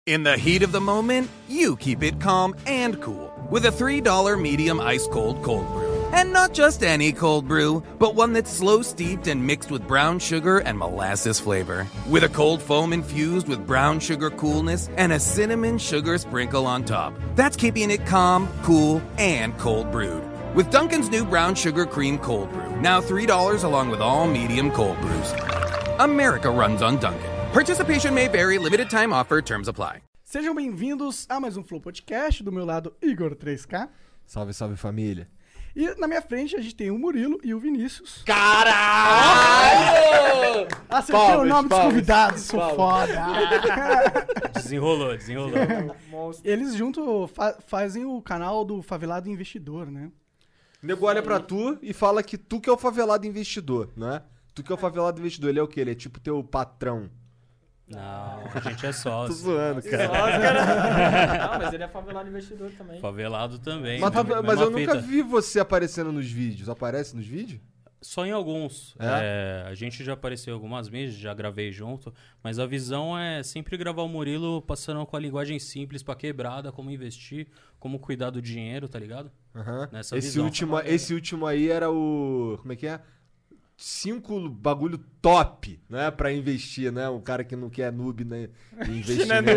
In the heat of the moment, you keep it calm and cool with a $3 medium ice-cold cold brew. And not just any cold brew, but one that's slow steeped and mixed with brown sugar and molasses flavor. With a cold foam infused with brown sugar coolness and a cinnamon sugar sprinkle on top. That's keeping it calm, cool, and cold brewed. With Dunkin's new brown sugar cream cold brew, now $3 along with all medium cold brews. America runs on Dunkin'. Participation may vary, limited time offer, terms apply. Sejam bem-vindos a mais um Flow Podcast, do meu lado, Igor 3K. Salve, salve família. E na minha frente a gente tem o Murilo e o Vinícius. Caralho! Acertei o nome dos convidados, sou foda. Desenrolou. Eles juntos fazem o canal do Favelado Investidor, né? O nego olha pra tu e fala que tu que é o favelado investidor, não é? Tu que é o favelado investidor, ele é o quê? Ele é tipo teu patrão. Não, a gente é Tô sócio. zoando, cara. Não, mas ele é favelado investidor também. Favelado também. Mas mesma eu nunca fita. vi você aparecendo nos vídeos. Aparece nos vídeos? Só em alguns. A gente já apareceu algumas vezes, já gravei junto, mas a visão é sempre gravar o Murilo passando com a linguagem simples pra quebrada, como investir, como cuidar do dinheiro, tá ligado? Uhum. Nessa Esse visão. último aí era o... Como é que é? 5 bagulho top, né? Pra investir, né? O cara que não quer noob, né? Em investimento.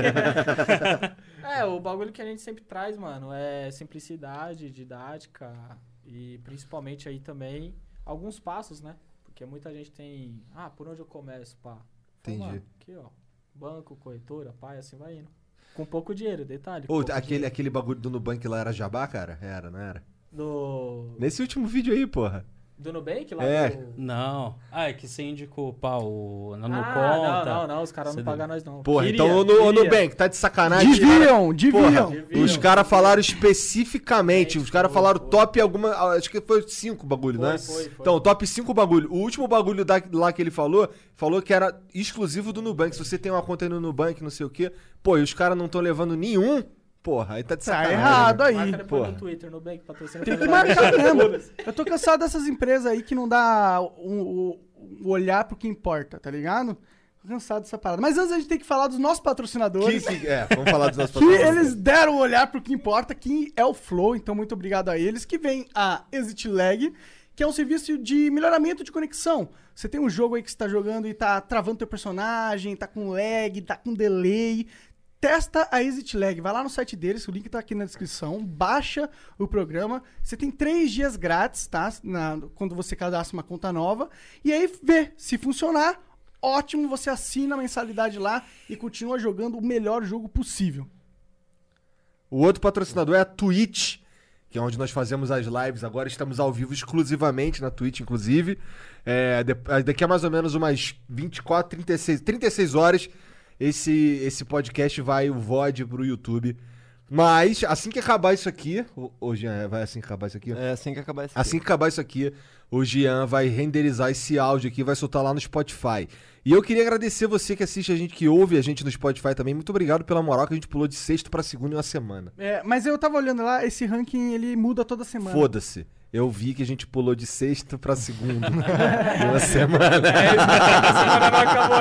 O bagulho que a gente sempre traz, mano, é simplicidade, didática e principalmente aí também alguns passos, né? Porque muita gente tem... por onde eu começo, pá? Entendi. Mano, aqui, ó. Banco, corretora, pá, e assim vai indo. Com pouco dinheiro, detalhe. Ô, aquele bagulho do Nubank lá era jabá, cara? Era, não era? Nesse Nesse último vídeo aí, porra. Do Nubank? Lá É. Não. É que você indicou, pau, no conta. Não, os caras não pagam nós não. Porra, Queria, então o Nubank tá de sacanagem. Deviam. Porra, os caras falaram especificamente, os caras falaram top alguma, acho que foi 5 bagulho, né? Foi. Então, top 5 bagulho. O último bagulho lá que ele falou que era exclusivo do Nubank. Se você tem uma conta aí no Nubank, não sei o quê, pô, e os caras não estão levando nenhum, porra, aí tá de Tá sacanagem. errado aí. Marca depois porra. no Twitter, Nubank, patrocina. Tem que marcar mesmo. Eu tô cansado dessas empresas aí que não dá o olhar pro que importa, tá ligado? Tô cansado dessa parada. Mas antes a gente tem que falar dos nossos patrocinadores. Vamos falar dos nossos Que patrocinadores. eles deram o olhar pro que importa, que é o Flow. Então, muito obrigado a eles. Que vem a Exit Lag, que é um serviço de melhoramento de conexão. Você tem um jogo aí que você tá jogando e tá travando teu personagem, tá com lag, tá com delay. Testa a Exit Lag. Vai lá no site deles, o link tá aqui na descrição. Baixa o programa. Você tem 3 dias grátis, tá? Quando você cadastra uma conta nova. E aí vê se funcionar. Ótimo, você assina a mensalidade lá e continua jogando o melhor jogo possível. O outro patrocinador é a Twitch, que é onde nós fazemos as lives. Agora estamos ao vivo exclusivamente na Twitch, inclusive. Daqui a mais ou menos umas 24, 36 horas, esse podcast vai o VOD pro YouTube. Mas, assim que acabar isso aqui... Ô, Jean, vai assim que acabar isso aqui? É assim que acabar isso aqui. Assim que acabar isso aqui, o Jean vai renderizar esse áudio aqui e vai soltar lá no Spotify. E eu queria agradecer você que assiste a gente, que ouve a gente no Spotify também. Muito obrigado pela moral que a gente pulou de sexto pra segunda em uma semana. Mas eu tava olhando lá, esse ranking ele muda toda semana. Foda-se. Eu vi que a gente pulou de sexto pra segundo em uma semana. A semana não acabou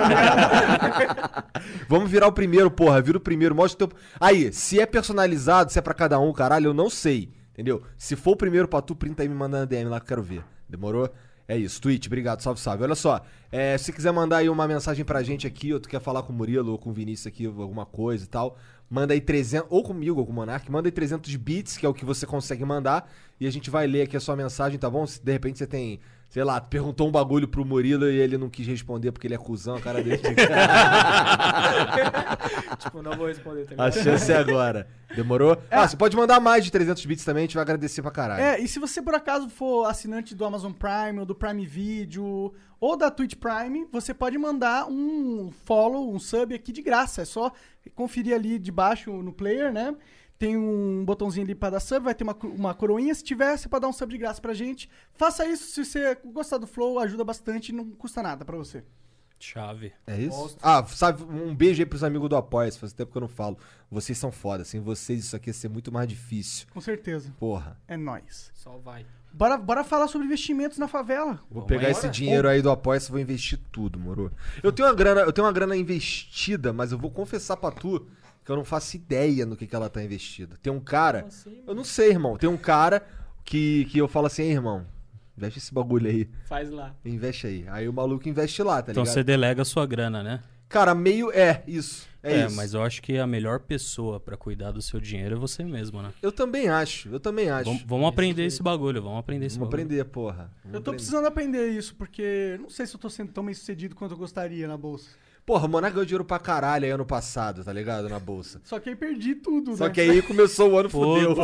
ainda. Vamos virar o primeiro, porra. Vira o primeiro, mostra o teu... Aí, se é personalizado, se é pra cada um, caralho, eu não sei. Entendeu? Se for o primeiro pra tu, printa aí e me manda na DM lá que eu quero ver. Demorou? É isso. Twitch, obrigado. Salve, salve. Olha só, se quiser mandar aí uma mensagem pra gente aqui, ou tu quer falar com o Murilo ou com o Vinícius aqui, alguma coisa e tal, manda aí 300, ou comigo ou com o Monark, manda aí 300 bits, que é o que você consegue mandar, e a gente vai ler aqui a sua mensagem, tá bom? Se de repente você tem, sei lá, perguntou um bagulho pro Murilo e ele não quis responder porque ele é cuzão, a cara dele. Tipo, não vou responder também. A chance é agora. Demorou? Você pode mandar mais de 300 bits também, a gente vai agradecer pra caralho. E se você por acaso for assinante do Amazon Prime, ou do Prime Video, ou da Twitch Prime, você pode mandar um follow, um sub aqui de graça. É só conferir ali de baixo no player, né? Tem um botãozinho ali pra dar sub, vai ter uma coroinha. Se tiver, você pode dar um sub de graça pra gente. Faça isso, se você gostar do Flow, ajuda bastante e não custa nada pra você. Chave. É isso? Sabe, um beijo aí pros amigos do Apoia-se, faz tempo que eu não falo. Vocês são foda, sem vocês isso aqui ia ser muito mais difícil. Com certeza. Porra. É nóis. Só vai. Bora falar sobre investimentos na favela. Vou pegar esse dinheiro aí do Apoia-se e vou investir tudo, moro? Eu tenho uma grana investida, mas eu vou confessar pra tu que eu não faço ideia no que ela tá investida. Tem um cara... Como assim, eu não sei, irmão. Tem um cara que eu falo assim, irmão, investe esse bagulho aí. Faz lá. Investe aí. Aí o maluco investe lá, tá Então ligado? você delega a sua grana, né? Cara, meio... isso. É isso. Mas eu acho que a melhor pessoa pra cuidar do seu dinheiro é você mesmo, né? Eu também acho. Vamos aprender esse bagulho, vamos aprender. Porra. Eu tô precisando aprender isso, porque não sei se eu tô sendo tão bem sucedido quanto eu gostaria na bolsa. Porra, o Monarca ganhou dinheiro pra caralho aí ano passado, tá ligado? Na bolsa. Só que aí perdi tudo, Só né? que aí começou o ano, fudeu.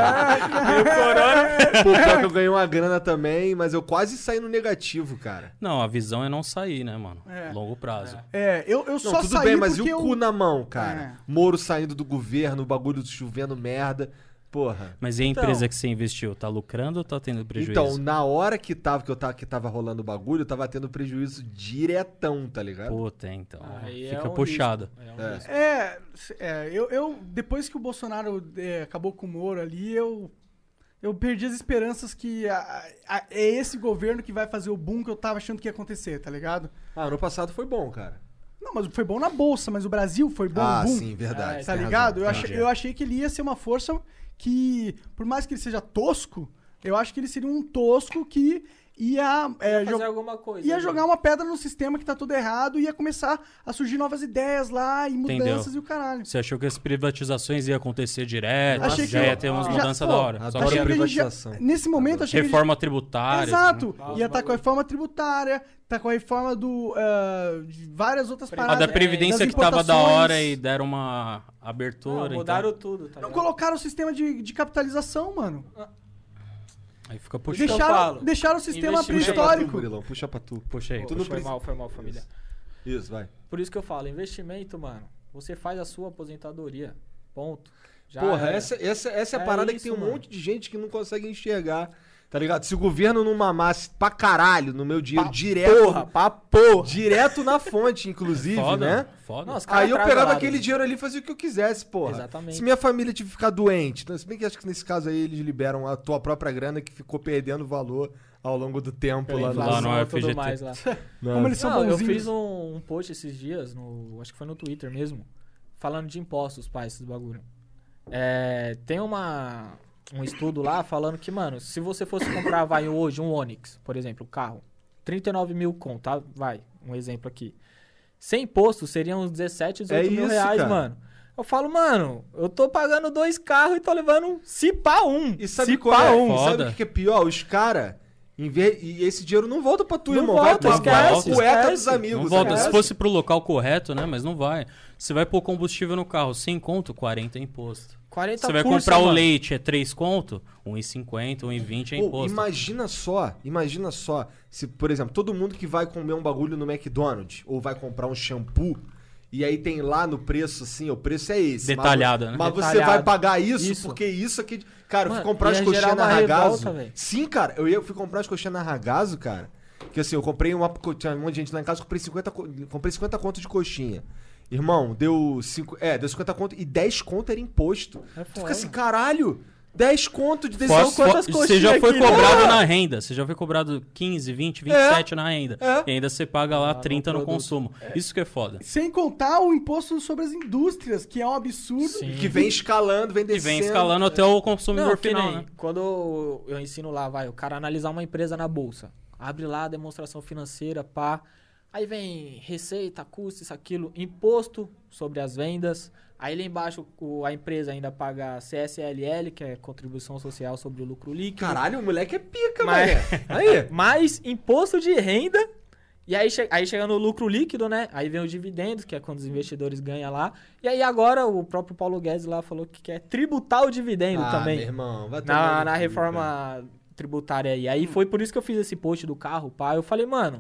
Pô, pior que eu ganhei uma grana também, mas eu quase saí no negativo, cara. Não, a visão é não sair, né, mano? É. Longo prazo. Eu Não, só tudo saí bem, mas e porque o cu na mão, cara? É. Moro saindo do governo, o bagulho chovendo merda. Porra. Mas e a empresa que você investiu? Tá lucrando ou tá tendo prejuízo? Então, na hora que tava rolando o bagulho, eu tava tendo prejuízo diretão, tá ligado? Puta, então. Aí Fica é um puxado. risco, é um risco. Eu depois que o Bolsonaro acabou com o Moro ali, eu perdi as esperanças que é esse governo que vai fazer o boom que eu tava achando que ia acontecer, tá ligado? Ano passado foi bom, cara. Não, mas foi bom na bolsa, mas o Brasil foi bom no boom. Sim, verdade. Tá tem ligado? razão, Eu achei que ele ia ser uma força que, por mais que ele seja tosco, eu acho que ele seria um tosco que ia Fazer alguma coisa. ia ali. jogar uma pedra no sistema que tá tudo errado e ia começar a surgir novas ideias lá e mudanças Entendeu. e o caralho. Você achou que as privatizações iam acontecer direto? Achei Já que- ia ter umas já- mudanças pô, da hora. Só adoro que Achei que a gente já, privatização. nesse momento, achei que a gente- reforma tributária. Exato. assim, né? Ia estar com a reforma tributária, tá com a reforma de várias outras A paradas. da Previdência das que tava da importações. hora e deram uma abertura. Não, mudaram então, tudo, tá Não ligado? colocaram o sistema de capitalização, mano. aí fica puxando. Deixa- eu falo. Deixaram o sistema Investimento. pré-histórico. Murilão, puxa pra tu. Puxa aí. Pô, Tu não foi precisa- mal, foi família. Isso, vai. Por isso que eu falo, investimento, mano, você faz a sua aposentadoria. Ponto. Já Porra, era. essa é a É parada que isso, tem um mano. monte de gente que não consegue enxergar. Tá ligado? Se o governo não mamasse pra caralho no meu dinheiro direto. Direto na fonte, inclusive, Foda, né? foda. Nossa, cara Aí eu atrasa pegava lá, aquele né? dinheiro ali e fazia o que eu quisesse, porra. Exatamente. Se minha família tive que ficar doente. Então, se bem que acho que nesse caso aí eles liberam a tua própria grana que ficou perdendo valor ao longo do tempo Pela lá no. inflação no e tudo FGT. mais lá. Como eles são Não, eu bonzinhos. fiz um post esses dias, acho que foi no Twitter mesmo, falando de impostos, pai, esses bagulho. Tem um estudo lá falando que, mano, se você fosse comprar, vai, hoje, um Onix, por exemplo, um carro, 39 mil conto, tá? Vai, um exemplo aqui. Sem imposto, seriam uns 17, 18 mil isso, reais, cara. mano. Eu falo, mano, eu tô pagando 2 carros e tô levando, se pá, um. E sabe se qual pá, é? um. Sabe Foda. o que é pior? Os caras. E esse dinheiro não volta pra tu, Não irmão. volta, vai pra esquece, cueca esquece. dos amigos. Não volta. sabe? Se fosse pro local correto, né? Mas não vai. Você vai pôr combustível no carro, 100 conto, 40 é imposto. 40 Você vai curso, comprar o mano. leite, é 3 conto, 1,50, 1,20 é Pô, imposto. imagina só, se, por exemplo, todo mundo que vai comer um bagulho no McDonald's ou vai comprar um shampoo e aí tem lá no preço, assim, o preço é esse. Detalhado, né? Mas você Detalhado. vai pagar isso, Isso. porque isso aqui... Cara, eu Mano, fui comprar as ia coxinhas gerar na uma Ragazzo. revolta, velho. Sim, cara, fui comprar as coxinhas na Ragazzo, cara. Que assim, eu comprei tinha um monte de gente lá em casa, comprei 50 conto de coxinha. Irmão, deu 50 conto e 10 conto era imposto. É Tu foda. fica assim, caralho, 10 conto de Fora- decisão. quantas você coxinhas já foi aqui, né? cobrado na renda. Você já foi cobrado 15, 20, 27 na renda. É. E ainda você paga lá 30 no produto. consumo. Isso que é foda. Sem contar o imposto sobre as indústrias, que é um absurdo. Sim. Que vem escalando, vem E descendo. vem escalando até o consumidor Não, que final, nem né? quando eu ensino lá, vai, o cara analisar uma empresa na bolsa. Abre lá a demonstração financeira, pá. Aí vem receita, custo, isso, aquilo, imposto sobre as vendas. Aí lá embaixo a empresa ainda paga CSLL, que é contribuição social sobre o lucro líquido. Caralho, o moleque é pica, Mas- velho. Aí. Mais imposto de renda. E aí, aí chega no lucro líquido, né? Aí vem os dividendos, que é quando os investidores ganham lá. E aí agora o próprio Paulo Guedes lá falou que quer tributar o dividendo também. Meu irmão, vai tomar no Na cu, cara. reforma tributária aí. Aí foi por isso que eu fiz esse post do carro, pá. Eu falei, mano,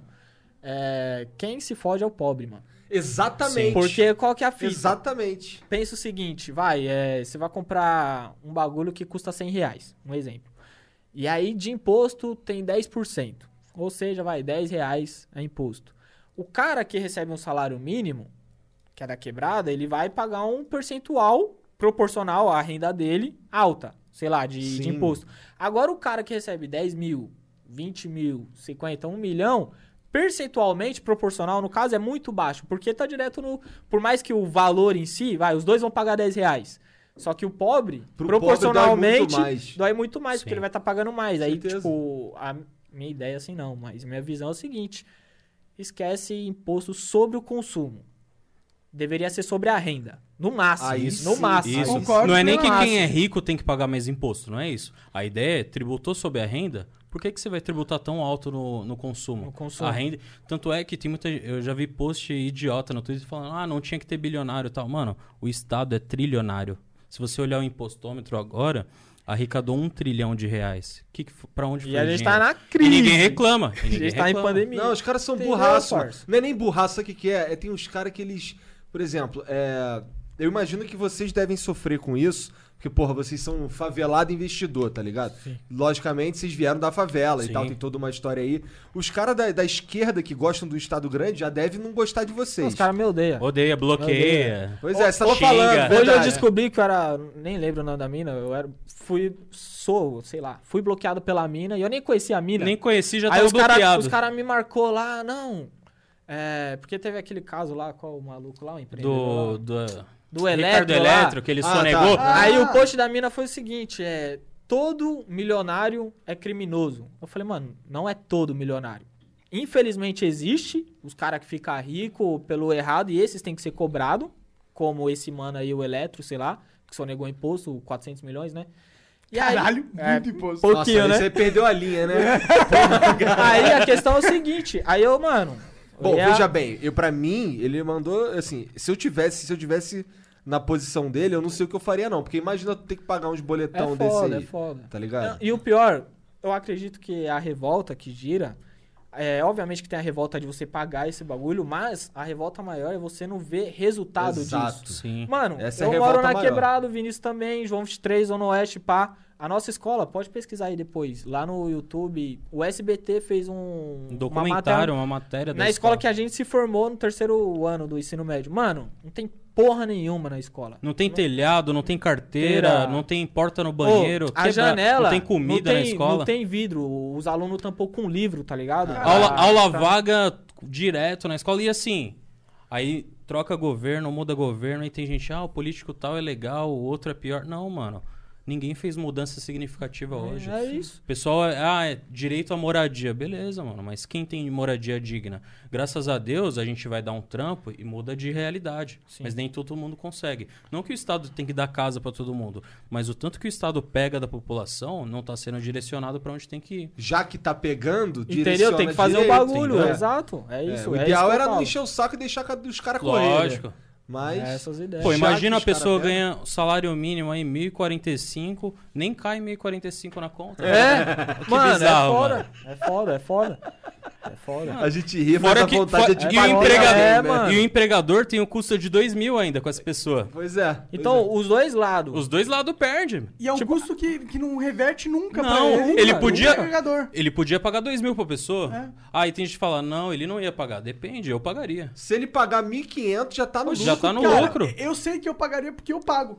quem se fode é o pobre, mano. Exatamente. Porque qual que é a fita? Exatamente. Pensa o seguinte, você vai comprar um bagulho que custa R$100, um exemplo. E aí de imposto tem 10%. Ou seja, R$10 é imposto. O cara que recebe um salário mínimo, que é da quebrada, ele vai pagar um percentual proporcional à renda dele alta. sei lá, de Sim. imposto. Agora o cara que recebe 10 mil, 20 mil, 50, 1 milhão, percentualmente, proporcional, no caso, é muito baixo. Porque tá direto no... Por mais que o valor em si, os dois vão pagar 10 reais. Só que o pobre, Pro proporcionalmente, pobre dói muito mais, Sim. porque ele vai estar pagando mais. Aí, Certeza. tipo, a minha ideia assim não, mas minha visão é o seguinte: esquece imposto sobre o consumo. Deveria ser sobre a renda. No máximo. Aí no sim, máximo. Isso. Concordo Não é nem que plenamente. quem é rico tem que pagar mais imposto, não é isso. A ideia é, tributou sobre a renda, por que você vai tributar tão alto no consumo? No consumo. A renda... Tanto é que tem muita... Eu já vi post idiota no Twitter falando, não tinha que ter bilionário e tal. Mano, o Estado é trilionário. Se você olhar o impostômetro agora, arrecadou 1 trilhão de reais. Pra onde foi E a o gente dinheiro? tá na E crise. ninguém reclama. A gente tá em pandemia. Não, os caras são Entendeu, burraços, mano. parça? Não é nem burraço, sabe o que é? Tem uns caras que eles... Por exemplo, eu imagino que vocês devem sofrer com isso, porque, porra, vocês são um favelado investidor, tá ligado? Sim. Logicamente, vocês vieram da favela Sim. e tal, tem toda uma história aí. Os caras da esquerda que gostam do Estado Grande já devem não gostar de vocês. Os caras me odeiam. Odeia, bloqueia. Pois é, você tava Xinga. falando, Hoje eu verdade. descobri que eu era... Nem lembro o nome da mina. Fui bloqueado pela mina e eu nem conhecia a mina. Nem conheci, já Aí tava bloqueado. os cara me marcou lá, não... porque teve aquele caso lá, qual o maluco lá, o empreendedor lá? Do Ricardo Eletro lá. Eletro, que ele Ah, sonegou. tá. Aí o post da mina foi o seguinte, todo milionário é criminoso. Eu falei, mano, não é todo milionário. Infelizmente existe os caras que ficam ricos pelo errado e esses têm que ser cobrados, como esse mano aí, o Eletro, sei lá, que sonegou imposto, 400 milhões, né? E aí, Caralho, muito imposto. pouquinho, Nossa, né? você perdeu a linha, né? Aí a questão é o seguinte, aí eu, mano... Bom, olhar- veja bem, pra mim, ele mandou, assim, se eu tivesse na posição dele, eu não sei o que eu faria não, porque imagina tu ter que pagar uns boletão desse aí, É foda. tá ligado? E o pior, eu acredito que a revolta que gira, obviamente que tem a revolta de você pagar esse bagulho, mas a revolta maior é você não ver resultado Exato. disso. Sim. Mano, Essa é a eu moro revolta na maior. Quebrada, o Vinícius também, João 23, Zona Oeste, pá. A nossa escola, pode pesquisar aí depois, lá no YouTube, o SBT fez Um uma documentário, uma matéria da na escola que a gente se formou no 3º ano do ensino médio. Mano, não tem porra nenhuma na escola. Não tem telhado, não tem carteira, Carteira. não tem porta no banheiro. A janela Não tem comida não na tem- escola. Não tem vidro, os alunos tampou com livro, tá ligado? Aula Tá. vaga direto na escola. E assim, aí troca governo, muda governo, e tem gente, o político tal é legal, o outro é pior. Não, mano. Ninguém fez mudança significativa hoje. É isso. O pessoal, é direito à moradia. Beleza, mano, mas quem tem moradia digna? Graças a Deus, a gente vai dar um trampo e muda de realidade. Sim. Mas nem todo mundo consegue. Não que o Estado tem que dar casa pra todo mundo, mas o tanto que o Estado pega da população não tá sendo direcionado pra onde tem que ir. Já que tá pegando, Entendeu? direciona Tem que fazer direito, o bagulho, entendeu? exato. É isso. O é ideal isso que era eu não falo. encher o saco e deixar os caras correr. Lógico. Né? Mas... Essas ideias. Pô, Já imagina a que os pessoa cara ganha salário mínimo aí, 1.045, nem cai 1.045 na conta. Que Mano, bizarro, é foda. mano. É foda, é foda. É foda. A gente ri, mas Fora a que, vontade é de e, o bater empregador, mesmo, né? mano. e o empregador tem o custo de 2.000 ainda com essa pessoa. Pois é. Então, os dois lados. Os dois lados perdem. E é um custo que não reverte nunca Não, pra ele. ele cara, podia- nunca é agregador. Ele podia pagar 2.000 pra pessoa. É. Aí tem gente que fala, não, ele não ia pagar. Depende, eu pagaria. Se ele pagar 1.500, já tá no Já lucro. tá no Cara, lucro. eu sei que eu pagaria porque eu pago.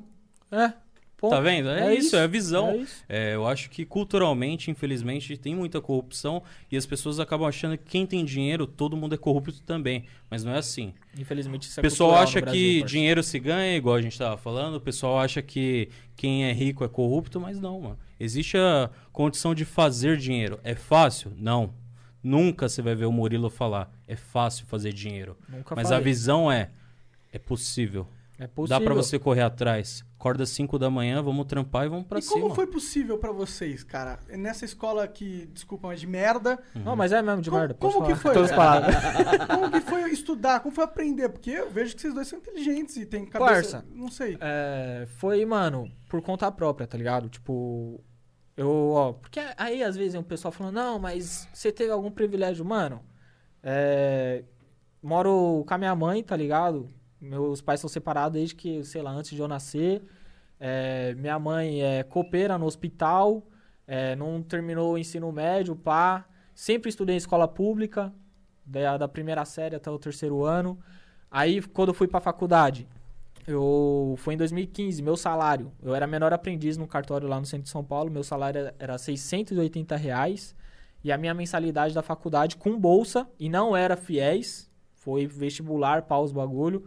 Ponto. Tá vendo? É isso, é a visão. É isso. Eu acho que culturalmente, infelizmente, tem muita corrupção e as pessoas acabam achando que quem tem dinheiro, todo mundo é corrupto também. Mas não é assim. Infelizmente, isso O é pessoal cultural acha no Brasil, que parceiro. dinheiro se ganha, igual a gente tava falando. O pessoal acha que quem é rico é corrupto, mas não, mano. Existe a condição de fazer dinheiro. É fácil? Não. Nunca você vai ver o Murilo falar. É fácil fazer dinheiro. Nunca Mas falei. a visão é possível. É possível. Dá pra você correr atrás. Acorda 5 da manhã, vamos trampar e vamos pra E cima. como foi possível pra vocês, cara? Nessa escola que, desculpa, mas de merda. Não, mas é mesmo de merda. pode Como que falar. foi? Todas as palavras. Como que foi estudar? Como foi aprender? Porque eu vejo que vocês dois são inteligentes e tem cabeça... Parça. Não sei. Foi, mano, por conta própria, tá ligado? Tipo, porque aí às vezes o pessoal falando, não, mas você teve algum privilégio? Mano, moro com a minha mãe, tá ligado? Meus pais são separados desde que, sei lá, antes de eu nascer. Minha mãe é copeira no hospital, não terminou o ensino médio, pá. Sempre estudei em escola pública, da primeira série até o 3º ano. Aí, quando eu fui pra faculdade, Foi em 2015, meu salário. Eu era menor aprendiz no cartório lá no centro de São Paulo. Meu salário era R$680. E a minha mensalidade da faculdade com bolsa, e não era fiéis, foi vestibular, paus, bagulho,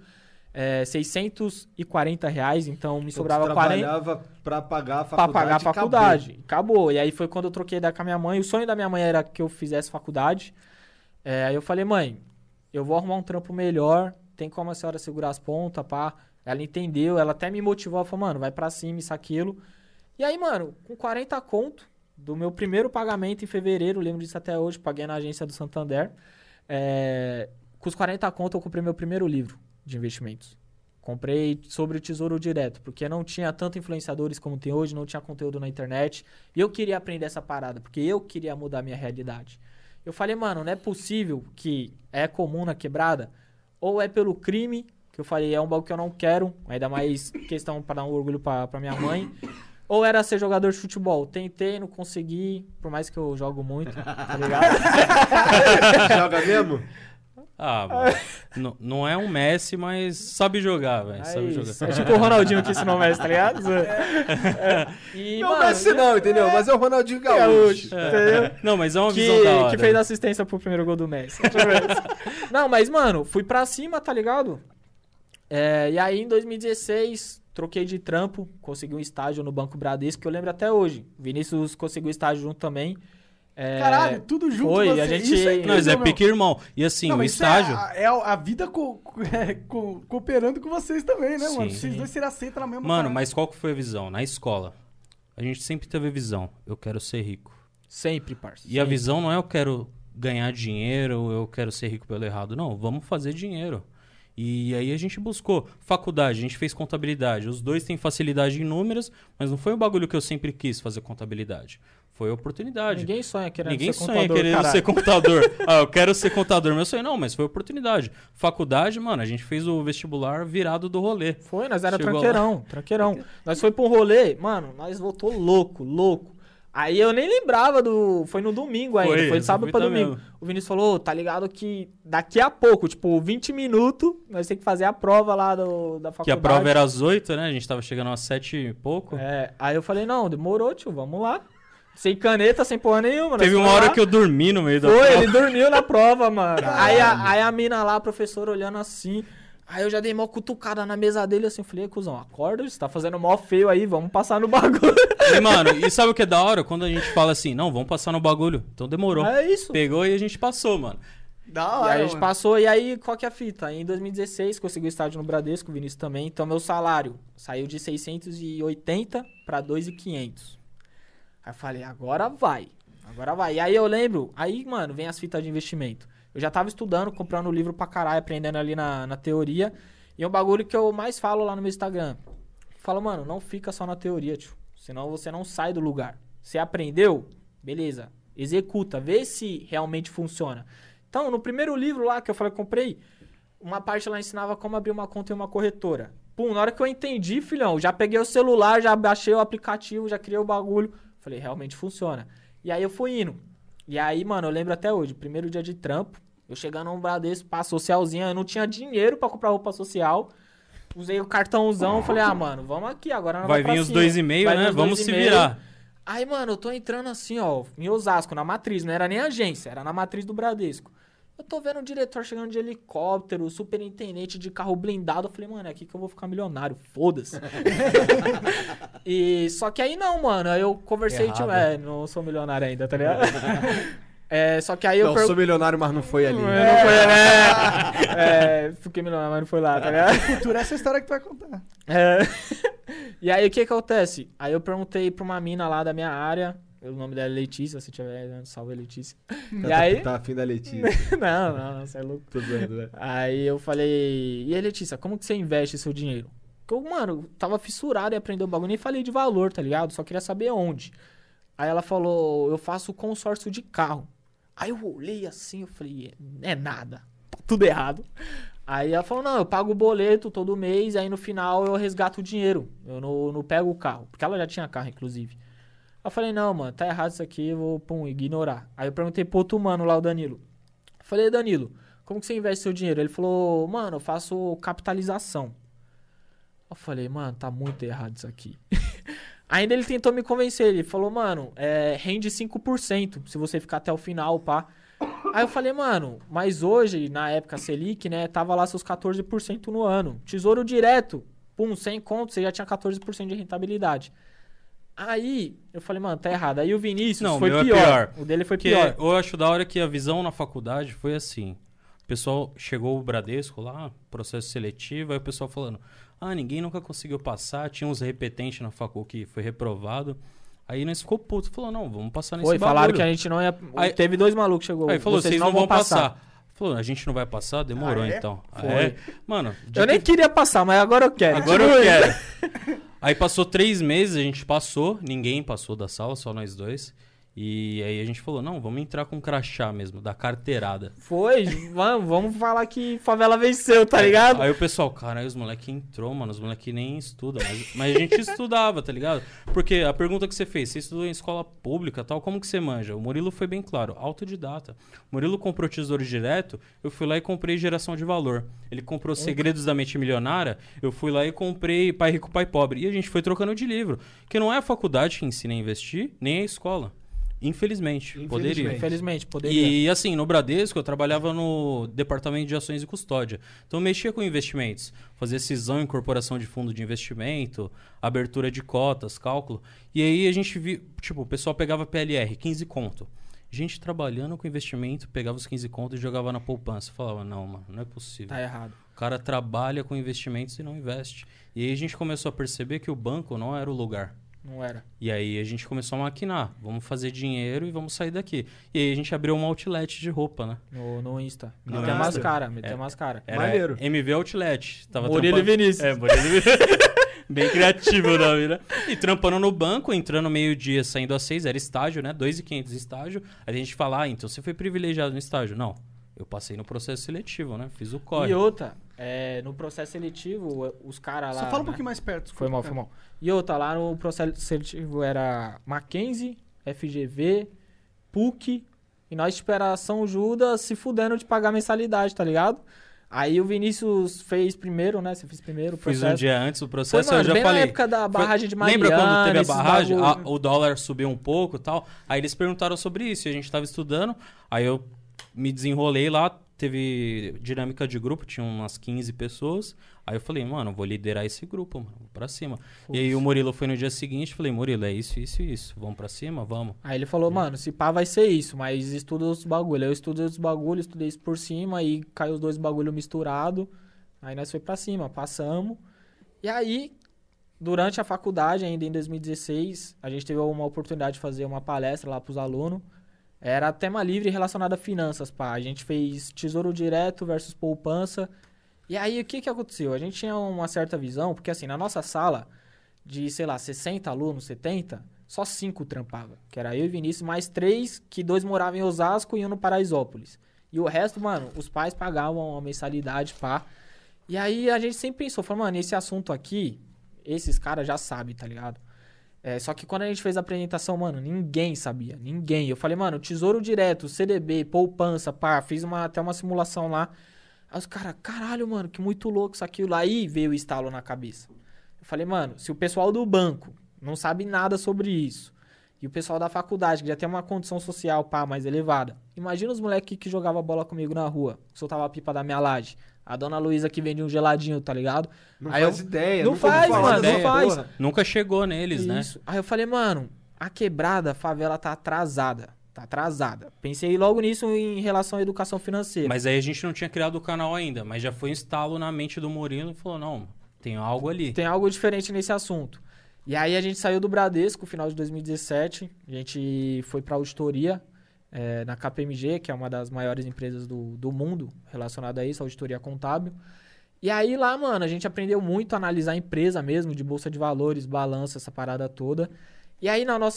R$640, então me sobrava tu 40 trabalhava pra pagar a pra faculdade. pagar a faculdade. Acabou. E aí foi quando eu troquei ideia com a minha mãe. O sonho da minha mãe era que eu fizesse faculdade. Aí eu falei, mãe, eu vou arrumar um trampo melhor, tem como a senhora segurar as pontas, pá. Ela entendeu, ela até me motivou, ela falou, mano, vai pra cima, isso, aquilo. E aí, mano, com 40 conto do meu primeiro pagamento em fevereiro, lembro disso até hoje, paguei na agência do Santander. Com os 40 conto eu comprei meu primeiro livro de investimentos. Comprei sobre o Tesouro Direto, porque não tinha tanto influenciadores como tem hoje, não tinha conteúdo na internet. E eu queria aprender essa parada, porque eu queria mudar a minha realidade. Eu falei, mano, não é possível que é comum na quebrada, ou é pelo crime, que eu falei, é um bagulho que eu não quero, ainda mais questão para dar um orgulho pra minha mãe, ou era ser jogador de futebol. Tentei, não consegui, por mais que eu jogo muito, tá ligado? Joga mesmo? Ah, mano, não é um Messi, mas sabe jogar, velho. Sabe jogar. É tipo o Ronaldinho que ensinou o Messi, tá ligado? E, Não, mano, Messi não, entendeu? Mas é o Ronaldinho Gaúcho. entendeu? Não, mas é uma visão da hora. Que fez assistência pro primeiro gol do Messi. Não, mas, mano, fui pra cima, tá ligado? E aí, em 2016, troquei de trampo, consegui um estágio no Banco Bradesco, que eu lembro até hoje. Vinícius conseguiu estágio junto também. Caralho, tudo junto. Foi, você. a gente... Isso é incrível, Mas é meu. pique irmão. E assim, Não, o mas isso estágio... É a vida cooperando com vocês também, né, mano? Sim. Vocês dois se aceitam na mesma Mano, parada. mas qual que foi a visão? Na escola, a gente sempre teve a visão. Eu quero ser rico. Sempre, parça. E a visão não é eu quero ganhar dinheiro, eu quero ser rico pelo errado. Não, vamos fazer dinheiro. E aí a gente buscou faculdade, a gente fez contabilidade. Os dois têm facilidade em números, mas não foi um bagulho que eu sempre quis fazer contabilidade. Foi oportunidade. Ninguém sonha querendo Ninguém ser sonha contador, querendo caralho. ser contador. Eu quero ser contador. Meu sonho não, mas foi oportunidade. Faculdade, mano, a gente fez o vestibular virado do rolê. Foi, nós era Chegou tranqueirão. Nós foi pra um rolê, mano, nós voltou louco. Aí eu nem lembrava Foi no domingo ainda, foi de sábado pra domingo. Mesmo. O Vinícius falou, tá ligado que daqui a pouco, tipo, 20 minutos, nós temos que fazer a prova lá da faculdade. Que a prova era às 8, né? A gente tava chegando às 7 e pouco. Aí eu falei, não, demorou, tio, vamos lá. Sem caneta, sem porra nenhuma. Teve uma hora que eu dormi no meio da Foi, prova. ele dormiu na prova, mano. Aí a mina lá, a professora, olhando assim. Aí eu já dei mó cutucada na mesa dele, assim. Eu falei, cuzão, acorda, você tá fazendo mó feio aí, vamos passar no bagulho. E, mano, e sabe o que é da hora? Quando a gente fala assim, não, vamos passar no bagulho. Então demorou. É isso. Pegou e a gente passou, mano. Da E hora, aí a gente mano. passou, e aí qual que é a fita? Aí em 2016 consegui o estágio no Bradesco, o Vinícius também. Então meu salário saiu de 680 pra 2.500. Aí eu falei, agora vai. E aí eu lembro, aí, mano, vem as fitas de investimento. Eu já tava estudando, comprando livro pra caralho, aprendendo ali na teoria. E é um bagulho que eu mais falo lá no meu Instagram. Falo, mano, não fica só na teoria, tio. Senão você não sai do lugar. Você aprendeu? Beleza. Executa, vê se realmente funciona. Então, no primeiro livro lá que eu falei, comprei, uma parte lá ensinava como abrir uma conta em uma corretora. Pum, na hora que eu entendi, filhão, já peguei o celular, já baixei o aplicativo, já criei o bagulho. Falei, realmente funciona. E aí eu fui indo. E aí, mano, eu lembro até hoje, primeiro dia de trampo, eu chegando num Bradesco, pra socialzinha, eu não tinha dinheiro pra comprar roupa social. Usei o cartãozão, falei, mano, vamos aqui, agora não Vai vir os 2,5, né? Vamos se virar. Aí, mano, eu tô entrando assim, ó, em Osasco, na matriz, não era nem agência, era na matriz do Bradesco. Eu tô vendo o diretor chegando de helicóptero, superintendente de carro blindado. Eu falei, mano, é aqui que eu vou ficar milionário, foda-se. E só que aí não, mano. Aí eu conversei, tipo, não sou milionário ainda, tá ligado? Só que aí eu Não, sou milionário, mas não foi ali. Não foi, né? Fiquei milionário, mas não foi lá, tá ligado? Cultura é essa história que tu vai contar. E aí o que acontece? Aí eu perguntei pra uma mina lá da minha área. O nome dela é Letícia, se tiver, salve Letícia. E aí... Tá afim da Letícia. não, você é louco. Tô doido, né? Aí eu falei, e aí, Letícia, como que você investe seu dinheiro? Porque eu, mano, tava fissurado em aprender o bagulho, nem falei de valor, tá ligado? Só queria saber onde. Aí ela falou, eu faço consórcio de carro. Aí eu olhei assim, eu falei, é nada, tá tudo errado. Aí ela falou, não, eu pago o boleto todo mês, aí no final eu resgato o dinheiro, eu não pego o carro. Porque ela já tinha carro, inclusive. Eu falei, não, mano, tá errado isso aqui, eu vou, ignorar. Aí eu perguntei pro outro mano lá, o Danilo. Eu falei, Danilo, como que você investe seu dinheiro? Ele falou, mano, eu faço capitalização. Eu falei, mano, tá muito errado isso aqui. Ainda ele tentou me convencer, ele falou, mano, rende 5% se você ficar até o final, pá. Aí eu falei, mano, mas hoje, na época Selic, né, tava lá seus 14% no ano. Tesouro direto, pum, 100 conto, você já tinha 14% de rentabilidade. Aí, eu falei, mano, tá errado. Aí o Vinícius foi pior. O dele foi pior. Eu acho da hora que a visão na faculdade foi assim. O pessoal chegou o Bradesco lá, processo seletivo, aí o pessoal falando, ninguém nunca conseguiu passar, tinha uns repetentes na facul que foi reprovado. Aí nós ficou puto, falou, não, vamos passar nesse bagulho. Falaram que a gente não ia... Aí, teve 2 malucos que chegou. Aí falou, vocês não vão passar. Falou, a gente não vai passar? Demorou então. Foi. Mano, eu nem queria passar, mas agora eu quero. Agora eu quero. Aí passou 3 meses, a gente passou, ninguém passou da sala, só nós dois. E aí a gente falou, não, vamos entrar com crachá mesmo, da carteirada. Foi, vamos falar que favela venceu, tá ligado? Aí o pessoal, caralho, os moleques entrou, mano, os moleques nem estudam, mas a gente estudava, tá ligado? Porque a pergunta que você fez, você estudou em escola pública tal, como que você manja? O Murilo foi bem claro, autodidata. O Murilo comprou Tesouro Direto, eu fui lá e comprei Geração de Valor. Ele comprou Segredos da Mente Milionária, eu fui lá e comprei Pai Rico, Pai Pobre. E a gente foi trocando de livro, que não é a faculdade que ensina a investir, nem a escola. Infelizmente, poderia. Infelizmente, poderia. E assim, no Bradesco eu trabalhava no departamento de ações e custódia. Então eu mexia com investimentos, fazia cisão e incorporação de fundo de investimento, abertura de cotas, cálculo. E aí a gente viu, tipo, o pessoal pegava PLR, 15 conto. Gente trabalhando com investimento, pegava os 15 contos e jogava na poupança. Falava, não, mano, não é possível. Tá errado. O cara trabalha com investimentos e não investe. E aí a gente começou a perceber que o banco não era o lugar. Não era. E aí a gente começou a maquinar. Vamos fazer dinheiro e vamos sair daqui. E aí a gente abriu um outlet de roupa, né? No Insta. No Meteu umas Insta. caras, meteu umas caras. Era Maneiro. MV Outlet. Tava Murilo e Vinícius. Murilo e Vinícius. Bem criativo o nome, né? E trampando no banco, entrando meio-dia, saindo às 6, era estágio, né? 2.500 estágio. Aí a gente fala, então você foi privilegiado no estágio. Não. Eu passei no processo seletivo, né? Fiz o corre. E outra, no processo seletivo, os caras lá... Só fala um né? pouquinho mais perto. Foi mal. E outra, lá no processo seletivo era Mackenzie, FGV, PUC, e nós, tipo, era São Judas se fudendo de pagar mensalidade, tá ligado? Aí o Vinícius fez primeiro, né? Você fez primeiro o processo. Fiz um dia antes do processo, Foi, mano, eu já bem falei. na época da barragem de Mariana. Lembra quando teve a esses barragem? bagulho. O dólar subiu um pouco e tal. Aí eles perguntaram sobre isso e a gente tava estudando. Aí eu me desenrolei lá, teve dinâmica de grupo, tinha umas 15 pessoas. Aí eu falei, mano, vou liderar esse grupo, mano, vou pra cima. E aí o Murilo foi no dia seguinte, falei, Murilo, é isso, isso e isso. Vamos pra cima? Vamos. Aí ele falou, mano, se pá vai ser isso, mas estuda os bagulho. Eu estudei os bagulho, estudei isso por cima, aí caiu os dois bagulho misturado. Aí nós foi pra cima, passamos. E aí, durante a faculdade, ainda em 2016, a gente teve uma oportunidade de fazer uma palestra lá pros alunos. Era tema livre relacionado a finanças, pá. A gente fez Tesouro Direto versus poupança. E aí, o que aconteceu? A gente tinha uma certa visão, porque assim, na nossa sala, de, sei lá, 60 alunos, 70, só 5 trampava. Que era eu e Vinícius, mais 3, que 2 moravam em Osasco e 1 no Paraisópolis. E o resto, mano, os pais pagavam a mensalidade, pá. E aí, a gente sempre pensou, falou, mano, esse assunto aqui, esses caras já sabem, tá ligado? Só que quando a gente fez a apresentação, mano, ninguém sabia, ninguém. Eu falei, mano, Tesouro Direto, CDB, poupança, pá, fiz até uma simulação lá. Aí os caras, caralho, mano, que muito louco isso aqui. Aí veio o estalo na cabeça. Eu falei, mano, se o pessoal do banco não sabe nada sobre isso, e o pessoal da faculdade, que já tem uma condição social, pá, mais elevada, imagina os moleques que jogavam bola comigo na rua, que soltava a pipa da minha laje. A dona Luísa que vende um geladinho, tá ligado? Não aí faz ideia. Não nunca ouvi faz, falar mano, dessa não faz. porra. Nunca chegou neles, Isso. Aí eu falei, mano, a quebrada, a favela tá atrasada. Tá atrasada. Pensei logo nisso em relação à educação financeira. Mas aí a gente não tinha criado o canal ainda, mas já foi um estalo na mente do Murilo e falou, não, tem algo ali. Tem algo diferente nesse assunto. E aí a gente saiu do Bradesco no final de 2017. A gente foi pra auditoria na KPMG, que é uma das maiores empresas do mundo relacionada a isso, auditoria contábil. E aí lá, mano, a gente aprendeu muito a analisar a empresa mesmo, de bolsa de valores, balança, essa parada toda. E aí na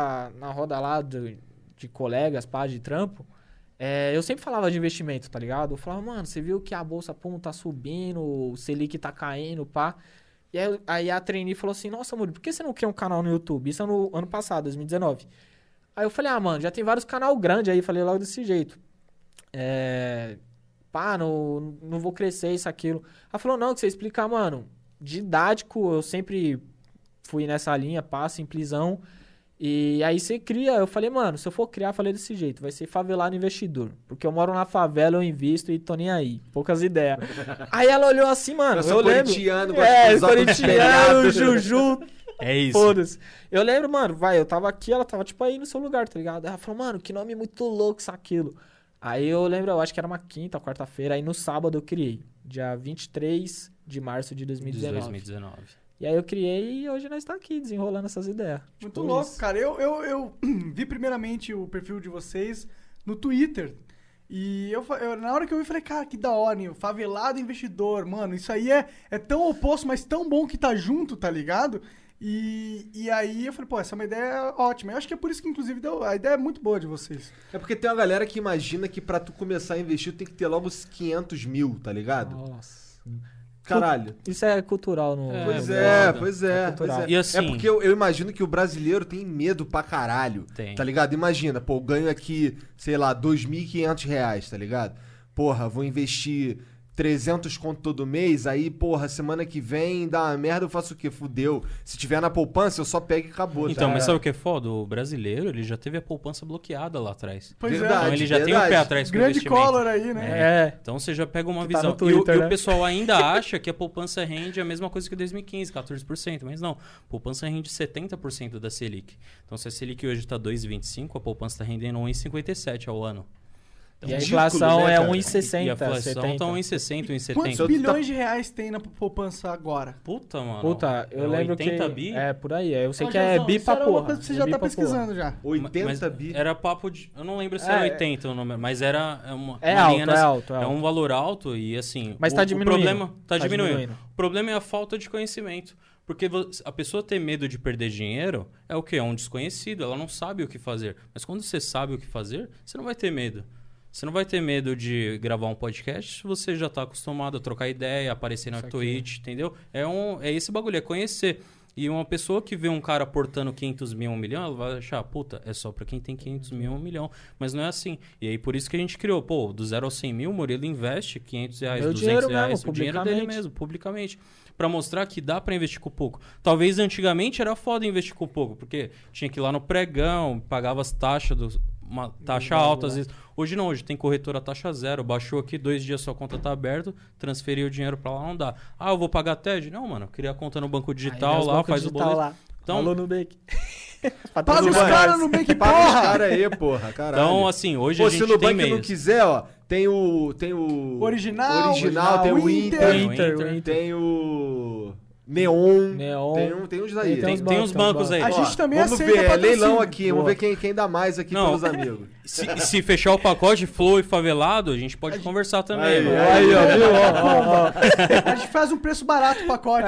roda lá de colegas, pá, de trampo, eu sempre falava de investimento, tá ligado? Eu falava, mano, você viu que a bolsa, pum, tá subindo, o Selic tá caindo, pá. E aí a trainee falou assim, nossa, Murilo, por que você não cria um canal no YouTube? Isso é no ano passado, 2019. Aí eu falei, mano, já tem vários canal grandes aí, falei logo desse jeito. Pá, não vou crescer isso, aquilo. Ela falou, não, que você explicar, mano, didático, eu sempre fui nessa linha, pá, simplesão. E aí você cria, eu falei, mano, se eu for criar, eu falei desse jeito, vai ser favelado investidor. Porque eu moro na favela, eu invisto e tô nem aí. Poucas ideias. Aí ela olhou assim, mano, eu lembro... corintiano, corintiano, Juju... É isso. Foda-se. Eu lembro, mano, eu tava aqui, ela tava, tipo, aí no seu lugar, tá ligado? Ela falou, mano, que nome muito louco isso, aquilo. Aí eu lembro, eu acho que era uma quinta, quarta-feira, aí no sábado eu criei. Dia 23 de março de 2019. E aí eu criei e hoje nós tá aqui, desenrolando essas ideias. Muito Tipo louco, isso. cara. Eu vi primeiramente o perfil de vocês no Twitter. E na hora que eu vi, falei, cara, que da hora, hein? Favelado investidor. Mano, isso aí é tão oposto, mas tão bom que tá junto, tá ligado? E aí eu falei, pô, essa é uma ideia ótima. Eu acho que é por isso que, inclusive, a ideia é muito boa de vocês. É porque tem uma galera que imagina que pra tu começar a investir, tu tem que ter logo os 500 mil, tá ligado? Nossa. Caralho. Isso é cultural no... Pois é. cultural. E assim- É porque eu imagino que o brasileiro tem medo pra caralho, Tem. tá ligado? Imagina, pô, eu ganho aqui, sei lá, R$2.500, tá ligado? Porra, vou investir 300 conto todo mês, aí, porra, semana que vem dá uma merda, eu faço o quê? Fudeu. Se tiver na poupança, eu só pego e acabou, Então, tá? mas sabe o que é foda? O brasileiro, ele já teve a poupança bloqueada lá atrás. Pois Verdade. Então ele já tem o verdade. pé atrás com o Grande investimento. Collor aí, né? É. Então você já pega uma Que tá visão. no Twitter, e né? o pessoal ainda acha que a poupança rende a mesma coisa que 2015, 14%. Mas não, a poupança rende 70% da Selic. Então se a Selic hoje está 2,25, a poupança está rendendo 1,57 ao ano. Então, E a ridículo, inflação né, é cara? 1,60, e a inflação 70. está 1,60, Quantos 1,70. bilhões de reais tem na poupança agora? Puta, mano. Puta, eu É lembro 80 que... bi? É, por aí. Eu sei Ô, que é Josão, bi isso pra era uma porra. coisa que você É já bi tá pra porra. pesquisando já. 80 Mas bi. era papo de... Eu não lembro se era 80 o número, mas era uma É uma alto, linha é nessa- alto, é É alto. um valor alto e assim... Mas tá diminuindo. O problema tá Tá diminuindo. diminuindo. O problema é a falta de conhecimento. Porque a pessoa ter medo de perder dinheiro é o quê? É um desconhecido, ela não sabe o que fazer. Mas quando você sabe o que fazer, você não vai ter medo. Você não vai ter medo de gravar um podcast se você já tá acostumado a trocar ideia, aparecer na Twitch, entendeu? É esse bagulho, é conhecer. E uma pessoa que vê um cara aportando 500 mil, 1 milhão, ela vai achar, puta, é só pra quem tem 500 mil, 1 milhão. Mas não é assim. E aí por isso que a gente criou, pô, do 0 aos 100 mil, o Murilo investe 500 reais, Meu 200 dinheiro reais, mesmo, o dinheiro dele publicamente. mesmo, publicamente. Pra mostrar que dá pra investir com pouco. Talvez antigamente era foda investir com pouco, porque tinha que ir lá no pregão, pagava as taxas, uma taxa alta às vezes. Hoje não, hoje tem corretora taxa zero. Baixou aqui, 2 dias sua conta tá aberta, transferiu o dinheiro pra lá, não dá. Ah, eu vou pagar TED? Não, mano, cria a conta no banco digital lá, faz o boleto. Lá. Então- Alô, Nubank. Paga os caras no Bank, Paga os porra! caras aí, porra, caralho. Então, assim, hoje Pô, a se gente no tem Nubank não meios. quiser, ó, tem o Original, tem o Inter. Inter, tem o Neon, Neon. tem uns daí. Tem uns bancos aí. A Ó, gente também vamos aceita ver, é patrocínio. leilão aqui, Boa. vamos ver quem dá mais aqui Não. pelos amigos. Se fechar o pacote Flow e Favelado, a gente pode conversar também. Aí, mano. aí, ó, viu? A gente faz um preço barato o pacote.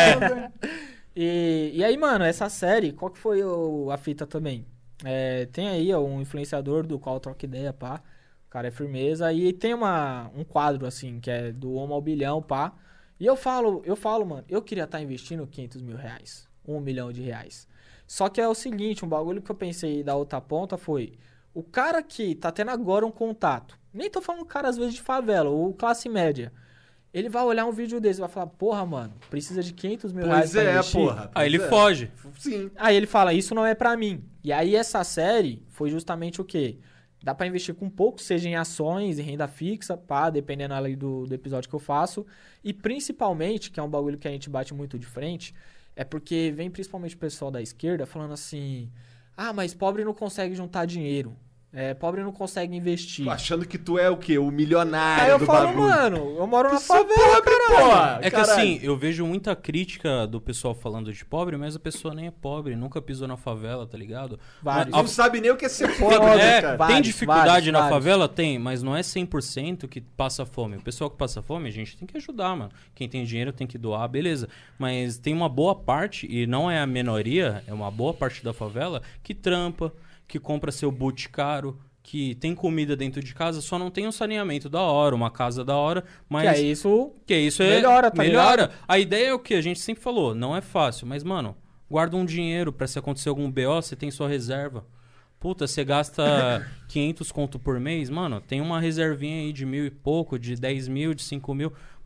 E aí, mano, essa série, qual que foi a fita também? Tem aí ó, um influenciador do qual troca ideia, pá. O cara é firmeza. E tem um quadro, assim, que é do Homo ao Bilhão, pá. E eu falo, mano, eu queria estar investindo 500 mil reais. 1 milhão de reais. Só que é o seguinte, um bagulho que eu pensei da outra ponta foi... O cara que tá tendo agora um contato... Nem tô falando cara, às vezes, de favela ou classe média. Ele vai olhar um vídeo desse e vai falar... Porra, mano, precisa de 500 mil reais Pois pra é, investir. porra. Aí ele pois é. foge. Sim. Aí ele fala, isso não é pra mim. E aí essa série foi justamente o quê? Dá pra investir com pouco, seja em ações, em renda fixa, pá, dependendo ali do episódio que eu faço. E principalmente, que é um bagulho que a gente bate muito de frente, é porque vem principalmente o pessoal da esquerda falando assim... Ah, mas pobre não consegue juntar dinheiro. Pobre não consegue investir. Achando que tu é o quê? O milionário Aí eu do falo, bagulho. mano, eu moro na Sou favela, pobre, caralho. porra. É que Caralho. assim, eu vejo muita crítica do pessoal falando de pobre, mas a pessoa nem é pobre, nunca pisou na favela, tá ligado? Vários. Não sabe nem o que é ser Tem, pobre, cara. vários, tem dificuldade na vários. favela? Tem, mas não é 100% que passa fome. O pessoal que passa fome, a gente tem que ajudar, mano. Quem tem dinheiro tem que doar, beleza. Mas tem uma boa parte, e não é a minoria, é uma boa parte da favela, que trampa, que compra seu boot caro, que tem comida dentro de casa, só não tem um saneamento da hora, uma casa da hora, mas... Que é isso melhora, tá melhora. ligado? A ideia é o que a gente sempre falou, não é fácil, mas, mano, guarda um dinheiro pra se acontecer algum BO, você tem sua reserva. Puta, você gasta 500 conto por mês, mano, tem uma reservinha aí de 1.000 e pouco, de 10 mil, de 5 mil.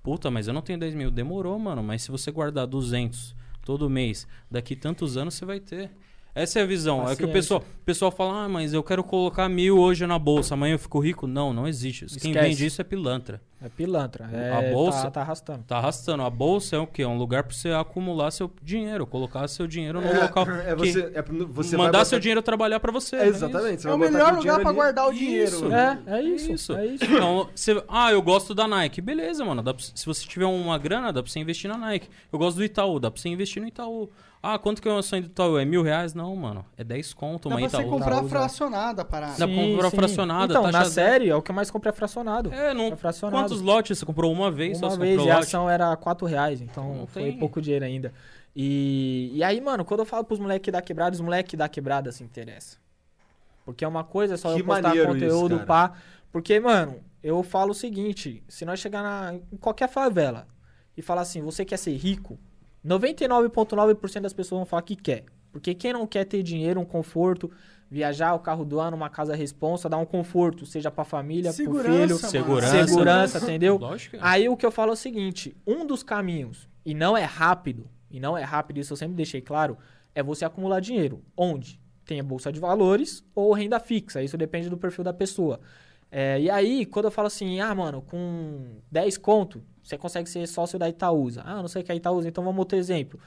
Puta, mas eu não tenho 10 mil. Demorou, mano. Mas se você guardar 200 todo mês, daqui tantos anos você vai ter. Essa é a visão. Paciência. É que o pessoal fala, mas eu quero colocar 1.000 hoje na bolsa, amanhã eu fico rico. Não, não existe. Quem Esquece. vende isso é pilantra. É pilantra. A bolsa tá arrastando. Tá arrastando. A bolsa é o quê? É um lugar pra você acumular seu dinheiro, colocar seu dinheiro no local. Você mandar vai seu dinheiro trabalhar pra você. Exatamente. Você É o vai botar melhor teu lugar dinheiro pra ali. guardar o Isso. dinheiro. É isso. Então, eu gosto da Nike. Beleza, mano. Se você tiver uma grana, dá pra você investir na Nike. Eu gosto do Itaú, dá pra você investir no Itaú. Ah, quanto que é uma ação do Itaú? É R$1.000? Não, mano. É 10 conto, Dá uma pra você Itaú. comprar Itaú, fracionada a parada. Dá pra comprar fracionada, Então, taxa na zero. série, é o que eu mais comprei é fracionado. É, fracionado. Quantos lotes você comprou uma vez? Só Uma você vez, comprou e a lote? ação era R$4, então Não foi tem. pouco dinheiro ainda. E aí, mano, quando eu falo pros moleques da quebrada, os moleques da quebrada se interessam. Porque é uma coisa só Que eu postar maneiro conteúdo, isso, pá. Porque, mano, eu falo o seguinte, se nós chegar em qualquer favela e falar assim, você quer ser rico, 99,9% das pessoas vão falar que quer. Porque quem não quer ter dinheiro, um conforto, viajar, o carro do ano, uma casa responsa, dar um conforto, seja pra família, pro filho. Segurança, mano. Segurança, entendeu? Lógico que é. Aí o que eu falo é o seguinte, um dos caminhos, e não é rápido, isso eu sempre deixei claro, é você acumular dinheiro. Onde? Tem a bolsa de valores ou renda fixa, isso depende do perfil da pessoa. E aí, quando eu falo assim, mano, com 10 conto, você consegue ser sócio da Itaúsa. Ah, não sei o que é Itaúsa, então vamos outro exemplo.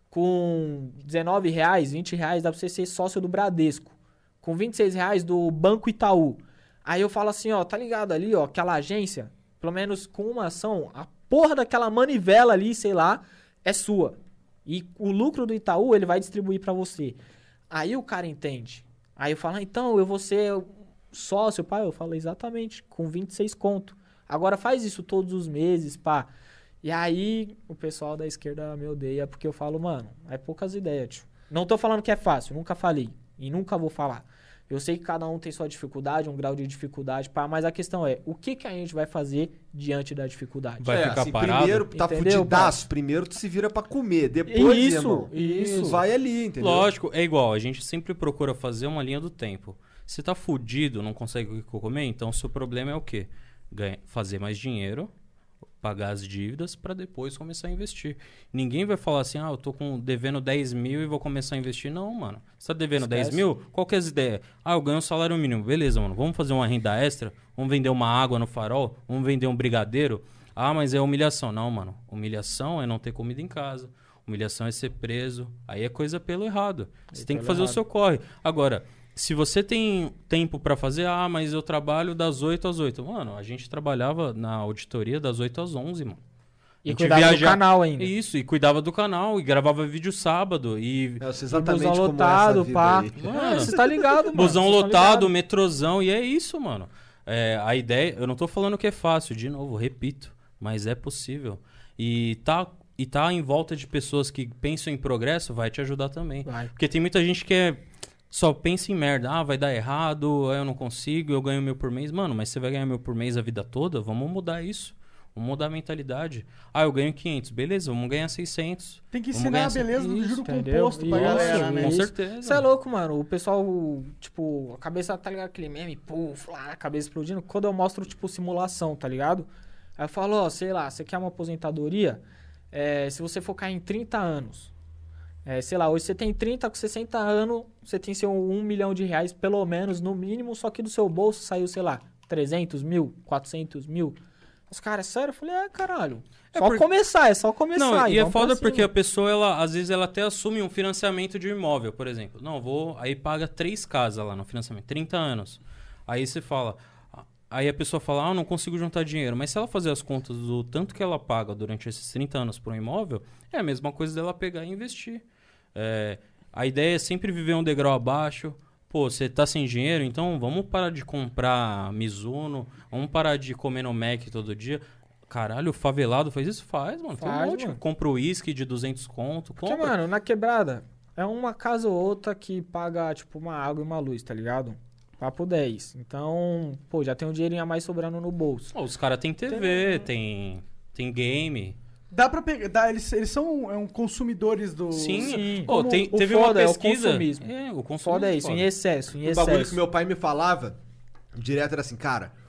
Com R$19, R$20, dá pra você ser sócio do Bradesco. Com R$26 do Banco Itaú. Aí eu falo assim, ó, tá ligado ali, ó, aquela agência, pelo menos com uma ação, a porra daquela manivela ali, sei lá, é sua. E o lucro do Itaú, ele vai distribuir pra você. Aí o cara entende. Aí eu falo, então eu vou ser sócio, pai. Eu falo, exatamente, com 26 conto. Agora faz isso todos os meses, pá. E aí o pessoal da esquerda me odeia porque eu falo, mano, é poucas ideias, tio. Não tô falando que é fácil, nunca falei. E nunca vou falar. Eu sei que cada um tem sua dificuldade, um grau de dificuldade, pá, mas a questão é, o que a gente vai fazer diante da dificuldade? Vai ficar parado? Primeiro, tá Entendeu, fudidaço. Primeiro tu se vira pra comer. Depois, Isso, irmão, vai ali, entendeu? Lógico, é igual. A gente sempre procura fazer uma linha do tempo. Se tá fudido, não consegue comer, então o seu problema é o quê? Fazer mais dinheiro, pagar as dívidas pra depois começar a investir. Ninguém vai falar assim, eu tô devendo 10 mil e vou começar a investir. Não, mano. Você tá devendo 10 mil? Qual que é as ideias? Eu ganho um salário mínimo. Beleza, mano. Vamos fazer uma renda extra? Vamos vender uma água no farol? Vamos vender um brigadeiro? Mas é humilhação. Não, mano. Humilhação é não ter comida em casa. Humilhação é ser preso. Aí é coisa pelo errado. Você tem que fazer o seu corre. Agora, se você tem tempo pra fazer, mas eu trabalho das 8 às 8. Mano, a gente trabalhava na auditoria das 8 às 11, mano. E cuidava do canal ainda. Isso, e cuidava do canal, e gravava vídeo sábado, e... Eu sei exatamente busão como lotado, é essa vida pá. aí. Mano, você tá ligado, mano. Busão Vocês tão lotado, ligado. metrozão, e é isso, mano. A ideia, eu não tô falando que é fácil, de novo, repito, mas é possível. E tá em volta de pessoas que pensam em progresso, vai te ajudar também. Vai. Porque tem muita gente que só pensa em merda. Vai dar errado, eu não consigo, eu ganho 1.000 por mês. Mano, mas você vai ganhar 1.000 por mês a vida toda? Vamos mudar isso. Vamos mudar a mentalidade. Eu ganho 500. Beleza, vamos ganhar 600. Tem que Vamos ensinar ganhar a beleza do isso, juro entendeu? composto pra Isso, galera, né? Com isso. certeza. Você é louco, mano. O pessoal, tipo, a cabeça, tá ligado? Aquele meme, puf, lá, a cabeça explodindo. Quando eu mostro, tipo, simulação, tá ligado? Aí eu falo, sei lá, você quer uma aposentadoria? Se você focar em 30 anos. Sei lá, hoje você tem 30, com 60 anos, você tem seu R$1 milhão, pelo menos, no mínimo, só que do seu bolso saiu, sei lá, 300 mil, 400 mil. Os caras, sério? Eu falei, caralho. É só começar. Não, e é vamos foda pra cima. porque a pessoa, às vezes, ela até assume um financiamento de um imóvel, por exemplo. Não, aí paga 3 casas lá no financiamento, 30 anos. Aí você fala... Aí a pessoa fala, não consigo juntar dinheiro. Mas se ela fazer as contas do tanto que ela paga durante esses 30 anos por um imóvel, é a mesma coisa dela pegar e investir. A ideia é sempre viver um degrau abaixo. Pô, você tá sem dinheiro, então vamos parar de comprar Mizuno, vamos parar de comer no Mac todo dia. Caralho, o favelado faz isso? Faz, mano. Tem um monte. Mano. Compra o uísque de 200 conto. Porque, mano, na quebrada, é uma casa ou outra que paga, tipo, uma água e uma luz, tá ligado? Papo 10. Então, pô, já tem um dinheirinho a mais sobrando no bolso. Os caras têm TV, tem game. Dá pra pegar. Eles são consumidores do. Sim. Como Teve o uma foda é o pesquisa. consumismo. O consumismo. Foda é isso, em excesso, em Um bagulho que excesso. meu pai me falava direto era assim, cara,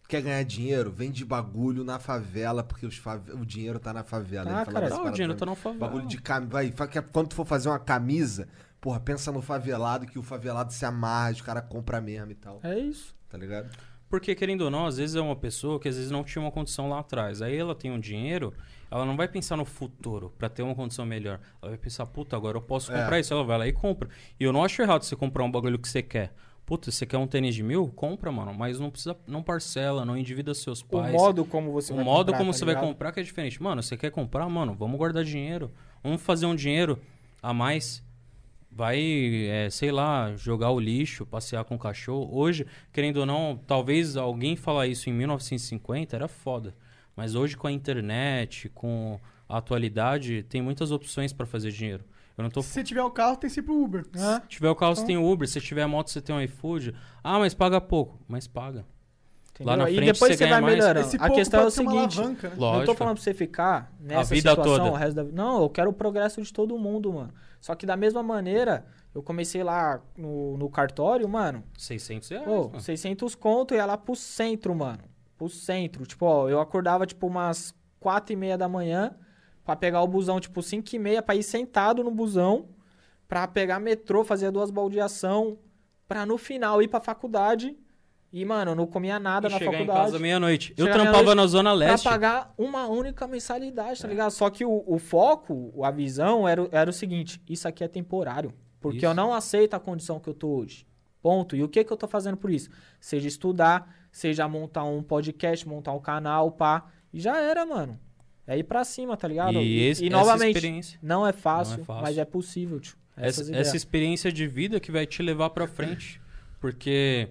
Quer ganhar dinheiro? Vende bagulho na favela, porque o dinheiro tá na favela. Ele falava cara, essa o parada dinheiro pra tá mim. na favela. Bagulho de quando tu for fazer uma camisa, porra, pensa no favelado, que o favelado se amarra, os caras compram mesmo e tal. É isso. Tá ligado? Porque, querendo ou não, às vezes é uma pessoa que às vezes não tinha uma condição lá atrás. Aí ela tem um dinheiro, ela não vai pensar no futuro pra ter uma condição melhor. Ela vai pensar, puta, agora eu posso comprar isso. Ela vai lá e compra. E eu não acho errado você comprar um bagulho que você quer. Puta, você quer um tênis de 1.000? Compra, mano. Mas não precisa, não parcela, não endivida seus pais. O modo como você vai comprar, O modo como tá você vai ligado? comprar que é diferente. Mano, você quer comprar? Mano, vamos guardar dinheiro. Vamos fazer um dinheiro a mais. Vai, sei lá, jogar o lixo, passear com o cachorro. Hoje, querendo ou não, talvez alguém falar isso em 1950 era foda. Mas hoje com a internet, com a atualidade, tem muitas opções pra fazer dinheiro. Eu não tô... Se você tiver o carro, tem sempre o Uber. Se tiver o carro, você tem o Uber. Se tiver a moto, você tem o iFood. Ah, mas paga pouco. Mas paga. Entendeu? Lá na E frente depois você você ganha vai mais. melhorando. Esse A pouco questão é o pode ser uma seguinte, alavanca, né? não tô Lógico. falando pra você ficar nessa vida situação toda. o resto da vida. Não, eu quero o progresso de todo mundo, mano. Só que da mesma maneira, eu comecei lá no cartório, mano. 600 reais. Pô, mano. 600 conto e ia lá pro centro, mano. Pro centro. Tipo, ó, eu acordava, tipo, umas 4h30 da manhã pra pegar o busão, tipo, 5h30 pra ir sentado no busão, pra pegar metrô, fazer 2 baldeação, pra no final ir pra faculdade. E, mano, eu não comia nada E na chegar faculdade. em casa meia-noite. Eu Chegar trampava meia-noite na Zona Leste. Pra pagar uma única mensalidade, tá ligado? Só que o foco, a visão era o seguinte: isso aqui é temporário. Porque Isso. eu não aceito a condição que eu tô hoje. Ponto. E o que eu tô fazendo por isso? Seja estudar, seja montar um podcast, montar um canal, pá. E já era, mano. É ir pra cima, tá ligado? E essa novamente, experiência. não é fácil, Não é fácil. mas é possível, tio. Essas ideias. Essa experiência de vida que vai te levar pra frente. Porque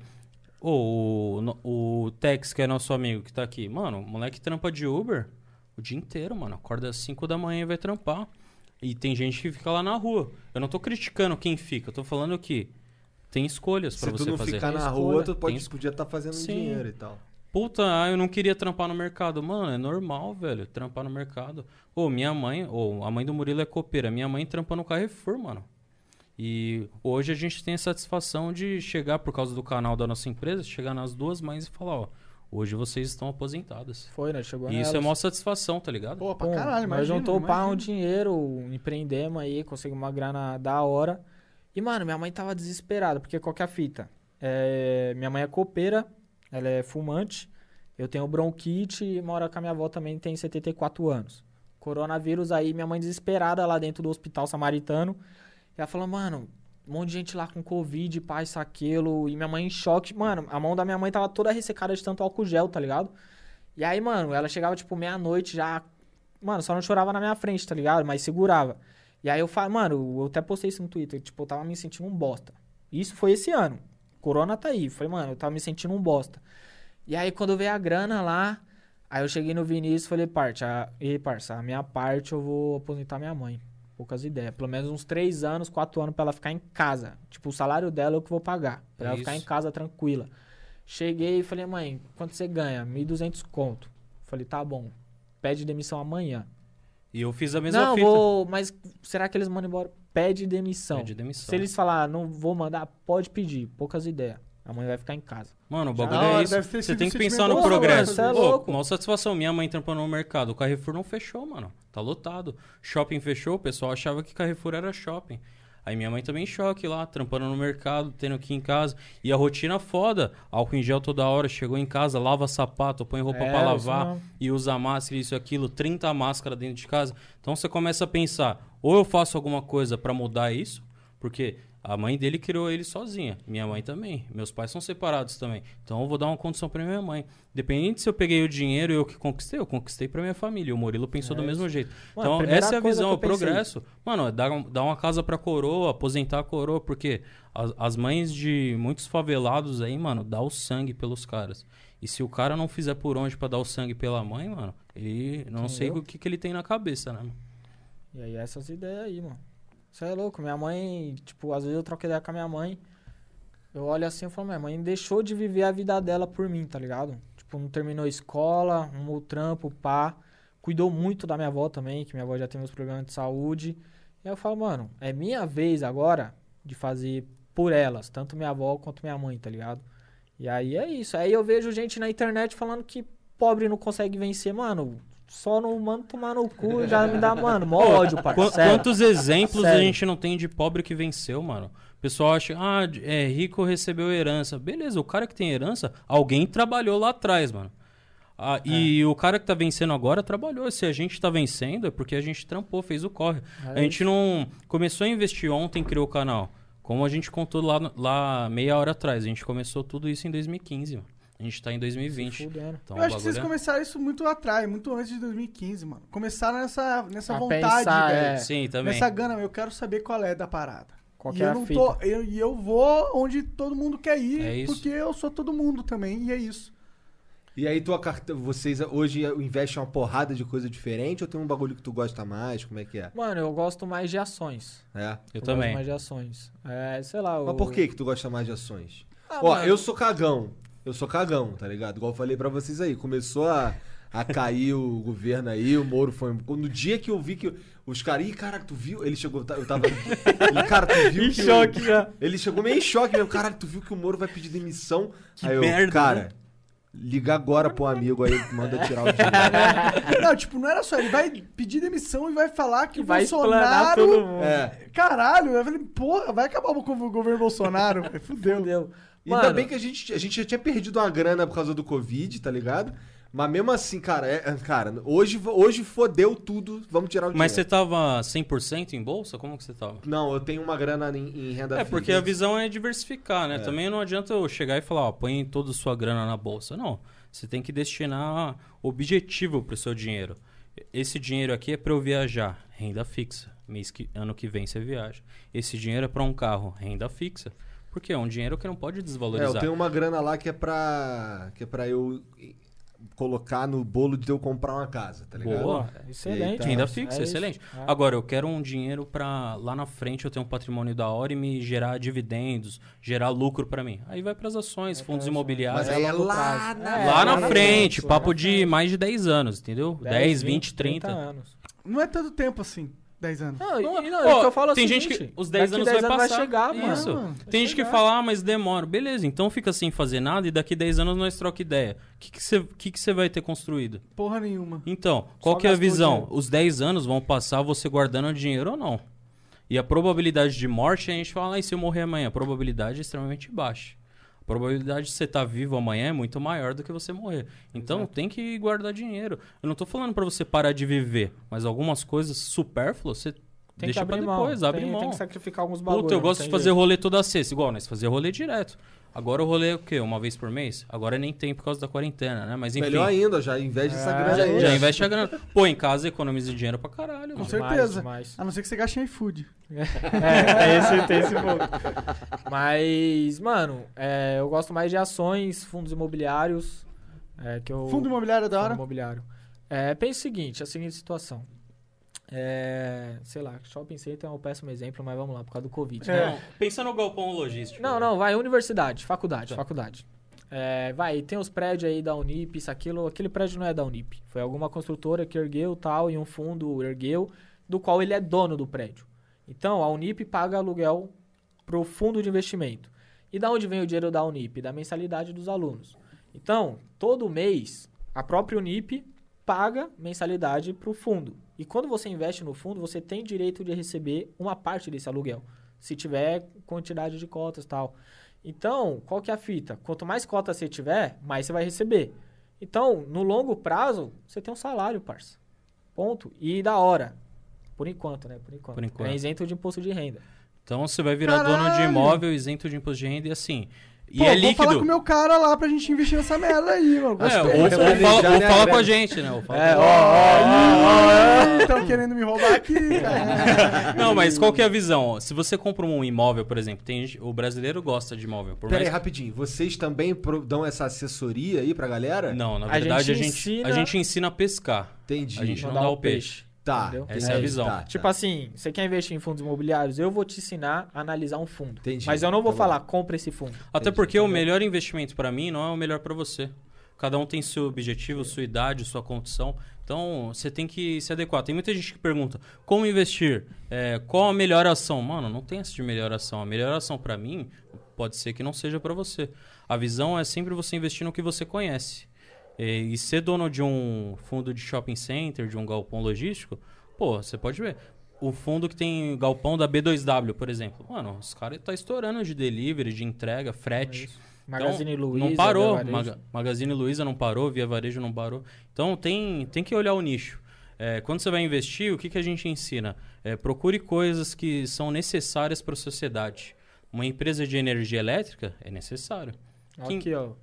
o Tex, que é nosso amigo que tá aqui, mano, o moleque trampa de Uber o dia inteiro, mano. Acorda às 5 da manhã e vai trampar. E tem gente que fica lá na rua. Eu não tô criticando quem fica, eu tô falando que tem escolhas pra Se tu você não fazer. ficar na Tem rua, escolha. tu podia estar fazendo Sim. dinheiro e tal. Puta, eu não queria trampar no mercado. Mano, é normal, velho, trampar no mercado. Minha mãe, a mãe do Murilo é copeira. Minha mãe trampa no Carrefour, mano. E hoje a gente tem a satisfação de chegar, por causa do canal da nossa empresa, chegar nas 2 mães e falar, ó, hoje vocês estão aposentadas. Foi, né? Chegou E isso é nelas. maior satisfação, tá ligado? Pô, pra Pum, caralho, nós imagina. juntou pá, um imagina. dinheiro, empreendemos aí, conseguimos uma grana da hora. E, mano, minha mãe tava desesperada, porque qual que é a fita? Minha mãe é copeira, ela é fumante, eu tenho bronquite e moro com a minha avó também, tem 74 anos. Coronavírus aí, minha mãe desesperada lá dentro do hospital samaritano. E ela falou, mano, um monte de gente lá com Covid, pá, isso, aquilo. E minha mãe em choque. Mano, a mão da minha mãe tava toda ressecada de tanto álcool gel, tá ligado? E aí, mano, ela chegava, tipo, meia-noite já... Mano, só não chorava na minha frente, tá ligado? Mas segurava. E aí eu falei, mano, eu até postei isso no Twitter. Tipo, eu tava me sentindo um bosta. Isso foi esse ano. Corona tá aí. Falei, mano, eu tava me sentindo um bosta. E aí, quando veio a grana lá... Aí eu cheguei no Vinícius e falei, parça, a minha parte eu vou aposentar minha mãe. Poucas ideias. Pelo menos uns 3 anos, 4 anos pra ela ficar em casa. Tipo, o salário dela é o que eu vou pagar. Pra ela ficar em casa tranquila. Cheguei e falei, mãe, quanto você ganha? 1.200 conto. Falei, tá bom. Pede demissão amanhã. E eu fiz a mesma Não, fita. mas será que eles mandam embora? Pede demissão. Pede demissão. Se eles falar, não vou mandar, pode pedir. Poucas ideias. A mãe vai ficar em casa. Mano, o Da bagulho hora, é isso. deve ter Você sido tem que um pensar sentimento no bom, progresso. mano, cê é louco. Maior satisfação. Minha mãe trampando no mercado. O Carrefour não fechou, mano. Tá lotado. Shopping fechou. O pessoal achava que Carrefour era shopping. Aí minha mãe também em choque lá, trampando no mercado, tendo aqui em casa. E a rotina foda. Álcool em gel toda hora. Chegou em casa, lava sapato, põe roupa pra lavar. isso E usa máscara, isso e aquilo. 30 máscaras dentro de casa. Então você começa a pensar. Ou eu faço alguma coisa pra mudar isso. Porque... a mãe dele criou ele sozinha. Minha mãe também. Meus pais são separados também. Então eu vou dar uma condição pra minha mãe. Independente se eu peguei o dinheiro e eu que conquistei, eu conquistei pra minha família. O Murilo pensou do mesmo jeito. Mano, Então primeira essa é a coisa visão, que o eu pensei. progresso. Mano, é dar uma casa pra coroa, aposentar a coroa. Porque as mães de muitos favelados aí, mano, dá o sangue pelos caras. E se o cara não fizer por onde pra dar o sangue pela mãe, mano, ele não sei o que ele tem na cabeça, né? E aí essas ideias aí, mano. Você é louco, minha mãe, tipo, às vezes eu troco ideia com a minha mãe, eu olho assim e falo, minha mãe deixou de viver a vida dela por mim, tá ligado? Tipo, não terminou a escola, arrumou trampo, pá, cuidou muito da minha avó também, que minha avó já tem meus problemas de saúde. E aí eu falo, mano, é minha vez agora de fazer por elas, tanto minha avó quanto minha mãe, tá ligado? E aí é isso. Aí eu vejo gente na internet falando que pobre não consegue vencer. Mano, só não mando tomar no cu já me dá, mano, mó ódio, parceiro. Quantos exemplos a Sério. gente não tem de pobre que venceu, mano? O pessoal acha, rico recebeu herança. Beleza, o cara que tem herança, alguém trabalhou lá atrás, mano. E o cara que tá vencendo agora trabalhou. Se a gente tá vencendo, é porque a gente trampou, fez o corre. A gente não começou a investir ontem, criou o canal. Como a gente contou lá meia hora atrás. A gente começou tudo isso em 2015, mano. A gente tá em 2020. Então, eu acho que vocês começaram isso muito atrás, muito antes de 2015, mano. Começaram nessa vontade, pensar, velho. Sim, também. Nessa gana, eu quero saber qual é da parada. Qual E que é eu a não fita? tô, eu vou onde todo mundo quer ir, É isso. porque eu sou todo mundo também, e é isso. E aí vocês hoje investem uma porrada de coisa diferente ou tem um bagulho que tu gosta mais? Como é que é? Mano, eu gosto mais de ações. É. Eu Gosto também. mais de ações. Sei lá. Mas por que tu gosta mais de ações? Mano, Eu sou cagão. Eu sou cagão, tá ligado? Igual eu falei pra vocês aí. Começou a cair o governo aí, o Moro foi... No dia que eu vi que os caras... Ih, caraca, tu viu? Ele chegou... Eu tava... E, cara, tu viu Em que... choque já. Ele chegou meio em choque mesmo. Caralho, tu viu que o Moro vai pedir demissão? Que aí eu, merda, cara... né? Liga agora pro amigo aí, manda tirar o dinheiro. Não, tipo, não era só, ele vai pedir demissão e vai falar que o Vai explanar Bolsonaro... todo mundo. Caralho, eu falei, porra, vai acabar o governo Bolsonaro, velho, fudeu. Entendeu? Ainda Mano, bem que a gente já tinha perdido uma grana por causa do Covid, tá ligado? Mas mesmo assim, cara, hoje fodeu tudo, vamos tirar o dinheiro. Mas você tava 100% em bolsa? Como que você tava? Não, eu tenho uma grana em renda fixa. Porque a visão é diversificar, né? Também não adianta eu chegar e falar, põe toda a sua grana na bolsa. Não, você tem que destinar objetivo pro seu dinheiro. Esse dinheiro aqui é para eu viajar, renda fixa. Ano que vem você viaja. Esse dinheiro é para um carro, renda fixa. Porque é um dinheiro que não pode desvalorizar. Eu tenho uma grana lá que é pra eu colocar no bolo de eu comprar uma casa, tá ligado? Boa. excelente. Eita. Renda mano. fixa, É isso. excelente. É. Agora, eu quero um dinheiro para lá na frente eu ter um patrimônio da hora e me gerar dividendos, gerar lucro para mim. Aí vai para as ações, fundos imobiliários. Mas aí é longo lá prazo. na- Lá na lá frente, lá papo na de frente. mais de 10 anos, entendeu? 10, 20, 30. anos. Não é tanto tempo assim, 10 anos. Não, Não, e não, ó, o que eu falo é o tem seguinte, gente que os 10 daqui anos vai passar. chegar, mano. Isso. mano. Tem gente que fala, mas demora. Beleza, então fica sem fazer nada e daqui 10 anos nós troca ideia. O que você vai ter construído? Porra nenhuma. Então, qual Só que é a gastou visão? dinheiro. Os 10 anos vão passar você guardando dinheiro ou não. E a probabilidade de morte, a gente fala, e se eu morrer amanhã? A probabilidade é extremamente baixa. A probabilidade de você estar vivo amanhã é muito maior do que você morrer. Então, tem que guardar dinheiro. Eu não tô falando pra você parar de viver, mas algumas coisas supérfluas, você Tem deixa que pra abrir depois, mão. abre tem, mão. Tem que sacrificar alguns bagulhos. Puta, eu gosto de fazer rolê toda sexta. Igual, nós fazia rolê direto. Agora o rolê é o quê? Uma vez por mês? Agora nem tem por causa da quarentena, né? Mas enfim. Melhor ainda, já investe essa grana aí. Já investe a grana. Pô, em casa economiza dinheiro pra caralho. Com mano. certeza. demais. A não ser que você gaste em iFood. Tem esse ponto. Mas, mano, eu gosto mais de ações, fundos imobiliários. Fundo imobiliário é da Fundo hora? imobiliário. Pensa o seguinte, a seguinte situação. Sei lá, shopping center é um péssimo exemplo, mas vamos lá, por causa do Covid. né? Não, pensa no galpão logístico. Não, vai, universidade, faculdade, Tá. faculdade. Tem os prédios aí da Unip, isso, aquilo, aquele prédio não é da Unip. Foi alguma construtora que ergueu tal, e um fundo ergueu, do qual ele é dono do prédio. Então, a Unip paga aluguel pro fundo de investimento. E da onde vem o dinheiro da Unip? Da mensalidade dos alunos. Então, todo mês, a própria Unip paga mensalidade pro fundo. E quando você investe no fundo, você tem direito de receber uma parte desse aluguel, se tiver quantidade de cotas e tal. Então, qual que é a fita? Quanto mais cotas você tiver, mais você vai receber. Então, no longo prazo, você tem um salário, parça. Ponto. E da hora. Por enquanto, né? Por enquanto. É isento de imposto de renda. Então você vai virar dono de Caralho! imóvel, isento de imposto de renda e assim. E Pô, é vou líquido. falar com o meu cara lá pra gente investir nessa merda aí, mano. É, Gostei. ou fala grana. com a gente, né? Ou fala Estão querendo me roubar aqui, cara. Não, mas qual que é a visão? Se você compra um imóvel, por exemplo, o brasileiro gosta de imóvel. Por Pera aí, mais... rapidinho. Vocês também dão essa assessoria aí pra galera? Não, na A verdade gente a gente ensina a pescar. Entendi. A gente não Não dá dá o peixe. Tá. Entendeu? Essa é a visão. Tá, Tipo tá. assim, você quer investir em fundos imobiliários? Eu vou te ensinar a analisar um fundo. Entendi. Mas eu não vou Tá falar, compra esse fundo. Até Entendi, porque o melhor investimento pra mim não é o melhor pra você. Cada um tem seu objetivo, sua idade, sua condição. Então, você tem que se adequar. Tem muita gente que pergunta, como investir? Qual a melhor ação? Mano, não tem essa de melhor ação. A melhor ação pra mim, pode ser que não seja para você. A visão é sempre você investir no que você conhece. E ser dono de um fundo de shopping center, de um galpão logístico, pô, você pode ver. O fundo que tem galpão da B2W, por exemplo. Mano, os caras estão estourando de delivery, de entrega, frete. Magazine Então, Luiza, não parou. Via Varejo. Magazine Luiza não parou, Via Varejo não parou. Então tem que olhar o nicho. Quando você vai investir, o que a gente ensina? Procure coisas que são necessárias para a sociedade. Uma empresa de energia elétrica é necessário. Aqui, ó.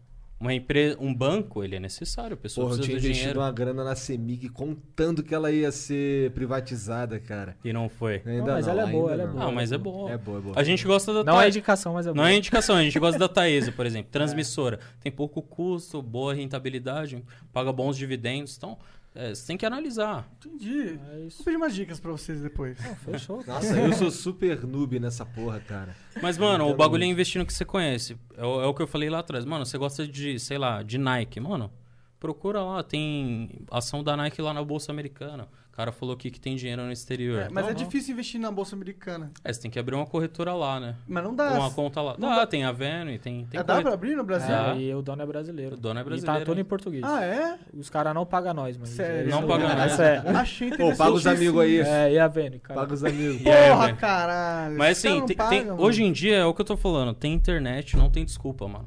Um banco, ele é necessário. A pessoa Porra, eu precisa tinha do investido dinheiro. uma grana na CEMIG contando que ela ia ser privatizada, cara. E não foi. Ainda mas não, ela é boa, ainda ela é não. boa. Ah, mas é boa. É boa, é boa. A gente gosta da Não é Taesa. indicação, mas é Não boa. é indicação, a gente gosta da Taesa, por exemplo. Transmissora. Tem pouco custo, boa rentabilidade, paga bons dividendos. Então, você tem que analisar. Entendi. É isso. Vou pedir umas dicas pra vocês depois. Fechou. Nossa, eu sou super noob nessa porra, cara. Mas, mano, o bagulho é investir no que você conhece. É o que eu falei lá atrás. Mano, você gosta de, sei lá, de Nike. Mano, procura lá. Tem ação da Nike lá na Bolsa Americana. O cara falou aqui que tem dinheiro no exterior. Mas é Então, difícil investir na Bolsa Americana. você tem que abrir uma corretora lá, né? Mas não dá. Uma conta lá. não Dá, dá. tem a Venue, tem Dá pra abrir no Brasil? Dá. E o dono é brasileiro. O dono é E brasileiro, tá tudo hein? em português. Ah, é? Os caras não pagam nós, mas... Sério? Não paga nós. Essa é. Achei Pô, interessante. paga os amigos aí. E a Vene, cara. Paga os amigos. E aí, Porra, velho? caralho. Mas Esse cara assim, não tem- paga, mano. hoje em dia é o que eu tô falando. Tem internet, não tem desculpa, mano.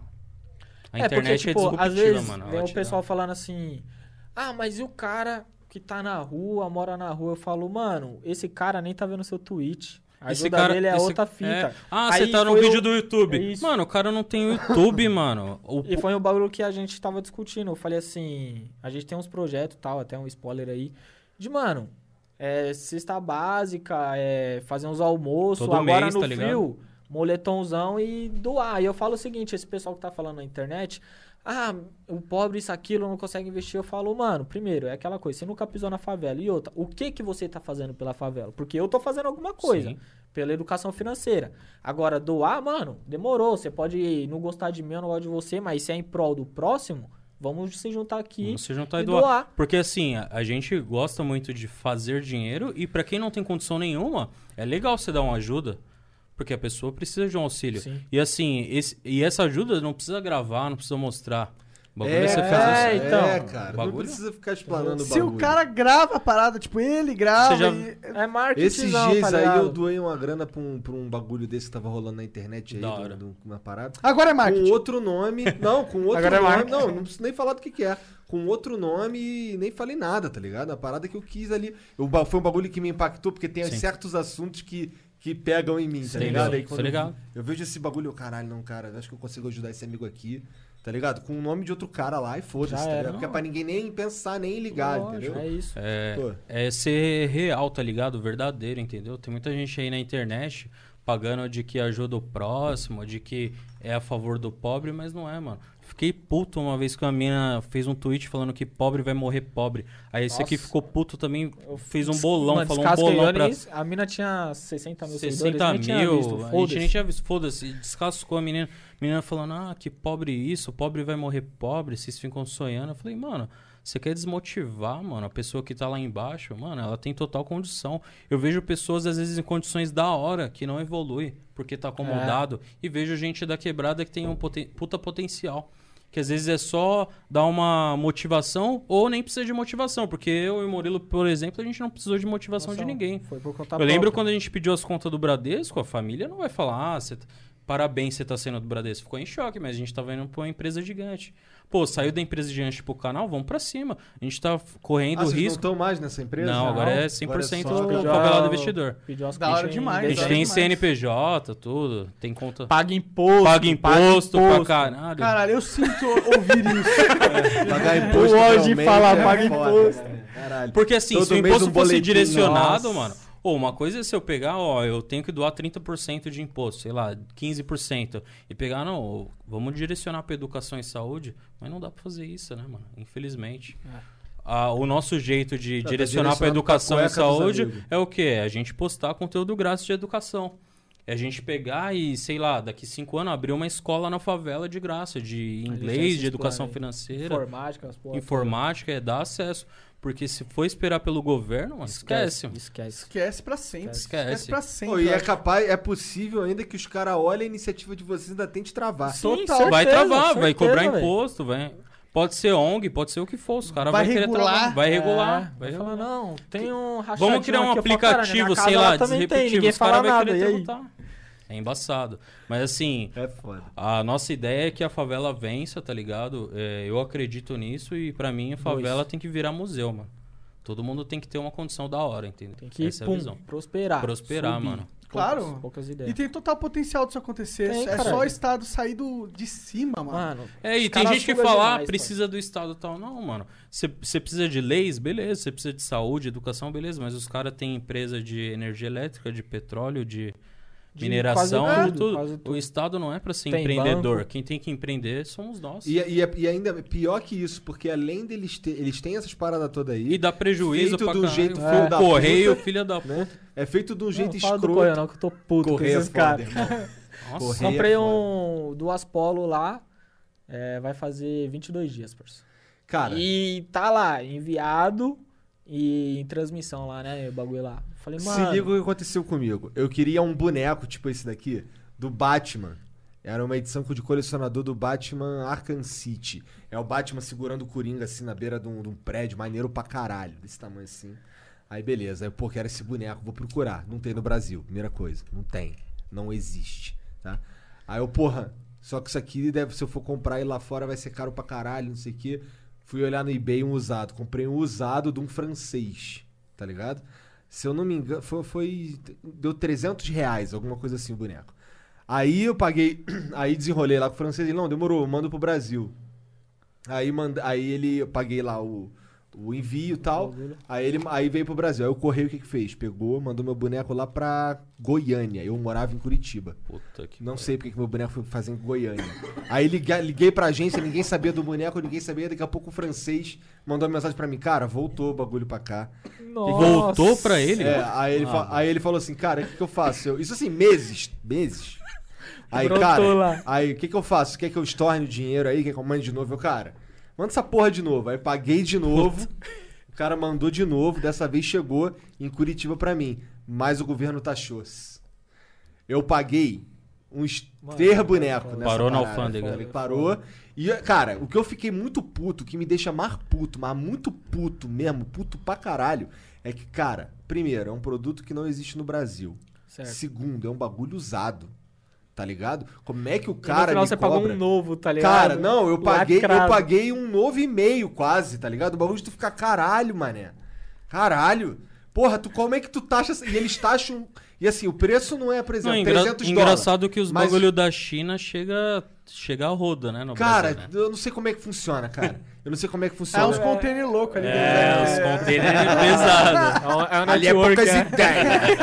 A internet é disruptiva, às vezes mano. vem Ela o te pessoal falando assim... Ah, mas e o cara que tá na rua, mora na rua? Eu falo, mano, esse cara nem tá vendo seu tweet. A ajuda dele é outra fita. Ah, Aí você tá no foi vídeo o- do YouTube. É isso. Mano, o cara não tem YouTube, mano. E foi um bagulho que a gente tava discutindo. Eu falei assim, a gente tem uns projetos e tal, até um spoiler aí. De, mano, cesta básica, fazer uns almoços, Todo agora mês, no tá ligado? frio, moletomzão e doar. E eu falo o seguinte, esse pessoal que tá falando na internet, ah, o pobre isso, aquilo, não consegue investir. Eu falo, mano, primeiro, é aquela coisa, você nunca pisou na favela. E outra, o que você tá fazendo pela favela? Porque eu tô fazendo alguma coisa. Sim. Pela educação financeira. Agora, doar, mano, demorou. Você pode não gostar de mim, eu não gosto de você, mas se é em prol do próximo, vamos se juntar aqui Vamos se juntar e e doar. doar. Porque assim, a gente gosta muito de fazer dinheiro e pra quem não tem condição nenhuma, é legal você dar uma ajuda. Porque a pessoa precisa de um auxílio. Sim. E assim, essa ajuda não precisa gravar, não precisa mostrar. O bagulho é, É, você fazer isso. então. cara. Não bagulho- precisa ficar explanando o Se bagulho. o cara grava a parada, tipo, ele grava Você já- e... É marketing, Esses tá dias aí ligado? eu doei uma grana pra um bagulho desse que tava rolando na internet aí, Da hora. uma parada. Agora é Com marketing. outro nome. Não, com outro Agora é nome. marketing. Não preciso nem falar do que é. Com outro nome e nem falei nada, tá ligado? A parada que eu quis ali. Foi um bagulho que me impactou, porque tem Sim. certos assuntos que pegam em mim, tá Sim, ligado? tô Aí quando ligado. eu vejo esse bagulho, eu, caralho, não, cara, acho que eu consigo ajudar esse amigo aqui, tá ligado? Com o nome de outro cara lá e foda-se, Já tá era. ligado? Porque é pra ninguém nem pensar, nem ligar, Lógico, entendeu? é isso. Pô. É ser real, tá ligado? Verdadeiro, entendeu? Tem muita gente aí na internet pagando de que ajuda o próximo, de que é a favor do pobre, mas não é, mano. Fiquei puto uma vez que uma mina fez um tweet falando que pobre vai morrer pobre. Aí esse aqui Nossa. ficou puto também, fez um bolão, Mano, falou um descasquei, bolão eu pra... nem- A mina tinha 60 mil 60 seguidores, nem tinha mil, visto, a gente foda-se. nem tinha visto, foda-se, descascou a menina falando, que pobre isso, pobre vai morrer pobre, vocês ficam sonhando. Eu falei, mano, você quer desmotivar, mano, a pessoa que tá lá embaixo, mano, ela tem total condição. Eu vejo pessoas, às vezes, em condições da hora, que não evolui, porque tá acomodado, e vejo gente da quebrada que tem um puta potencial. Que às vezes é só dar uma motivação ou nem precisa de motivação. Porque eu e o Murilo, por exemplo, a gente não precisou de motivação de ninguém. Foi por conta Eu lembro própria. quando a gente pediu as contas do Bradesco, a família não vai falar, parabéns, você tá saindo do Bradesco. Ficou em choque, mas a gente tava indo pra uma empresa gigante. Pô, saiu da empresa gigante pro canal, vamos pra cima. A gente tá correndo Vocês não risco. estão mais nessa empresa? Não, agora é Agora 100% só- favelado investidor. Pediu as Da hora contas em demais, A da gente hora tem demais. CNPJ, tudo, tem conta... Paga imposto. Paga imposto pra caralho. Caralho, eu sinto ouvir isso. Pagar imposto Hoje realmente falar, é paga foda, imposto. né? Caralho. Porque assim, Todo se o mês imposto um fosse boletim, direcionado, nossa. mano... Uma coisa é se eu pegar, eu tenho que doar 30% de imposto, sei lá, 15%. E pegar, não, vamos direcionar pra educação e saúde. Mas não dá pra fazer isso, né, mano? Infelizmente. O nosso jeito de Tá direcionar pra direcionado educação pra e cueca dos saúde amigos. é o quê? É a gente postar conteúdo grátis de educação. É a gente pegar e, sei lá, daqui 5 anos abrir uma escola na favela de graça, de tem inglês, esses de educação planos aí. financeira. Informática, as porra. Informática, dar acesso. Porque se for esperar pelo governo, mano, esquece. Esquece pra sempre. Esquece. Pra sempre. Pô, e é possível ainda que os caras olhem a iniciativa de vocês e ainda tentem travar. Sim, Total. Vai certeza, travar, vai certeza, cobrar velho. imposto, vai. Pode ser ONG, pode ser o que for. Os caras Vai vão querer regular. travar. Vai regular. Vai falar, não, tem um rachadinho Vamos criar um aqui. Eu falo, cara, aplicativo, na sei casa lá, lá também tem, disruptivo. ninguém Os caras fala vão nada, querer e aí? tributar. É embaçado. Mas assim, É foda. a nossa ideia é que a favela vença, tá ligado? Eu acredito nisso e pra mim a favela tem que virar museu, mano. Todo mundo tem que ter uma condição da hora, entendeu? Tem que, Essa é a visão. prosperar. Prosperar, subir. mano. Claro. Poucas E ideias. tem total potencial disso acontecer. Tem, É caralho. só o Estado sair de cima, mano. Mano, É, e os tem caras gente que sugam fala, demais, precisa do Estado e tal. Não, mano. Você precisa de leis, beleza. Você precisa de saúde, educação, beleza. Mas os caras têm empresa de energia elétrica, de petróleo, de mineração, quase de tudo, tudo. quase tudo. O Estado não é pra ser Tem empreendedor. banco. Quem tem que empreender somos nós. E ainda pior que isso, porque além deles eles têm essas paradas todas aí. E dá prejuízo feito pra de um caralho. jeito O filho da correio, puta, filha da puta. né? É feito de um jeito não fala do escroto. Correio não, que eu tô puto Correio com é esses foda, caras. irmão. Nossa. Correio Comprei é foda. duas Polo lá, vai fazer 22 dias, parceiro. Cara, E tá lá, enviado e em transmissão lá, né, o bagulho lá. Falei, se mano... liga o que aconteceu comigo. Eu queria um boneco, tipo esse daqui, do Batman. Era uma edição de colecionador do Batman Arkham City. É o Batman segurando o Coringa assim na beira de um prédio, maneiro pra caralho, desse tamanho assim. Aí beleza, aí pô, quero esse boneco, vou procurar. Não tem no Brasil, primeira coisa. Não tem, não existe, tá? Aí eu, porra, só que isso aqui deve, se eu for comprar e lá fora vai ser caro pra caralho, não sei o quê. Fui olhar no eBay um usado, comprei um usado de um francês, tá ligado? Se eu não me engano, deu R$300, alguma coisa assim o boneco. Aí eu paguei, aí desenrolei lá com o francês, ele, não, demorou, mando pro Brasil. Eu paguei lá o envio e tal, aí veio pro Brasil. Aí o correio o que fez? Pegou, mandou meu boneco lá pra Goiânia, eu morava em Curitiba. Puta que Não sei porque que meu boneco foi fazer em Goiânia. Aí liguei pra agência, ninguém sabia do boneco, ninguém sabia, daqui a pouco o francês mandou uma mensagem pra mim, cara, voltou o bagulho pra cá. Nossa. Voltou pra ele? É, aí ele falou assim, cara, o que eu faço? Isso assim, meses. Aí, Brotou cara, lá. aí o que eu faço? Quer que eu estorne o dinheiro aí? Quer que eu mande de novo? Eu, cara, manda essa porra de novo. Aí paguei de novo, o cara mandou de novo, dessa vez chegou em Curitiba pra mim, mas o governo taxou. Eu paguei uns 3 bonecos nessa Parou na parada. alfândega. Ele parou. E, cara, o que eu fiquei muito puto, o que me deixa mais puto, mas muito puto mesmo, puto pra caralho, é que, cara, primeiro, é um produto que não existe no Brasil. Certo. Segundo, é um bagulho usado. Tá ligado? Como é que o E no cara final me você cobra? pagou um novo, tá ligado? Cara, não, eu Lacrado. paguei um novo e meio quase, tá ligado? O bagulho de tu ficar caralho, mané. Caralho. Porra, como é que tu taxa... E eles taxam... E assim, o preço não é, por exemplo, Não, $300. engraçado que os mas- bagulho da China chega a roda, né, no Cara, Brasil, né? eu não sei como é que funciona, cara. Eu não sei como é que É funciona. uns container loucos ali. É, os containers pesados. É um Ali é network, poucas é. ideias.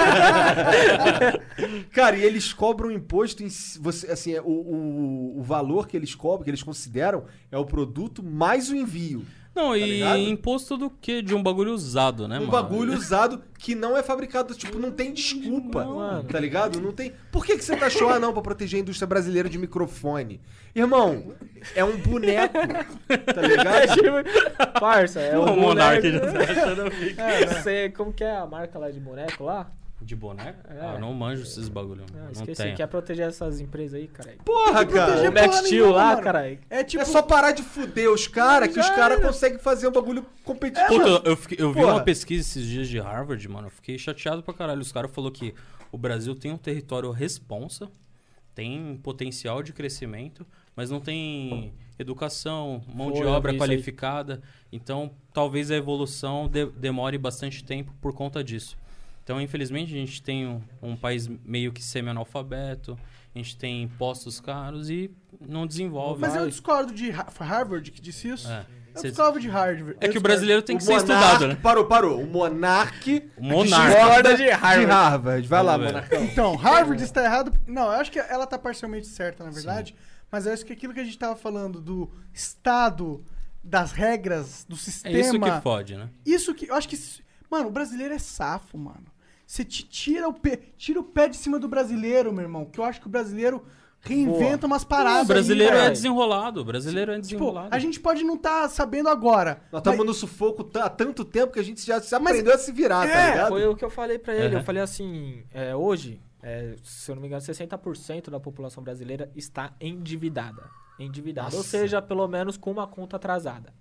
Cara, e eles cobram imposto em você, assim, o valor que eles cobram, que eles consideram, é o produto mais o envio. Não, e ligado? imposto do quê? De um bagulho usado, né, Um mano? bagulho usado que não é fabricado, tipo, não tem desculpa, tá ligado? Não tem... Por que você taxou, não, pra proteger a indústria brasileira de microfone? Irmão, é um boneco, tá ligado? Parça, é O o Monark boneco. já tá achando o bico. Como que é a marca lá de boneco lá? De boneco? É. Ah, não manjo esses bagulho. Não Esqueci, tem. quer proteger essas empresas aí, caralho. Porra, cara. O Max Steel nenhuma, lá, mano. caralho. É tipo... É só parar de fuder os caras, que os caras conseguem fazer um bagulho competitivo. Puta, eu vi Porra. uma pesquisa esses dias de Harvard, mano. Eu fiquei chateado pra caralho. Os caras falaram que o Brasil tem um território responsa, tem potencial de crescimento, mas não tem educação, mão de Foi, eu obra vi isso aí. qualificada. Então, talvez a evolução demore bastante tempo por conta disso. Então, infelizmente, a gente tem um país meio que semi-analfabeto, a gente tem impostos caros e não desenvolve. Mas eu discordo de Harvard que disse isso. É. Eu discordo de Harvard. É que o Eu brasileiro tem que O ser estudado, né? Parou. O Monark Monarca. discorda de Harvard. Vai lá, Vamos ver. Monarcão. Então, Harvard está errado. Não, eu acho que ela está parcialmente certa, na verdade. Mas eu acho que aquilo que a gente estava falando do Estado, das regras, do É sistema. isso que fode, né? Isso que. Eu acho que. Mano, o brasileiro é safo, mano. Você tira o pé de cima do brasileiro, meu irmão. Que eu acho que o brasileiro reinventa umas paradas. O brasileiro aí, é cara. desenrolado. O brasileiro é Tipo, desenrolado. a gente pode não estar sabendo agora. Nós estamos no sufoco há tanto tempo que a gente já se aprendeu a se virar, tá ligado? Foi o que eu falei pra ele. Uhum. Eu falei assim, hoje, se eu não me engano, 60% da população brasileira está endividada. Endividada. Ou Nossa. seja, pelo menos com uma conta atrasada.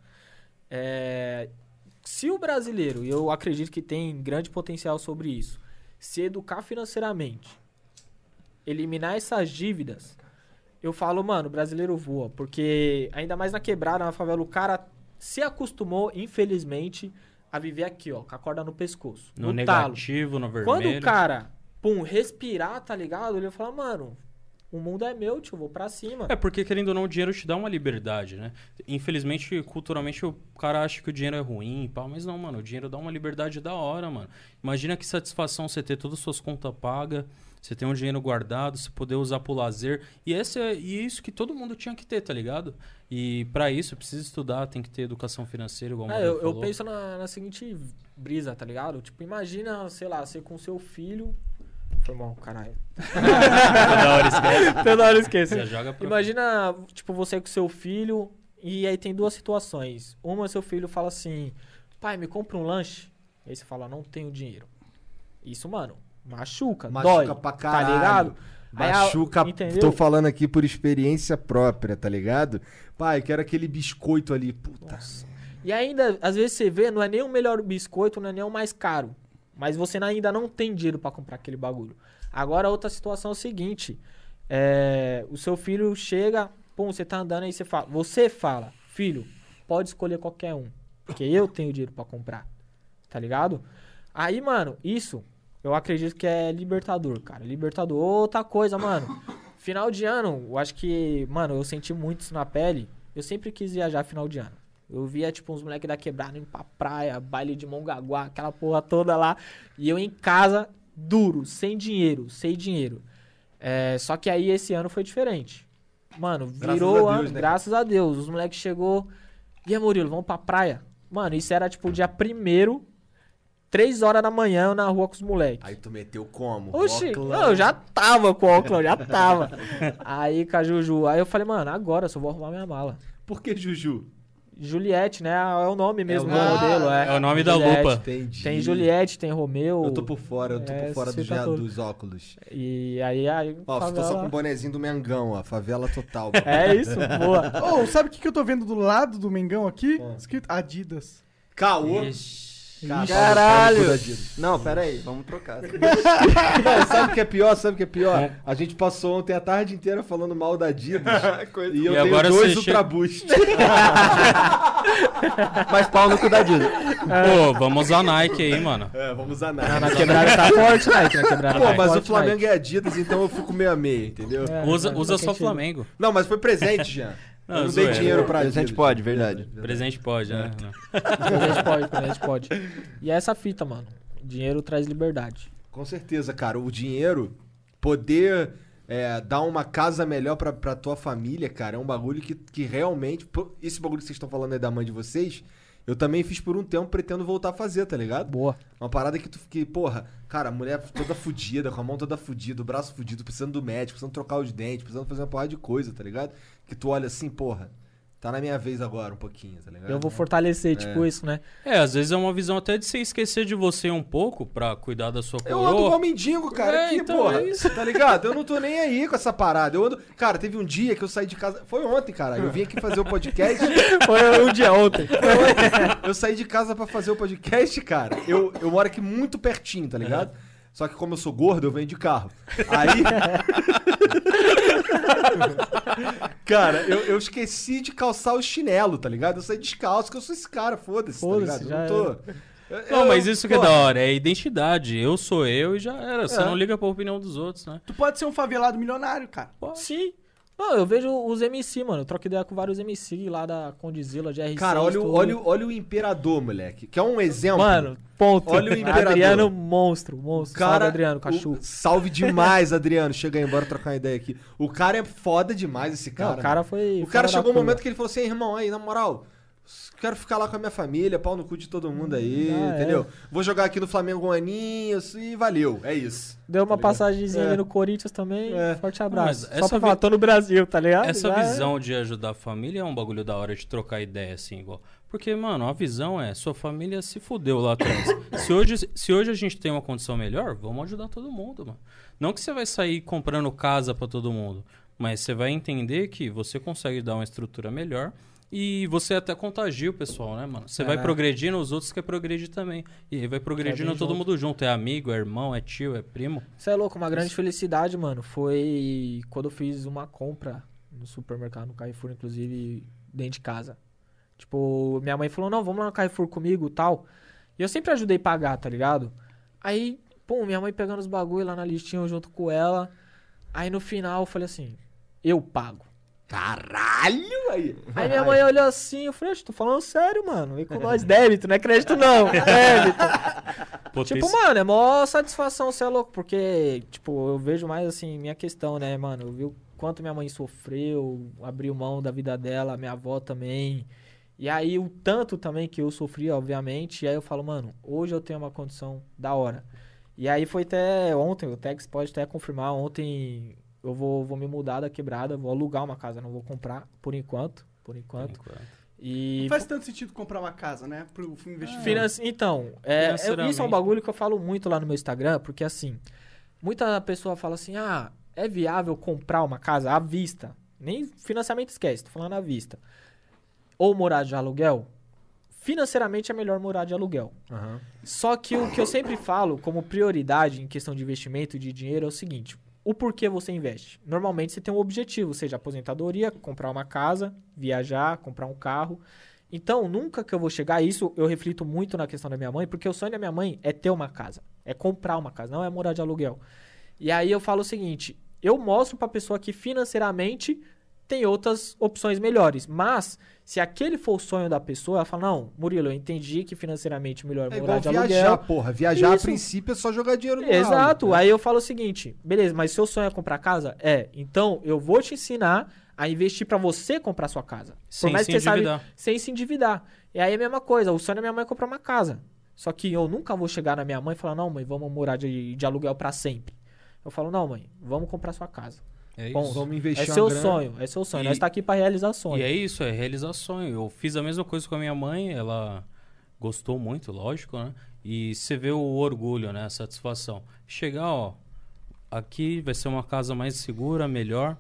Se o brasileiro, e eu acredito que tem grande potencial sobre isso, se educar financeiramente, eliminar essas dívidas, eu falo, mano, o brasileiro voa. Porque ainda mais na quebrada, na favela, o cara se acostumou, infelizmente, a viver aqui, ó, com a corda no pescoço. No talo. negativo, no vermelho. Quando o cara, respirar, tá ligado? Ele vai falar, mano, o mundo é meu, tio, vou pra cima. É porque, querendo ou não, o dinheiro te dá uma liberdade, né? Infelizmente, culturalmente, o cara acha que o dinheiro é ruim, pá, mas não, mano, o dinheiro dá uma liberdade da hora, mano. Imagina que satisfação você ter todas as suas contas pagas, você ter um dinheiro guardado, você poder usar pro lazer. E isso que todo mundo tinha que ter, tá ligado? E pra isso, precisa estudar, tem que ter educação financeira, igual o Murilo Eu falou. penso na seguinte brisa, tá ligado? Tipo, imagina, sei lá, você com seu filho... Foi mal, caralho. Toda hora esquece. Toda hora eu esqueço. Já joga pra... Imagina, tipo, você com seu filho e aí tem duas situações. Uma, seu filho fala assim, pai, me compra um lanche. Aí você fala, não tenho dinheiro. Isso, mano, machuca dói, pra tá caralho. ligado? Aí Machuca, entendeu? tô falando aqui por experiência própria, tá ligado? Pai, quero aquele biscoito ali. Puta. E ainda, às vezes você vê, não é nem o melhor biscoito, não é nem o mais caro. Mas você ainda não tem dinheiro pra comprar aquele bagulho. Agora, a outra situação é o seguinte. O seu filho chega, pum, você tá andando aí, você fala, filho, pode escolher qualquer um. Porque eu tenho dinheiro pra comprar. Tá ligado? Aí, mano, isso, eu acredito que é libertador, cara. Libertador. Outra coisa, mano. Final de ano, eu acho que, mano, eu senti muito isso na pele. Eu sempre quis viajar final de ano. Eu via, tipo, uns moleques da quebrada indo pra praia, baile de Mongaguá, aquela porra toda lá. E eu em casa, duro, sem dinheiro. Só que aí esse ano foi diferente. Mano, virou a Deus, ano, né, graças a Deus. Os moleques chegou. E aí, Murilo, vamos pra praia? Mano, isso era, tipo, dia 1º, 3 horas da manhã, eu na rua com os moleques. Aí tu meteu como? Oxi, Óculos. não, eu já tava com o óculos, já tava. Aí, com a Juju, aí eu falei, mano, agora eu só vou arrumar minha mala. Por que Juju? Juliette, né? É o nome mesmo o do nome. modelo. É o nome da Juliette. lupa. Entendi. Tem Juliette, tem Romeu. Eu tô por fora você tá todo. dos óculos. E aí Ó, você tá só favela- com o bonezinho do Mengão, ó. Favela total. É isso, boa. Ô, sabe o que eu tô vendo do lado do Mengão aqui? Ah. Escrito Adidas. Caô. Ixi. Caralho! Pau no cu da Adidas. Não, pera aí, vamos trocar. Não, sabe o que é pior? A gente passou ontem a tarde inteira falando mal da Adidas. E eu E tenho agora 2 você Ultra Boost. Mas pau no cu da Adidas. Pô, vamos usar Nike aí, mano. Vamos usar Na nada. quebrada tá forte, Nike. Na quebrada Pô, tá mas o forte, Flamengo Nike. é Adidas, então eu fico meio a meio, entendeu? Usa faz só sentido. Flamengo. Não, mas foi presente, Jean. Não, Eu não dei zoeira. dinheiro pra Adidas. Presente pode, verdade. Presente pode, né? A gente pode. E é essa fita, mano. Dinheiro traz liberdade. Com certeza, cara. O dinheiro, poder dar uma casa melhor pra tua família, cara, é um bagulho que realmente... Esse bagulho que vocês estão falando aí da mãe de vocês, eu também fiz por um tempo, pretendo voltar a fazer, tá ligado? Boa. Uma parada que tu fique, porra, cara, a mulher toda fudida, com a mão toda fudida, o braço fudido, precisando do médico, precisando trocar os dentes, precisando fazer uma porrada de coisa, tá ligado? Que tu olha assim, porra, tá na minha vez agora um pouquinho, tá ligado? Eu vou fortalecer, tipo isso, né? Às vezes é uma visão até de você esquecer de você um pouco pra cuidar da sua Eu ando coroa. igual mendigo, cara, aqui, então porra. é isso. Tá ligado? Eu não tô nem aí com essa parada. Eu ando... Cara, teve um dia que eu saí de casa... Foi ontem, cara. Eu vim aqui fazer o podcast. Foi um dia ontem. Eu saí de casa pra fazer o podcast, cara. Eu moro aqui muito pertinho, tá ligado? Só que como eu sou gordo, eu venho de carro. Aí... Cara, eu esqueci de calçar o chinelo, tá ligado? Eu saí descalço, que eu sou esse cara, foda-se, tá Foda-se, ligado? já Eu não tô... Não, mas isso que é porra, da hora, é identidade. Eu sou eu e já era. Você É. não liga pra opinião dos outros, né? Tu pode ser um favelado milionário, cara. Sim. Não, eu vejo os MC, mano. Eu troco ideia com vários MC lá da Condizila, de RC. Cara, olha o Imperador, moleque. Que é um exemplo. Mano, ponto. Olha o Imperador. Adriano, monstro. Cara, Salve, Adriano, cachorro. Salve demais, Adriano. Chega aí, bora trocar uma ideia aqui. O cara é foda demais, esse cara. Não, o cara foi... O cara fora da chegou um curva. momento que ele falou assim, irmão, aí, na moral, Quero ficar lá com a minha família, pau no cu de todo mundo aí, entendeu? Vou jogar aqui no Flamengo um aninho e valeu, é isso. Deu uma passagemzinha ali no Corinthians também, forte abraço. Mas Só pra falar, tô no Brasil, tá ligado? Essa Já visão de ajudar a família é um bagulho da hora de trocar ideia, assim, igual. Porque, mano, a visão é, sua família se fudeu lá atrás. se hoje a gente tem uma condição melhor, vamos ajudar todo mundo, mano. Não que você vai sair comprando casa pra todo mundo, mas você vai entender que você consegue dar uma estrutura melhor e você até contagia o pessoal, né, mano? Você vai progredindo, os outros querem progredir também. E aí vai progredindo todo mundo junto. É amigo, é irmão, é tio, é primo. Você é louco, uma grande felicidade, mano. Foi quando eu fiz uma compra no supermercado, no Carrefour, inclusive, dentro de casa. Tipo, minha mãe falou, não, vamos lá no Carrefour comigo e tal. E eu sempre ajudei a pagar, tá ligado? Aí, pô, minha mãe pegando os bagulho lá na listinha junto com ela. Aí no final eu falei assim, eu pago. Caralho! Aí Minha mãe olhou assim, eu falei, tô falando sério, mano. Vem com nós, débito, não é crédito não, débito. Tipo, mano, é mó satisfação, você é louco, porque, tipo, eu vejo mais assim, minha questão, né, mano, eu vi o quanto minha mãe sofreu, abriu mão da vida dela, minha avó também, e aí o tanto também que eu sofri, obviamente, e aí eu falo, mano, hoje eu tenho uma condição da hora. E aí foi até ontem, o Tex pode até confirmar, ontem eu vou me mudar da quebrada, vou alugar uma casa, não vou comprar, por enquanto. E Não faz tanto sentido comprar uma casa, né? Pro investimento. Então, isso é um bagulho que eu falo muito lá no meu Instagram, porque assim, muita pessoa fala assim, é viável comprar uma casa à vista? Nem financiamento esquece, tô falando à vista. Ou morar de aluguel? Financeiramente é melhor morar de aluguel. Só que o que eu sempre falo como prioridade em questão de investimento de dinheiro é o seguinte, o porquê você investe? Normalmente você tem um objetivo, seja aposentadoria, comprar uma casa, viajar, comprar um carro. Então, nunca que eu vou chegar a isso, eu reflito muito na questão da minha mãe, porque o sonho da minha mãe é ter uma casa, é comprar uma casa, não é morar de aluguel. E aí eu falo o seguinte, eu mostro pra pessoa que financeiramente tem outras opções melhores, mas se aquele for o sonho da pessoa, ela fala, não, Murilo, eu entendi que financeiramente melhor é morar de aluguel. Viajar, porra. Viajar, a princípio, é só jogar dinheiro no Exato. ralo, né? Aí eu falo o seguinte, beleza, mas seu sonho é comprar casa? Então eu vou te ensinar a investir pra você comprar sua casa. Sem se endividar. Sem se endividar. E aí é a mesma coisa, o sonho da minha mãe é comprar uma casa. Só que eu nunca vou chegar na minha mãe e falar, não, mãe, vamos morar de aluguel pra sempre. Eu falo, não, mãe, vamos comprar sua casa. É Bom, isso. Vamos investir é seu uma grana. sonho, é seu sonho. Nós tá aqui pra realizar sonho. E é isso, é realizar sonho. Eu fiz a mesma coisa com a minha mãe, ela gostou muito, lógico, né? E você vê o orgulho, né? A satisfação. Chegar, ó, aqui vai ser uma casa mais segura, melhor.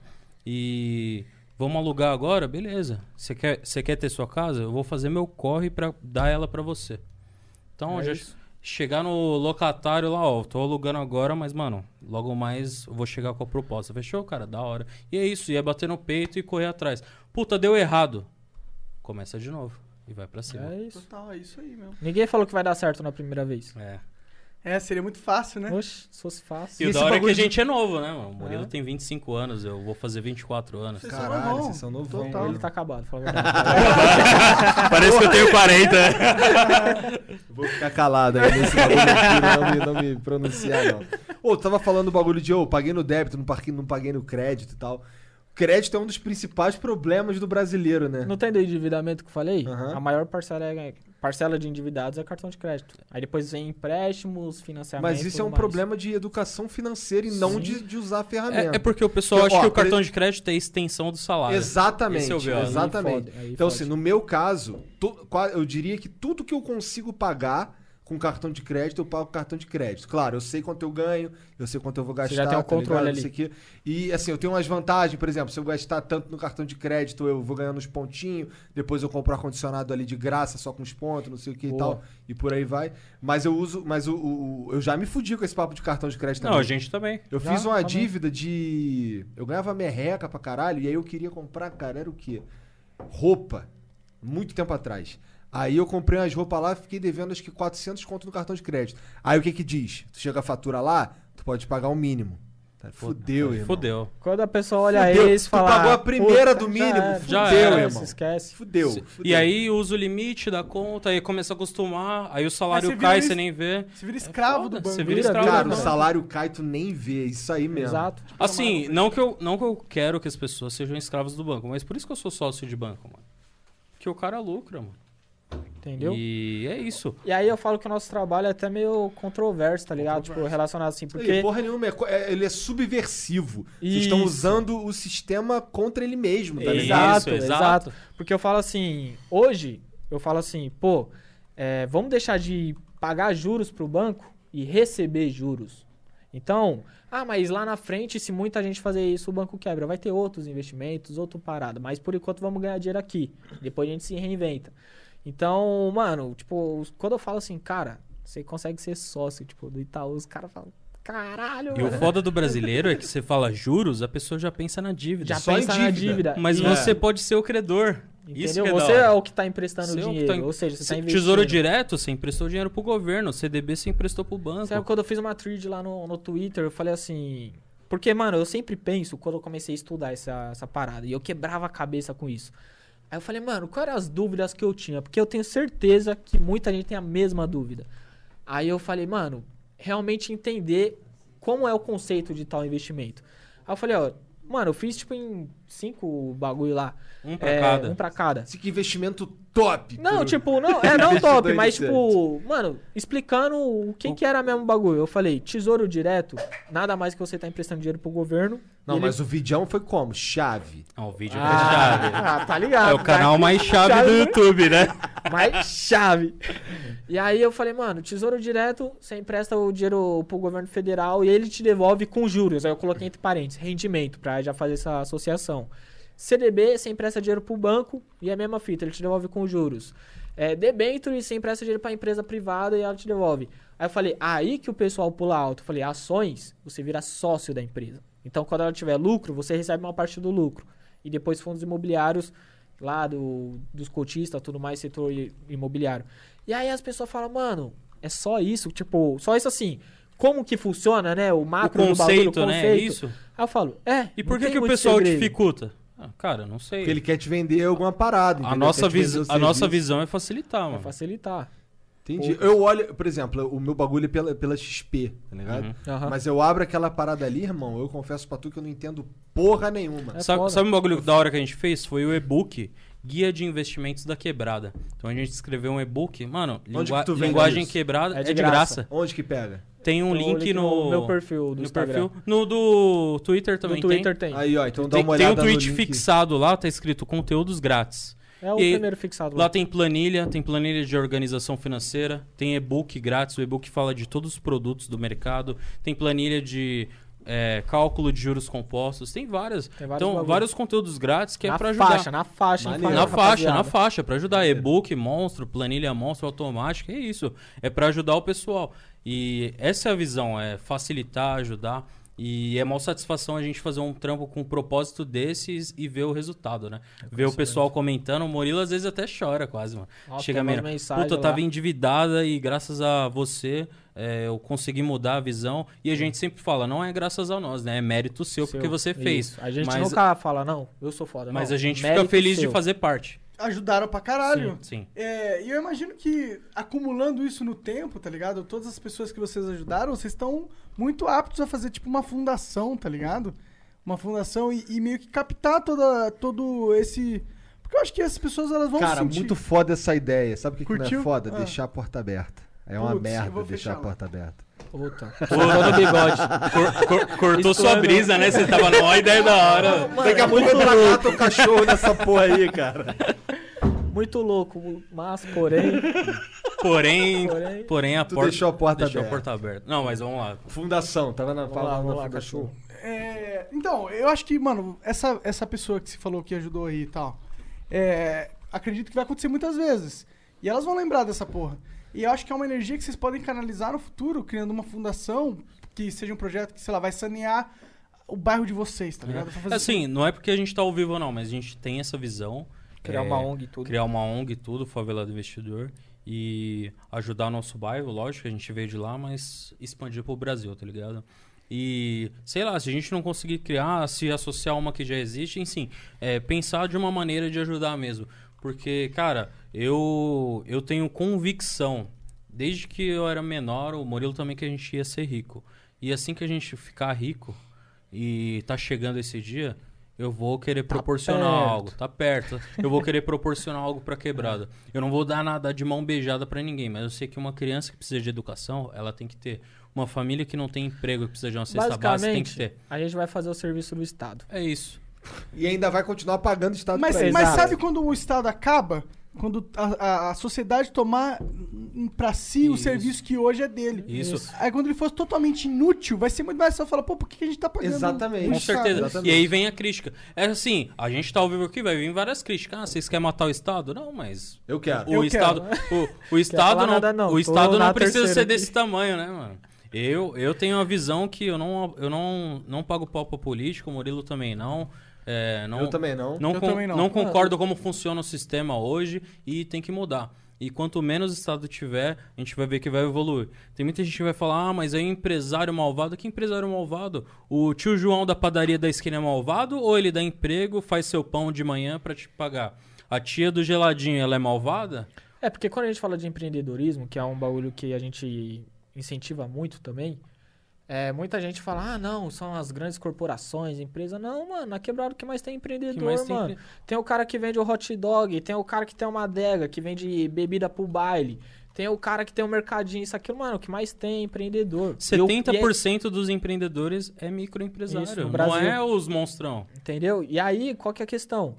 E vamos alugar agora? Beleza. Você quer ter sua casa? Eu vou fazer meu corre pra dar ela pra você. Então, chegar no locatário lá, ó, tô alugando agora, mas, mano, logo mais eu vou chegar com a proposta. Fechou, cara? Da hora. E é isso, ia bater no peito e correr atrás. Puta, deu errado. Começa de novo e vai pra cima. É isso. Total, é isso aí mesmo. Ninguém falou que vai dar certo na primeira vez. Seria muito fácil, né? Oxe, se fosse fácil. E o da hora é que a gente é novo, né, mano? O Murilo tem 25 anos, eu vou fazer 24 anos. Caralho, vocês são novos. Total. Ele tá acabado, fala a verdade. Parece que eu tenho 40. Vou ficar calado aí nesse bagulho aqui, não me pronunciar, não. Ô, tu tava falando do bagulho de, paguei no débito, não paguei no crédito e tal. Crédito é um dos principais problemas do brasileiro, né? Não tem do endividamento que eu falei? Aham. A maior parcela de endividados é cartão de crédito. Aí depois vem empréstimos, financiamentos. Mas isso é um tudo mais. problema de educação financeira e não de usar a ferramenta. É porque o pessoal Porque, acha ó, que o cartão de crédito é extensão do salário. Exatamente, Esse é o B.O. exatamente. Aí Então, fode. assim, no meu caso, eu diria que tudo que eu consigo pagar com cartão de crédito, eu pago com cartão de crédito. Claro, eu sei quanto eu ganho, eu sei quanto eu vou gastar. já tem um controle ali. Isso aqui. E, assim, eu tenho umas vantagens, por exemplo, se eu gastar tanto no cartão de crédito, eu vou ganhando uns pontinhos, depois eu compro ar-condicionado ali de graça, só com os pontos, não sei o que e tal, e por aí vai. Mas eu uso, eu já me fudi com esse papo de cartão de crédito Não, também. a gente também. Eu fiz uma dívida de... Eu ganhava merreca pra caralho, e aí eu queria comprar, cara, era o quê? Roupa. Muito tempo atrás. Aí eu comprei umas roupas lá e fiquei devendo acho que 400 conto no cartão de crédito. Aí o que diz? Tu chega a fatura lá, tu pode pagar o mínimo. Fudeu, irmão. Fudeu. Quando a pessoa olha Fudeu. esse e Tu fala... pagou a primeira "Puta, do mínimo, já fudeu, era, irmão. Se esquece. Fudeu. E aí usa o limite da conta, aí começa a acostumar, aí o salário Aí você vira cai, isso- você nem vê. Você vira escravo foda, do banco. você vira Vira, escravo. Cara, o Não. salário cai, tu nem vê. Isso aí mesmo. Exato. Assim, não que eu quero que as pessoas sejam escravas do banco, mas por isso que eu sou sócio de banco, mano. que o cara lucra, mano. Entendeu? E é isso. E aí eu falo que o nosso trabalho é até meio controverso, tá ligado? Tipo, relacionado assim, porque... Porra nenhuma, ele é subversivo. Vocês estão Isso. usando o sistema contra ele mesmo, tá ligado? Exato, Isso, exato. Porque eu falo assim, hoje, eu falo assim, pô, vamos deixar de pagar juros pro banco e receber juros. Então, mas lá na frente, se muita gente fazer isso, o banco quebra. Vai ter outros investimentos, outra parada. Mas por enquanto vamos ganhar dinheiro aqui. Depois a gente se reinventa. Então, mano, tipo, quando eu falo assim, cara, você consegue ser sócio, tipo, do Itaú, os caras falam, caralho, E o mano. foda do brasileiro é que você fala juros, a pessoa já pensa na dívida. Já só em pensa na dívida. dívida. Mas E- você pode ser o credor. Isso Entendeu? que é da Você hora. é o que tá emprestando Você é o que dinheiro. tá em- Ou seja, você tá investindo. Tesouro Direto, você emprestou dinheiro pro governo. CDB, você emprestou pro banco. Sabe quando eu fiz uma thread lá no Twitter, eu falei assim... Porque, mano, eu sempre penso, quando eu comecei a estudar essa parada, e eu quebrava a cabeça com isso. Aí eu falei, mano, quais eram as dúvidas que eu tinha? Porque eu tenho certeza que muita gente tem a mesma dúvida. Aí eu falei, mano, realmente entender como é o conceito de tal investimento. Aí eu falei, ó, mano, eu fiz tipo em 5 bagulho lá. Um pra cada. Um pra cada. Esse que investimento top. Não, pro- tipo, não Investidor top, mas iniciante. tipo, mano, explicando o que era mesmo o bagulho. Eu falei, tesouro direto, nada mais que você tá emprestando dinheiro pro governo. Não, e ele- mas o vidão foi como? Chave. O vídeo é chave. tá ligado. É o canal tá? mais chave do YouTube, né? Mais chave. E aí eu falei, mano, tesouro direto, você empresta o dinheiro pro governo federal e ele te devolve com juros. Aí eu coloquei entre parênteses, rendimento, pra já fazer essa associação. CDB, você empresta dinheiro pro banco e é a mesma fita, ele te devolve com juros. Debênture, você empresta dinheiro pra empresa privada e ela te devolve. Aí eu falei, aí que o pessoal pula alto. Eu falei, ações, você vira sócio da empresa. Então quando ela tiver lucro, você recebe uma parte do lucro. E depois fundos imobiliários lá dos cotistas, tudo mais, setor imobiliário. E aí as pessoas falam, mano, é só isso? Tipo, só isso assim, como que funciona, né? O O macro do bagulho, conceito, o né? conceito. Isso. Aí eu falo, E não por que, tem que o muito pessoal segredo. dificulta? Cara, não sei. Porque ele quer te vender alguma parada. A entendeu? nossa, Quer te vender o a nossa serviço. visão é facilitar, Vai mano. facilitar. Entendi. Eu olho, por exemplo, o meu bagulho é pela XP, tá ligado? Uhum. Aham. Mas eu abro aquela parada ali, irmão, eu confesso pra tu que eu não entendo porra nenhuma. É Sabe, foda. sabe um bagulho da hora que a gente fez? Foi o e-book Guia de Investimentos da Quebrada. Então a gente escreveu um e-book. Mano, Onde que tu vende linguagem isso? quebrada É é de de graça. Onde que pega? Tem um Tem um link no meu perfil do no Instagram. perfil. No do Twitter também No Twitter tem. Aí, ó, então dá tem. uma Tem olhada um tweet no link. fixado lá, tá escrito conteúdos grátis. É o E primeiro fixado Lá tem planilha de organização financeira, tem e-book grátis, o e-book fala de todos os produtos do mercado, tem planilha de cálculo de juros compostos, tem várias. Tem vários Então, bagulho. vários conteúdos grátis que é na pra ajudar. faixa, na faixa. Maneiro. Na faixa, rapaziada. pra ajudar. E-book, monstro, planilha monstro, automática, é isso. É pra ajudar o pessoal. E essa é a visão, é facilitar, ajudar. E é maior satisfação a gente fazer um trampo com um propósito desses e ver o resultado, né? Ver o pessoal comentando. O Murilo às vezes até chora quase, mano. Nossa, Chega tem mesmo. umas mensagens Puta, eu lá. tava endividada e graças a você eu consegui mudar a visão. E a gente sempre fala, não é graças a nós, né? É mérito seu porque você fez. Isso. A gente Mas- nunca fala, não, eu sou foda. Mas não. a gente Mérito fica feliz seu. de fazer parte. Ajudaram pra caralho. Sim. E eu imagino que, acumulando isso no tempo, tá ligado? Todas as pessoas que vocês ajudaram, vocês estão muito aptos a fazer, tipo, uma fundação, tá ligado? Uma fundação e meio que captar todo esse... Porque eu acho que essas pessoas, elas vão Cara, sentir... muito foda essa ideia. Sabe o que não Curtiu? é foda? Ah. Deixar a porta aberta. É uma Putz, eu merda vou deixar a fechar lá. porta aberta. Puta. Todo bigode. Cortou Isso sua é brisa, né? Você tava numa ideia da hora. Daqui a pouco entra gato ou cachorro nessa porra aí, cara. Muito louco, mas porém... Porém a Tu porta deixou a porta deixou aberta. a porta aberta. Não, mas vamos lá. Fundação, tava na Vamos lá, fundação. cachorro. Então, eu acho que, mano, essa pessoa que se falou que ajudou aí e tal, acredito que vai acontecer muitas vezes. E elas vão lembrar dessa porra. E eu acho que é uma energia que vocês podem canalizar no futuro, criando uma fundação que seja um projeto que, sei lá, vai sanear o bairro de vocês, tá ligado? Vai fazer Assim, não é porque a gente tá ao vivo não, mas a gente tem essa visão. Criar uma ONG e tudo. Criar uma ONG e tudo, Favelado Investidor. E ajudar o nosso bairro, lógico, a gente veio de lá, mas expandir pro Brasil, tá ligado? E, sei lá, se a gente não conseguir criar, se associar a uma que já existe, enfim, pensar de uma maneira de ajudar mesmo. Porque, cara, eu tenho convicção, desde que eu era menor, o Murilo também, que a gente ia ser rico. E assim que a gente ficar rico, e tá chegando esse dia, eu vou querer proporcionar algo. Tá perto. Eu vou querer proporcionar algo pra quebrada. Eu não vou dar nada de mão beijada pra ninguém, mas eu sei que uma criança que precisa de educação, ela tem que ter. Uma família que não tem emprego, que precisa de uma cesta básica, tem que ter. A gente vai fazer o serviço do Estado. É isso. E ainda vai continuar pagando o Estado Mas, pra eles. mas sabe quando o Estado acaba? Quando a sociedade tomar pra si o Isso. serviço que hoje é dele. Isso. Aí quando ele for totalmente inútil, vai ser muito mais fácil falar, pô, por que a gente tá pagando? Exatamente. o Com Estado? certeza. Exatamente. E aí vem a crítica. É assim, a gente tá ao vivo aqui, vai vir várias críticas. Ah, vocês querem matar o Estado? Não, mas Eu quero. Eu o Estado, o Estado falar não, nada não, o tô Estado na não precisa terceira ser aqui. desse tamanho, né, mano? Eu tenho uma visão que eu não pago pau pra político, o Murilo também não. Eu também não. Eu também não. Não concordo como funciona o sistema hoje e tem que mudar. E quanto menos Estado tiver, a gente vai ver que vai evoluir. Tem muita gente que vai falar, mas aí empresário malvado. Que empresário malvado? O tio João da padaria da esquina é malvado? Ou ele dá emprego, faz seu pão de manhã pra te pagar? A tia do geladinho, ela é malvada? É, porque quando a gente fala de empreendedorismo, que é um bagulho que a gente incentiva muito também, muita gente fala, não, são as grandes corporações, empresa. Não, mano, na quebrada o que mais tem empreendedor, mano. Tem o cara que vende o hot dog, tem o cara que tem uma adega, que vende bebida pro baile, tem o cara que tem um mercadinho, isso, aquilo, mano, o que mais tem é empreendedor. 70% dos empreendedores é microempresário, Isso, no não Brasil. é os monstrão. Entendeu? E aí, qual que é a questão?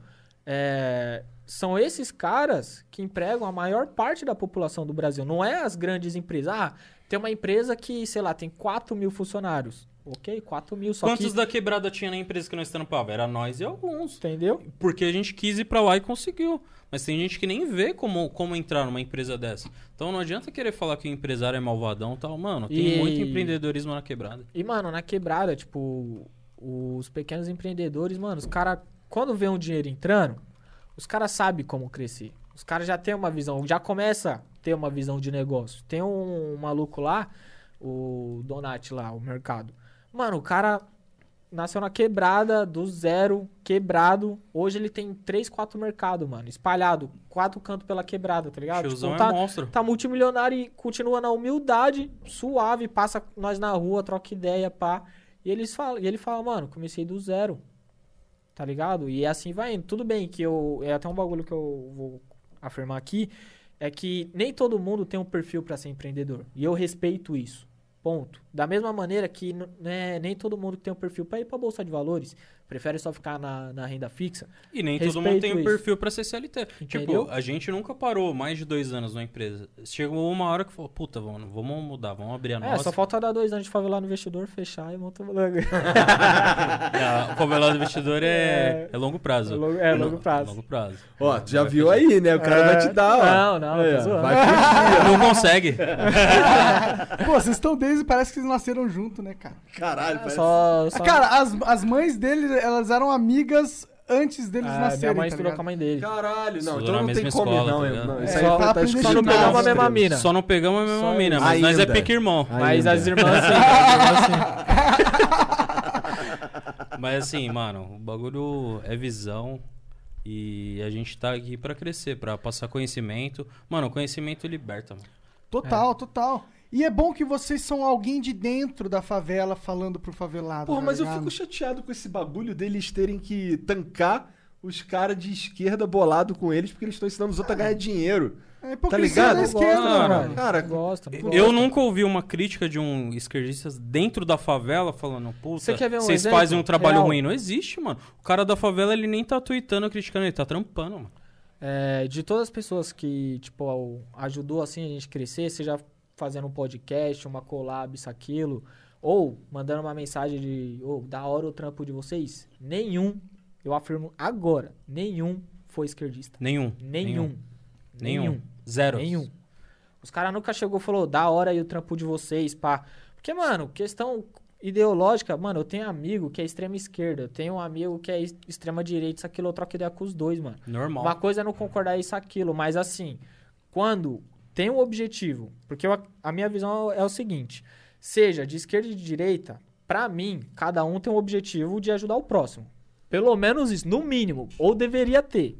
São esses caras que empregam a maior parte da população do Brasil. Não é as grandes empresas. Ah, tem uma empresa que, sei lá, tem 4 mil funcionários. Ok, 4 mil. Só Quantos que, da quebrada tinha na empresa que nós estampava? Era nós e alguns. entendeu? Porque a gente quis ir pra lá e conseguiu. Mas tem gente que nem vê como entrar numa empresa dessa. Então não adianta querer falar que o empresário é malvadão e tal. Mano, tem muito empreendedorismo na quebrada. E, mano, na quebrada, tipo, os pequenos empreendedores, mano, os caras, quando vê um dinheiro entrando, os caras sabem como crescer. Os caras já têm uma visão, já começa a ter uma visão de negócio. Tem um maluco lá, o Donati lá, o mercado. Mano, o cara nasceu na quebrada, do zero, quebrado. Hoje ele tem 3, 4 mercados, mano, espalhado, 4 cantos pela quebrada, tá ligado? Tiozão Tipo, é monstro. tá multimilionário e continua na humildade, suave, passa nós na rua, troca ideia, pá. E ele fala, mano, comecei do zero. Tá ligado? E assim vai indo. Tudo bem que é até um bagulho que eu vou afirmar aqui, é que nem todo mundo tem um perfil pra ser empreendedor. E eu respeito isso. Ponto. Da mesma maneira que nem todo mundo tem um perfil pra ir pra Bolsa de Valores. Prefere só ficar na renda fixa. E nem todo Respeito mundo tem um isso. perfil pra ser CLT. Entendeu? Tipo, a gente nunca parou mais de 2 anos numa empresa. Chegou uma hora que falou, puta, vamos mudar, vamos abrir a nossa. Só falta dar 2 anos de favelar no investidor, fechar e montar o O favelado investidor é longo prazo. longo prazo. Longo prazo. Ó, tu já viu aí, né? O cara vai te dar, ó. Não, Aí, tô ó. zoando. Vai fugir. Não consegue. Pô, vocês estão desde, parece que eles nasceram junto, né, cara? Caralho, parece... Só... Cara, as mães deles, elas eram amigas antes deles nascerem, minha mãe tá estudou ligado? com a mãe dele. Caralho, não, Estudou então na não mesma tem como, escola, não. tá ligado? Não, isso É, aí pra tá aprender escrito Só não junto. nos pegamos a mesma astros. mina. Só não pegamos a mesma Só mina, mas nós é ainda. pique irmão. Mas Ainda. as irmãs sim. Mas assim, mano, o bagulho é visão e a gente tá aqui pra crescer, pra passar conhecimento. Mano, o conhecimento liberta, mano. Total, total. E é bom que vocês são alguém de dentro da favela falando pro favelado. Porra, tá mas eu ligado? fico chateado com esse bagulho deles terem que tancar os caras de esquerda bolado com eles porque eles estão ensinando os outros a ganhar dinheiro. É hipocrisia ligado? da esquerda, Gosto, mano. Cara, Gosta. Eu nunca ouvi uma crítica de um esquerdista dentro da favela falando, puta, Você quer ver um vocês exemplo fazem um trabalho real? ruim. Não existe, mano. O cara da favela, ele nem tá tweetando, criticando, ele tá trampando, mano. De todas as pessoas que, tipo, ajudou assim a gente crescer, seja fazendo um podcast, uma collab, isso, aquilo, ou mandando uma mensagem de, da hora o trampo de vocês, nenhum, eu afirmo agora, nenhum foi esquerdista. Nenhum. Zero. Nenhum. Os caras nunca chegou e falou, da hora aí o trampo de vocês, pá. Porque, mano, questão ideológica, mano, eu tenho amigo que é extrema esquerda, eu tenho um amigo que é extrema direita, isso, aquilo, eu troco ideia com os dois, mano. Normal. Uma coisa é não concordar isso, aquilo, mas assim, quando tem um objetivo, porque a minha visão é o seguinte, seja de esquerda e de direita, pra mim, cada um tem um objetivo de ajudar o próximo. Pelo menos isso, no mínimo, ou deveria ter,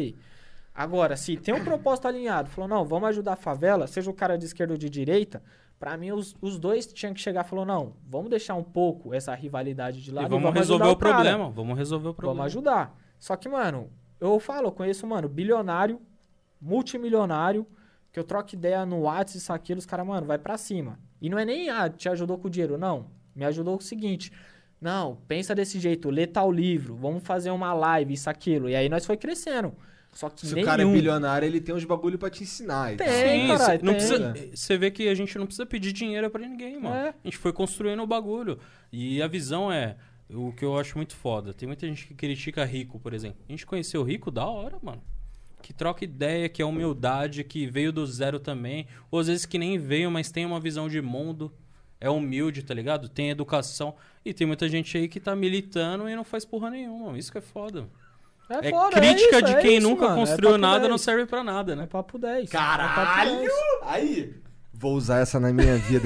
Agora, se tem um propósito alinhado, falou, não, vamos ajudar a favela, seja o cara de esquerda ou de direita, Pra mim, os dois tinham que chegar e falar, não, vamos deixar um pouco essa rivalidade de lado E vamos resolver ajudar o cara. problema. Vamos resolver o problema. Vamos ajudar. Só que, mano, eu conheço, mano, bilionário, multimilionário, que eu troco ideia no WhatsApp, isso, aquilo, os caras, mano, vai pra cima. E não é nem, te ajudou com o dinheiro, não. Me ajudou com o seguinte, não, pensa desse jeito, lê tal livro, vamos fazer uma live, isso, aquilo. E aí nós foi crescendo. Só que Se nenhum. o cara é bilionário, ele tem uns bagulho pra te ensinar. Tem. Sim, caralho, não tem. precisa, você vê que a gente não precisa pedir dinheiro pra ninguém, mano. É. A gente foi construindo o bagulho. E a visão é o que eu acho muito foda. Tem muita gente que critica rico, por exemplo. A gente conheceu rico da hora, mano. Que troca ideia, que é humildade, que veio do zero também. Ou às vezes que nem veio, mas tem uma visão de mundo. É humilde, tá ligado? Tem educação. E tem muita gente aí que tá militando e não faz porra nenhuma. Isso que é foda. É É foda, crítica isso, de quem isso, nunca mano, construiu papo nada 10. não serve pra nada, É né? papo 10. Caralho! É papo 10. Aí! Vou usar essa na minha vida.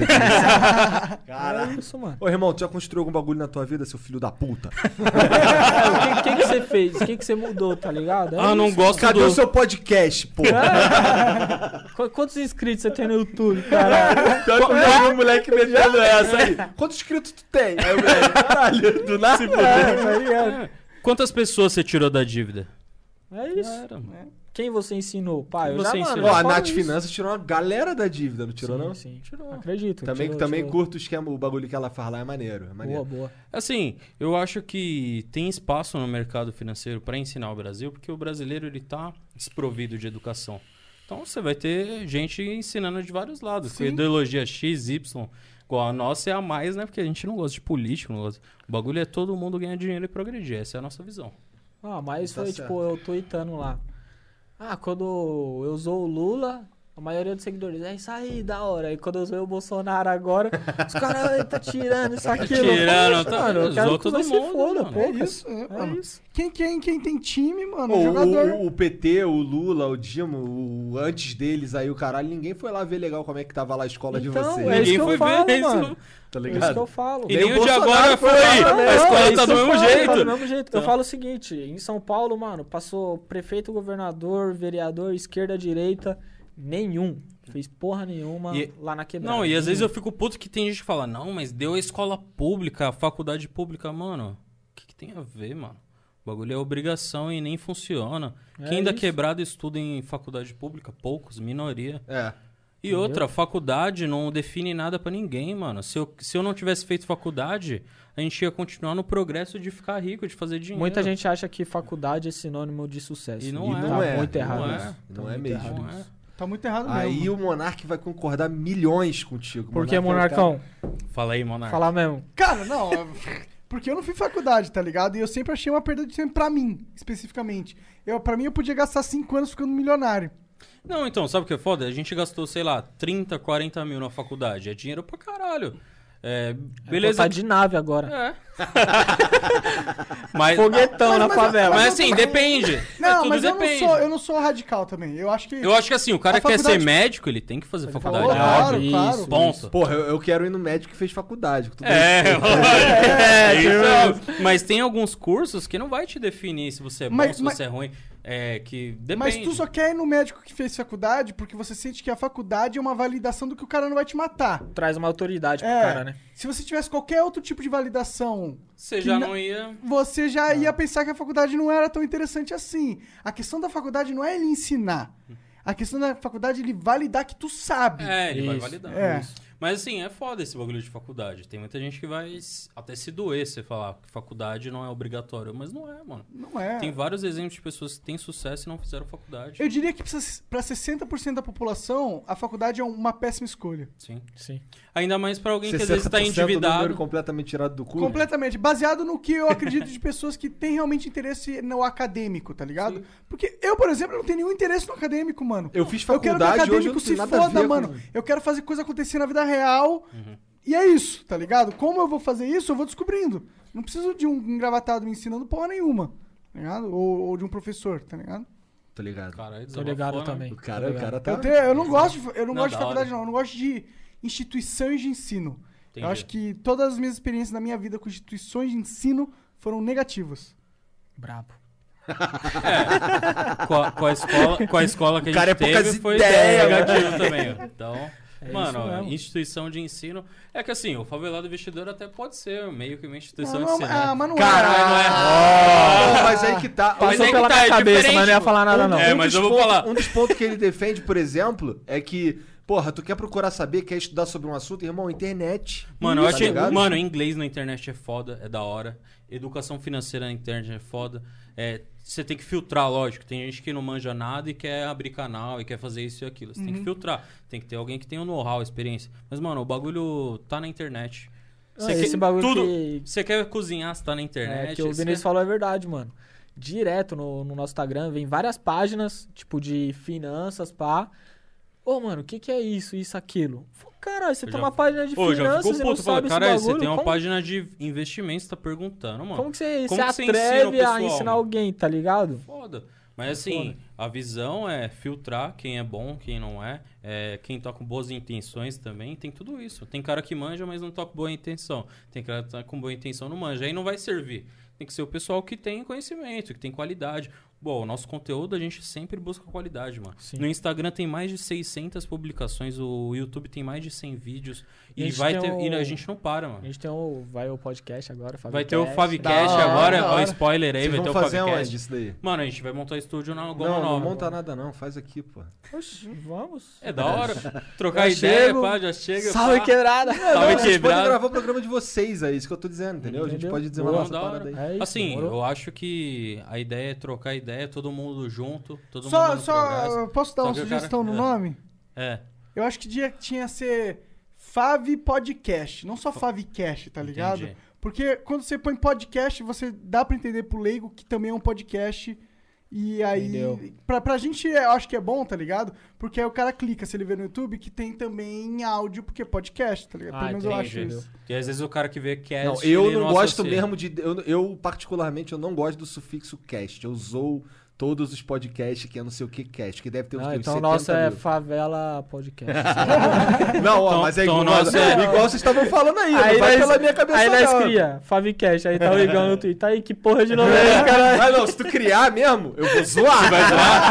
É isso, mano. Ô, irmão, tu já construiu algum bagulho na tua vida, seu filho da puta? O que você fez? O que você mudou, tá ligado? É Não isso. gosto Cadê do... o seu podcast, pô? Quantos inscritos você tem no YouTube, caralho? Pior que eu já vi um moleque metendo essa aí. Quantos inscritos tu tem? Aí o moleque, caralho, do nada. Tá ligado? É. Quantas pessoas você tirou da dívida? É isso. Era, mano. Quem você ensinou? Pai, Quem eu já, você mano, ensinou? eu Ó, a falo Nath isso. Finanças tirou uma galera da dívida, não tirou, não? Sim, tirou. Acredito. Também, tirou, também tirou. curto o esquema, o bagulho que ela faz lá é maneiro. É maneiro. Boa. Assim, eu acho que tem espaço no mercado financeiro para ensinar o Brasil, porque o brasileiro ele tá desprovido de educação. Então você vai ter gente ensinando de vários lados. Com ideologia X, Y. Igual a nossa é a mais, né? Porque a gente não gosta de político. Não gosta. O bagulho é todo mundo ganhar dinheiro e progredir. Essa é a nossa visão. Ah, mas Tá foi certo. tipo, eu tweetando lá. Quando eu usou o Lula, a maioria dos seguidores, é isso aí, da hora. E quando eu usei o Bolsonaro agora, os caras, "Ai, tá tirando isso, aquilo. Tirando, Poxa, tá- mano, eu quero usou que todo você mundo, se foda, mano. pô. É isso, mano. isso. Quem tem time, mano, Pô, jogador. o PT, o Lula, o Dilma, antes deles aí, o caralho, ninguém foi lá ver legal como é que tava lá a escola de Então, vocês. é isso Ninguém que foi eu falo, ver isso. mano. Tá É isso ligado? que eu falo. E Nem nem o o de Bolsonaro agora foi foi. lá, A Não, escola é tá isso do que eu mesmo falo, jeito. tá do mesmo jeito. Então. Eu falo o seguinte, em São Paulo, mano, passou prefeito, governador, vereador, esquerda, direita, nenhum. Fez porra nenhuma E- lá na quebrada. Não, e às vezes Nenhum. eu fico puto que tem gente que fala, não, mas deu a escola pública, a faculdade pública, mano. O que tem a ver, mano? O bagulho é obrigação e nem funciona. É Quem da isso. quebrada estuda em faculdade pública? Poucos, minoria. É. E outra, faculdade não define nada pra ninguém, mano. Se eu não tivesse feito faculdade, a gente ia continuar no progresso de ficar rico, de fazer dinheiro. Muita gente acha que faculdade é sinônimo de sucesso. E não é. Tá Não é, muito errado não é. isso. Não Tá é muito mesmo. errado Não isso. é. Tá muito errado Aí mesmo. o Monark vai concordar milhões contigo. Por que, Monark é o Monarcão? Fala aí, Monark. Falar mesmo. Cara, não, porque eu não fiz faculdade, tá ligado? E eu sempre achei uma perda de tempo pra mim, especificamente. Pra mim, eu podia gastar 5 anos ficando milionário. Não, então, sabe o que é foda? A gente gastou, sei lá, 30, 40 mil na faculdade. É dinheiro pra caralho. Beleza. Tá de nave agora. É. mas, Foguetão na favela. mas assim, depende. Não, Tudo mas depende. eu não sou radical também. Eu acho que. Eu acho que assim, o cara A quer ser faculdade- médico, ele tem que fazer faculdade. falou, claro, Isso, claro. isso. Ponto. Porra, eu quero ir no médico que fez faculdade. com tudo Isso. Mas tem alguns cursos que não vai te definir se você é bom, Mas- se você é ruim. Que depende. Mas tu só quer ir no médico que fez faculdade porque você sente que a faculdade é uma validação do que o cara não vai te matar. Traz uma autoridade pro É. cara, né? Se você tivesse qualquer outro tipo de validação, Você que já na- não ia. você já ia pensar que a faculdade não era tão interessante assim. A questão da faculdade não é ele ensinar. A questão da faculdade é ele validar que tu sabe. Ele vai Isso. validar. É. Isso. Mas assim, é foda esse bagulho de faculdade. Tem muita gente que vai até se doer se falar que faculdade não é obrigatório. Mas não é, mano. Não é. Tem vários exemplos de pessoas que têm sucesso e não fizeram faculdade. Eu diria que pra 60% da população, a faculdade é uma péssima escolha. Sim. Sim. Ainda mais pra alguém que às vezes 60% tá do número endividado. completamente tirado do cu. Completamente. Baseado no que eu acredito de pessoas que têm realmente interesse no acadêmico, tá ligado? Porque eu, por exemplo, não tenho nenhum interesse no acadêmico, mano. Eu fiz Eu quero que o faculdade, hoje eu acadêmico não se tenho nada a foda, ver mano. com... Eu quero fazer coisa acontecer na vida real. E é isso, tá ligado? Como eu vou fazer isso, eu vou descobrindo. Não preciso de um engravatado me ensinando porra nenhuma, tá ligado? Ou de um professor, tá ligado? Tá ligado? Caralho, Tô ligado desabafou, né? também. O cara tá... Eu não gosto de, Não, gosto de da faculdade, hora. não. Eu não gosto de instituições de ensino. Entendi. Eu acho que todas as minhas experiências na minha vida com instituições de ensino foram negativas. Brabo. Com a escola que a cara gente é poucas teve foi ideias, negativo também. Ó. Então, É Mano, isso mesmo. instituição de ensino. É que assim, o favelado investidor até pode ser meio que uma instituição Não, de ensino. né? mas não Caralho, não é. Pô, mas aí que tá. Mas Passou aí que pela tá, minha é cabeça, diferente, mas não ia pô. falar nada, não. É, mas eu vou falar. Um dos pontos que ele defende, por exemplo, é que, porra, tu quer procurar saber, quer estudar sobre um assunto, irmão, internet. Mano, eu Tá achei. ligado? Mano, inglês na internet é foda, é da hora. Educação financeira na internet é foda. Você tem que filtrar, lógico. Tem gente que não manja nada e quer abrir canal e quer fazer isso e aquilo. Você tem que filtrar. Tem que ter alguém que tenha o know-how, experiência. Mas, mano, o bagulho tá na internet. Ah, esse bagulho tudo. que- Você quer cozinhar, você tá na internet. Que o você Vinícius quer- falou é verdade, mano. Direto no nosso Instagram, vem várias páginas, tipo, de finanças, pá. Ô, mano, o que é isso, aquilo? Caralho, você Eu tem já- uma página de Pô, já finanças ficou e não puto. Fala, sabe esse caralho, bagulho? você tem uma Como- página de investimentos, você tá perguntando, mano. Como que você Como se que você ensina o atreve a pessoal, ensinar mano? alguém, tá ligado? Foda. Mas assim, a visão é filtrar quem é bom, quem não é. Quem tá com boas intenções também. Tem tudo isso. Tem cara que manja, mas não tá com boa intenção. Tem cara que tá com boa intenção, não manja. Aí não vai servir. Tem que ser o pessoal que tem conhecimento, que tem qualidade. Bom, o nosso conteúdo a gente sempre busca qualidade, mano. Sim. No Instagram tem mais de 600 publicações, o YouTube tem mais de 100 vídeos. E a E, gente vai tem ter, o- e a gente não para, mano. A gente tem vai o podcast agora, Vai ter o Favicast. Favicast Da hora, agora, da ó, hora. spoiler aí, Vocês vai ter vão o fazer Favicast. onde isso daí? Mano, a gente vai montar estúdio na Goma Não, Nova. não monta nada não, faz aqui, pô. Oxi, vamos. É da hora. Trocar Já ideia, chego. pá, já chega. Salve, pá. quebrada! Salve, Não, vocês podem quebrado. gravar o programa de vocês aí, isso que eu tô dizendo, entendeu? A gente Entendeu? pode dizer uma Boa, nossa da parada hora. aí. É isso, Assim, demorou. eu acho que a ideia é trocar ideia, todo mundo junto, todo mundo Só, no progresso. posso dar Só uma que o sugestão cara- no nome? É. Eu acho que tinha que ser Favi Podcast, não só Favicast, tá ligado? Entendi. Porque quando você põe podcast, você dá pra entender pro leigo que também é um podcast. E aí, Entendeu. pra gente, eu acho que é bom, tá ligado? Porque aí o cara clica, se ele vê no YouTube, que tem também em áudio, porque é podcast, tá ligado? Pelo menos eu acho entendi. isso. E às vezes o cara que vê cast. Não, eu ele não gosto associa. mesmo de. Eu, particularmente, eu não gosto do sufixo cast. Eu usou todos os podcasts que é não sei o que cast, que deve ter uns Não, que, então o 70 nosso é mil. Favela Podcast. Não, ó, Então- mas é então igual, nosso é- igual vocês estavam falando aí, Aí não vai nós- pela minha cabeça Aí nós não. cria, Favicast, aí tá o Igão no Twitter. Aí, que porra de nome é esse, caralho? Mas não, se tu criar mesmo, eu vou zoar. Vai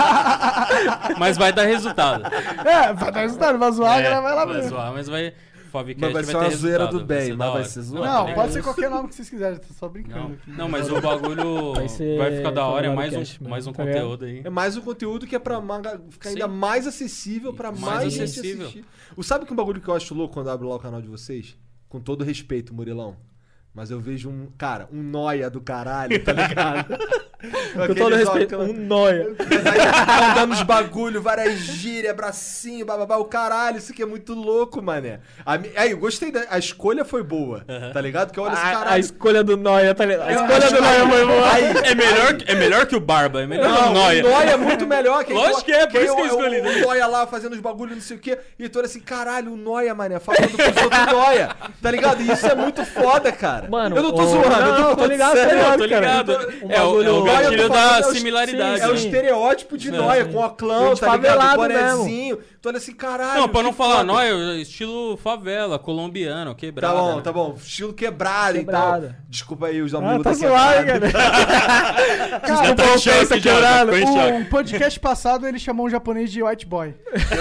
zoar, mas vai dar resultado. Vai dar resultado, vai zoar, a galera vai lá vai ver. zoar, mas vai. Favicast Mas vai ser ter uma zoeira resultado, do bem, ser da mas vai hora. ser zoado. Não, tá pode ser ligado? qualquer nome que vocês quiserem, tô só brincando Não, aqui. não, mas o bagulho Vai ser vai ficar da hora, é mais Favelacast um mesmo, tá conteúdo aí. É mais um conteúdo que é pra ficar ainda Sim. mais acessível, pra Mais mais gente acessível. assistir. Sabe que um bagulho que eu acho louco quando eu abro lá o canal de vocês? Com todo respeito, Murilão. Mas eu vejo um nóia do caralho, tá ligado? Com todo respeito, um nóia. Mas aí andando nos bagulho, várias gírias, bracinho, bababá, o caralho, isso aqui é muito louco, mané. Aí, eu gostei a escolha foi boa, tá ligado? Que olha esse A caralho. escolha do nóia, tá ligado? A escolha do nóia foi boa. Aí, É melhor que o Barba, é melhor que não, o Noia. o Nóia é muito melhor. Lógico que é, por isso que eu escolhi. O Nóia lá fazendo os bagulhos, não sei o quê. E tu olha assim, caralho, o Nóia, mané, falando pros outros Nóia. Tá ligado? E isso é muito foda, cara. Mano, eu não tô o- zoando, não, eu tô tô ligado, sério, tô Eu tô ligado. Um É o bagulho- gatilho eu tô falando, da é o- similaridade. É o né? estereótipo de Nóia, com o clã, Gente tá ligado? favelado Bonezinho. Tu olha assim, caralho. Não, pra não que falar foda. nóia, estilo favela, colombiano, quebrada. Tá bom, né? tá bom. Estilo quebrado e tal. Quebrada. Desculpa aí os Ah, amigos tá da suave, quebrada. cara. Cara, Já tá em choque, já, quebrado. ficou em choque. um podcast passado ele chamou um japonês de white boy.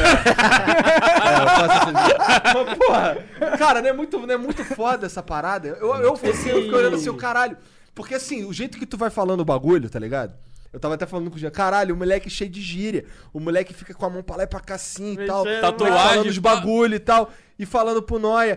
Eu faço assim. Mas, porra, cara, não é muito foda essa parada. Eu fico olhando assim, o caralho. Porque assim, o jeito que tu vai falando o bagulho, tá ligado? Eu tava até falando com o Jean, caralho, o moleque cheio de gíria. O moleque fica com a mão pra lá e pra cá assim e tal. Tatuagem, Falando os pá. bagulho e tal. E falando pro Nóia.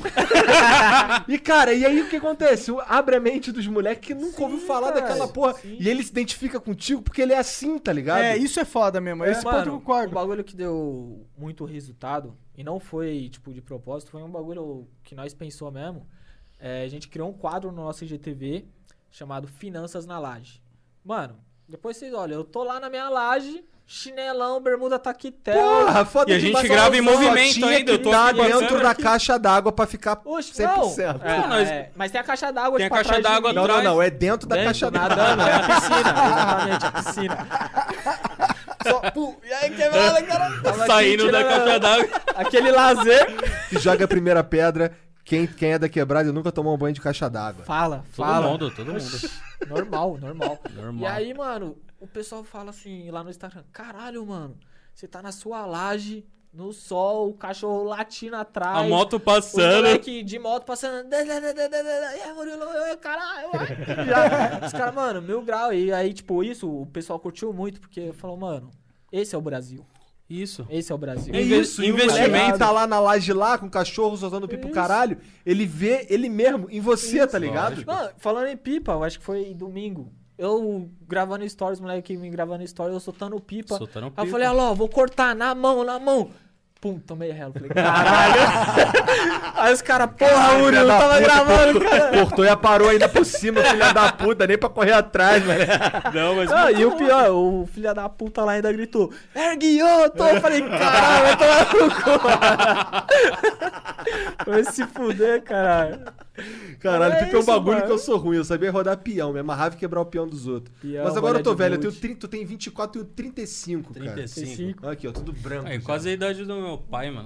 E cara, e aí o que acontece? Abre a mente dos moleques que nunca ouviu falar cara, daquela porra. sim. E ele se identifica contigo porque ele é assim, tá ligado? É, isso é foda mesmo. Esse ponto eu Mano, um concordo. bagulho que deu muito resultado, e não foi, tipo, de propósito, foi um bagulho que nós pensou mesmo. A gente criou um quadro no nosso IGTV chamado Finanças na Laje. Mano, depois vocês olham, eu tô lá na minha laje, chinelão, bermuda taquetel. Porra, foda E a gente demais. grava em Só movimento tinha ainda, que eu tô tá aqui passando dentro da aqui. caixa d'água pra ficar Oxe, 100%. não. Não, nós- Mas tem a caixa d'água Tem a tipo, caixa atrás de d'água mim. Não, atrás. não, não, é dentro da Dentro, caixa d'água. nadando, é a piscina, exatamente, a piscina. Só, pô, e aí, quebrada, cara? Tava aqui Saindo da tirando caixa d'água. Aquele lazer. Que joga a primeira pedra. Quem é da quebrada e nunca tomou um banho de caixa d'água. Fala, Todo fala. mundo, todo mundo. Normal, normal. Normal. E aí, mano, o pessoal fala assim lá no Instagram: caralho, mano, você tá na sua laje no sol, o cachorro latindo atrás. A moto O passando. moleque de moto passando. Murilo, caralho. Já. Os caras, mano, 1000 graus. E aí, tipo, isso o pessoal curtiu muito, porque falou, mano, esse é o Brasil. Isso. Esse é o Brasil. É isso, e o investimento. moleque tá lá na laje lá, com o cachorro soltando pipa pro Isso. caralho, ele vê ele mesmo em você, tá ligado? lógico. Mano, falando em pipa, eu acho que foi domingo. Eu gravando stories, moleque me gravando stories, eu soltando pipa. Soltando Aí eu pipa. falei, alô, vou cortar na mão. Pum, tomei relo. Falei, caralho. Aí os caras, porra, Uri, eu tava gravando, cara. Cortou e parou ainda por cima, filha da puta, nem pra correr atrás, velho. Não, mas. Ah, e o pior, o filho da puta lá ainda gritou, Erguioto! Eu falei, caralho, vai tomar no cu. Vai se fuder, caralho. Caralho, É pipa é um isso, bagulho mano. que eu sou ruim, eu sabia rodar peão, me amarrava e quebrar o peão dos outros. Peão, Mas agora eu tô bola de velho, eu tenho gude. 30, tu tem 24, eu tenho 35, cara. 35. Aqui, ó, tudo branco. Aí, já. quase a idade do meu pai, mano.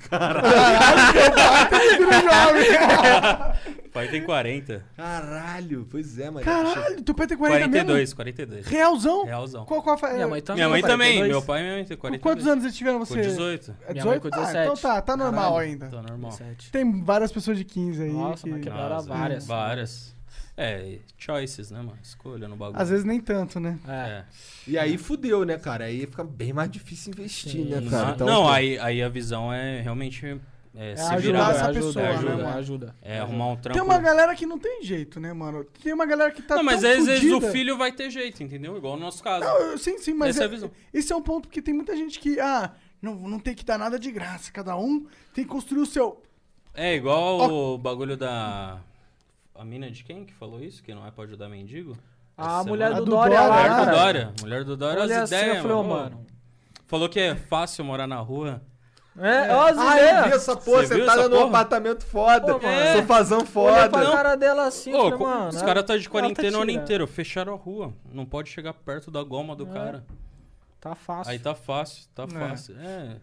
O pai tem 40. Caralho, pois é, mano. Caralho, teu pai tem 40 mesmo? 42. Realzão? Realzão. Qual foi? Minha mãe também. Minha mãe também. 42. Meu pai e minha mãe tem 42. Quantos anos eles tiveram você? Com 18. É Minha mãe 18? com Ah, 17. então tá normal Caralho. ainda. Tá normal. 17. Tem várias pessoas de 15 aí. Nossa, que... mas quebraram Nossa, várias. Várias. É, choices, né, mano? Escolha no bagulho. Às vezes nem tanto, né? É. E aí fudeu, né, cara? Aí fica bem mais difícil investir, né, cara? Não, Então, não, pô, aí a visão é realmente se ajudar virar. essa pessoa, é né, ajuda. mano? Ajuda. É arrumar um trampo. Tem uma galera que não tem jeito, né, mano? Tem uma galera que tá Não, mas tão às vezes o fudida. filho vai ter jeito, entendeu? Igual no nosso caso. Não, sim, mas Essa é a visão. esse é um ponto que tem muita gente que, não tem que dar nada de graça. Cada um tem que construir o seu. É igual o bagulho da... A mina de quem que falou isso? Que não é pra ajudar mendigo? A Essa mulher semana? do do Dória Dória, lá, Mulher do cara. Dória. Mulher do Dória, Olha as assim, ideias, eu falei, mano. Falou que é fácil morar na rua. É, ó as Ah, eu vi ideias. essa porra, Você viu sentada essa num porra? apartamento foda, Pô, mano. sofazão Olhei foda. pra cara dela assim, Ô, falei, mano... os caras tá de ela quarentena o ano tirando. inteiro. Fecharam a rua. Não pode chegar perto da goma do cara. Tá fácil. Aí tá fácil, fácil. É.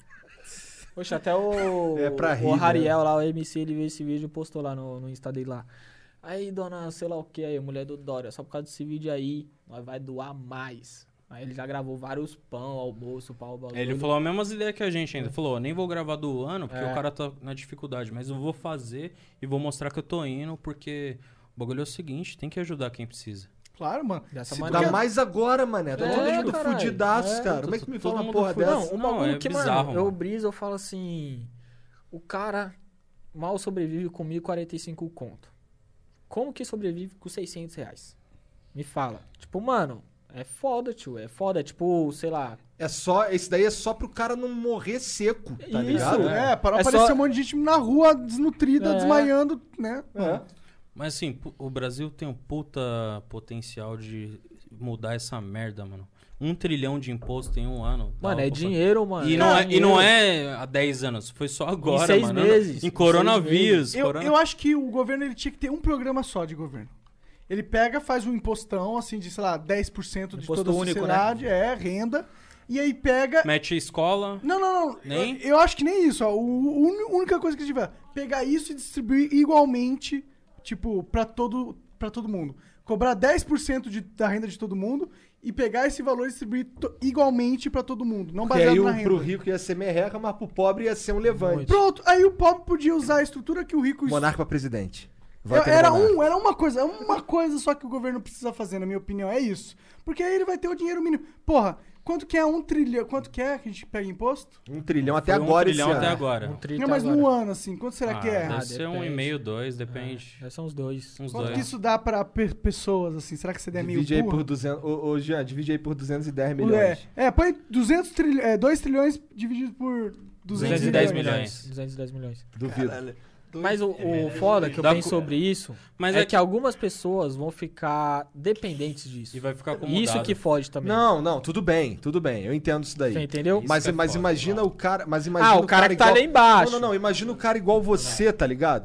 Poxa, até o, É pra rir, o né? Rariel lá, o MC, ele viu esse vídeo e postou lá no Insta dele lá. Aí, dona, sei lá o que aí, mulher do Dória, só por causa desse vídeo aí, nós vai doar mais. Aí ele já gravou vários pão, almoço, pau, bagulho. Ele falou as mesmas ideias que a gente ainda. Falou, nem vou gravar do ano, porque É. o cara tá na dificuldade. Mas eu vou fazer e vou mostrar que eu tô indo, porque o bagulho é o seguinte, tem que ajudar quem precisa. Claro, mano. Dessa Se maneira. dá mais agora, mané. Tá É, todo mundo caralho. fudidaço, É, cara. Como é que tu me todo fala uma mundo porra fudido. dessa? Não, um Não, bagulho é que, bizarro, mano, eu mano. briso, eu falo assim... O cara mal sobrevive com 1.045 conto. Como que sobrevive com 600 reais? Me fala. Tipo, mano, é foda, tio. É foda, tipo, sei lá... É só, esse daí é só pro cara não morrer seco, tá Isso, ligado? Para não É aparecer só- um monte de gente na rua desnutrida, É. desmaiando, né? Mas assim, o Brasil tem um puta potencial de mudar essa merda, mano. 1 trilhão de imposto em um ano. Mano, Dá é pra dinheiro, mano. E não é há 10 anos, foi só agora, 6 mano. meses. Em Em coronavírus. 6 Eu acho que o governo ele tinha que ter um programa só de governo. Ele pega, faz um impostão, assim, de, sei lá, 10% de Imposto toda a único, sociedade, renda, e aí pega... Mete escola. Não. Nem? Eu acho que nem isso, ó. A única coisa que tiver, pegar isso e distribuir igualmente, tipo, pra todo mundo. Cobrar 10% da renda de todo mundo e pegar esse valor e distribuir igualmente pra todo mundo, não E baseado aí na renda. pro rico ia ser merreca, mas pro pobre ia ser um levante. Pronto, aí o pobre podia usar a estrutura que o rico... Monarca pra presidente. Vota no Era Monarca. uma coisa só que o governo precisa fazer, na minha opinião, é isso. Porque aí ele vai ter o dinheiro mínimo. Porra, quanto que é 1 trilhão? Quanto que é que a gente pega imposto? 1 trilhão até Foi agora 1 trilhão esse até ano. agora. Não, mas num ano, assim, quanto será que é? Deve ser depende. 1,5, 2, depende. Já são os dois. Uns Quanto dois. que isso dá pra pessoas, assim? Será que você der meio Divide aí burro? por 200... Ô, Jean, divide aí por 210 milhões. Põe 2 trilhões dividido por 210 210 milhões. 210 milhões. Duvido. Mas o foda que eu Dá penso co- sobre isso Mas é é que algumas pessoas vão ficar dependentes disso. E vai ficar acomodado. Isso que fode também. Não, tudo bem. Eu entendo isso daí. Você entendeu? Mas, Isso que é mas foda, imagina claro. o cara... Mas imagina O cara que tá lá embaixo. Não, imagina o cara igual você, tá ligado?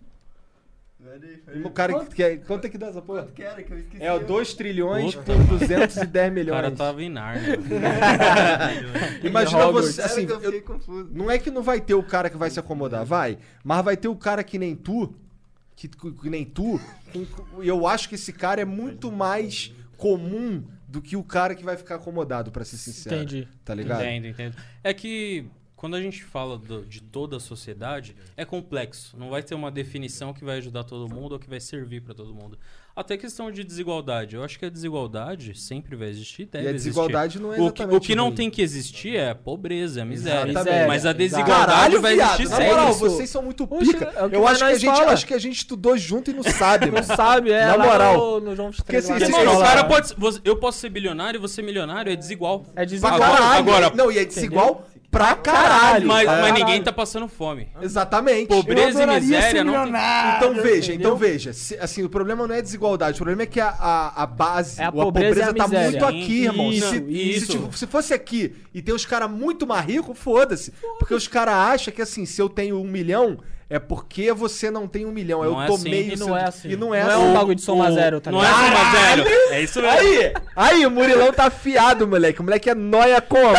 O cara que quer... Quanto é que dá essa porra? Quanto que era que eu esqueci? É o 2 trilhões Puta. por 210 O milhões. cara tava em Nárnia. Imagina Hogwarts. você, assim, que eu fiquei confuso. não é que não vai ter o cara que vai se acomodar, vai, mas vai ter o cara que nem tu, que nem tu, e eu acho que esse cara é muito mais comum do que o cara que vai ficar acomodado, pra ser sincero. Entendi. Tá ligado? Entendo. É que quando a gente fala de toda a sociedade, é complexo. Não vai ter uma definição que vai ajudar todo mundo ou que vai servir para todo mundo. Até questão de desigualdade. Eu acho que a desigualdade sempre vai existir, deve E a existir. desigualdade não é exatamente O que não ruim. tem que existir é a pobreza, a miséria. Exatamente. Mas a Exato. desigualdade Caralho, vai viado, existir na sempre. moral, isso. vocês são muito Poxa, pica. é o que Eu acho que, nós fala. acho que a gente estudou junto e não sabe, Não mano. sabe, Na lá moral. no João 23. Porque, assim, lá esse na Mano, o escola, cara lá. pode... Eu posso ser bilionário e você milionário, é desigual. É Pra desigual. caralho. agora- Não, e é desigual pra caralho. Mas Caralho. ninguém tá passando fome. Exatamente. Pobreza e adoraria miséria ser não tem... milionário. Então veja, assim, o problema não é desigualdade, o problema é que a base, É a a pobreza e a tá miséria. muito aqui, irmão. Isso, Se fosse aqui e tem os caras muito mais ricos, foda-se. Porque os caras acham que assim, se eu tenho 1 milhão, é porque você não tem 1 milhão. Não Eu é tô assim. meio... E não é assim. E não é Não é assim. um bagulho de soma zero, tá Não é ligado? soma zero. É isso mesmo. Aí, o Murilão tá afiado, moleque. O moleque é nóia como?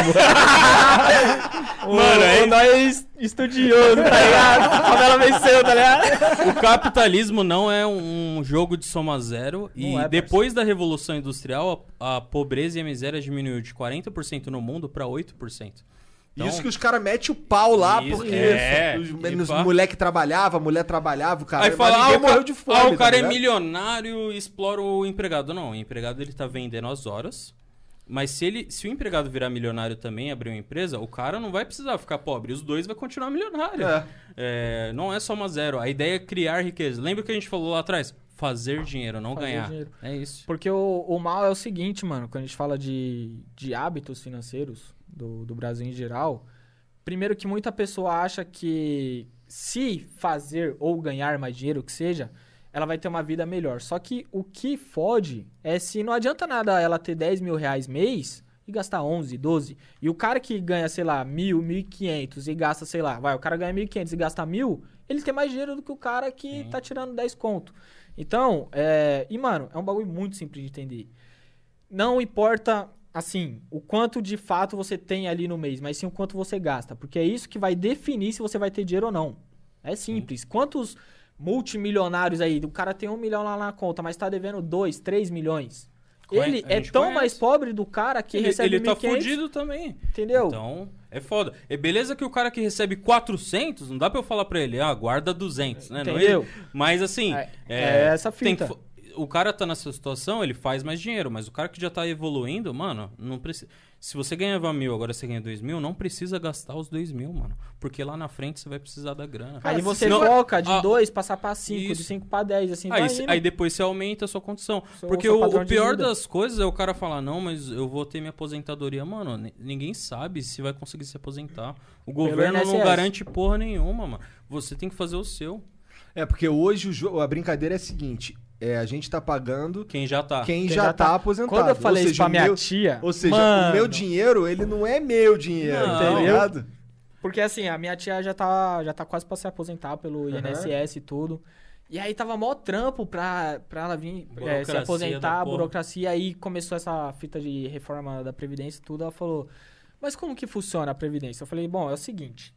Mano, é Nós estudioso, tá ligado? A favela venceu, tá ligado? O capitalismo não é um jogo de soma zero. Não E é, parceiro. depois da Revolução Industrial, a pobreza e a miséria diminuiu de 40% no mundo para 8%. Então, Isso que os caras metem o pau lá, Isso, porque é. os E pá. moleque trabalhava, a mulher trabalhava, o cara... aí fala, mas ninguém morreu de fome, o cara tá é ligado? milionário e explora o empregado. Não, o empregado ele tá vendendo as horas. Mas se o empregado virar milionário também, abrir uma empresa, o cara não vai precisar ficar pobre. Os dois vão continuar milionário. Não é soma zero. A ideia é criar riqueza. Lembra que a gente falou lá atrás? Fazer dinheiro, não Fazer ganhar. dinheiro. É isso. Porque o mal é o seguinte, mano, quando a gente fala de hábitos financeiros do Brasil em geral, primeiro que muita pessoa acha que se fazer ou ganhar mais dinheiro, que seja, ela vai ter uma vida melhor. Só que o que fode é se não adianta nada ela ter 10 mil reais mês e gastar 11, 12. E o cara que ganha, sei lá, 1.000, 1.500 e gasta, sei lá, o cara ganha 1.500 e gasta 1.000, ele tem mais dinheiro do que o cara que tá tirando 10 conto. Então, mano, é um bagulho muito simples de entender. Não importa, assim, o quanto de fato você tem ali no mês, mas sim o quanto você gasta. Porque é isso que vai definir se você vai ter dinheiro ou não. É simples. Quantos multimilionários aí, o cara tem 1 milhão lá na conta, mas tá devendo 2, 3 milhões. Ele A é gente tão conhece. mais pobre do cara que recebe Ele tá 1.500, fudido também. entendeu? Então, é foda. É beleza que o cara que recebe 400, não dá pra eu falar pra ele, guarda 200, né? Não é Entendeu? ele. Mas assim... É essa fita. O cara tá nessa situação, ele faz mais dinheiro, mas o cara que já tá evoluindo, mano, não precisa... Se você ganhava 1.000, agora você ganha 2.000, não precisa gastar os 2.000, mano. Porque lá na frente você vai precisar da grana. Aí você Senão- foca de 2 passar pra 5, de Isso. 5 pra 10, assim Aí, vai indo. aí depois você aumenta a sua condição. Seu- Porque seu o padrão de pior vida. das coisas é o cara falar, não, mas eu vou ter minha aposentadoria. Mano, ninguém sabe se vai conseguir se aposentar. O governo não INSS. garante porra nenhuma, mano. Você tem que fazer o seu. É, porque hoje a brincadeira é a seguinte, a gente tá pagando Quem já tá. quem Quem já já tá tá. aposentado. Quando eu falei Ou isso pra seja, minha tia, Ou seja, mano, o meu dinheiro, ele não é meu dinheiro, Não. tá ligado? Porque assim, a minha tia já tá quase pra se aposentar pelo INSS e tudo. E aí tava mó trampo pra ela vir se Burocracia da aposentar, a porra. burocracia. Aí começou essa fita de reforma da Previdência e tudo. Ela falou, mas como que funciona a Previdência? Eu falei, bom, é o seguinte.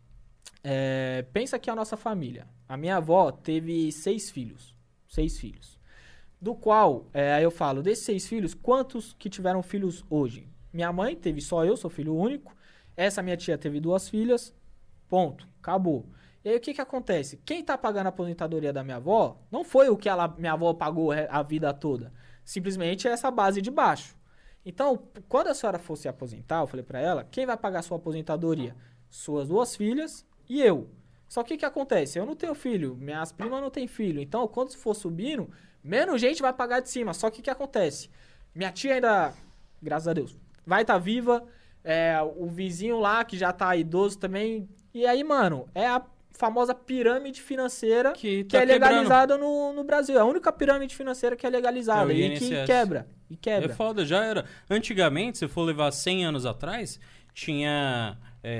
Pensa aqui a nossa família. A minha avó teve 6 filhos. 6 filhos. Do qual, aí eu falo, desses 6 filhos, quantos que tiveram filhos hoje? Minha mãe teve só eu, sou filho único. Essa minha tia teve 2 filhas. Ponto. Acabou. E aí o que acontece? Quem tá pagando a aposentadoria da minha avó não foi o que minha avó pagou a vida toda. Simplesmente é essa base de baixo. Então, quando a senhora for se aposentar, eu falei pra ela, quem vai pagar a sua aposentadoria? Suas 2 filhas e eu. Só que o que acontece? Eu não tenho filho, minhas primas não têm filho. Então, quando for subindo, menos gente vai pagar de cima. Só que o que acontece? Minha tia ainda, graças a Deus, vai estar viva. O vizinho lá, que já tá idoso também. E aí, mano, é a famosa pirâmide financeira Que que tá é legalizada no Brasil. É a única pirâmide financeira que é legalizada É o e que INSS. quebra. E É quebra. foda, já era. Antigamente, se for levar 100 anos atrás, tinha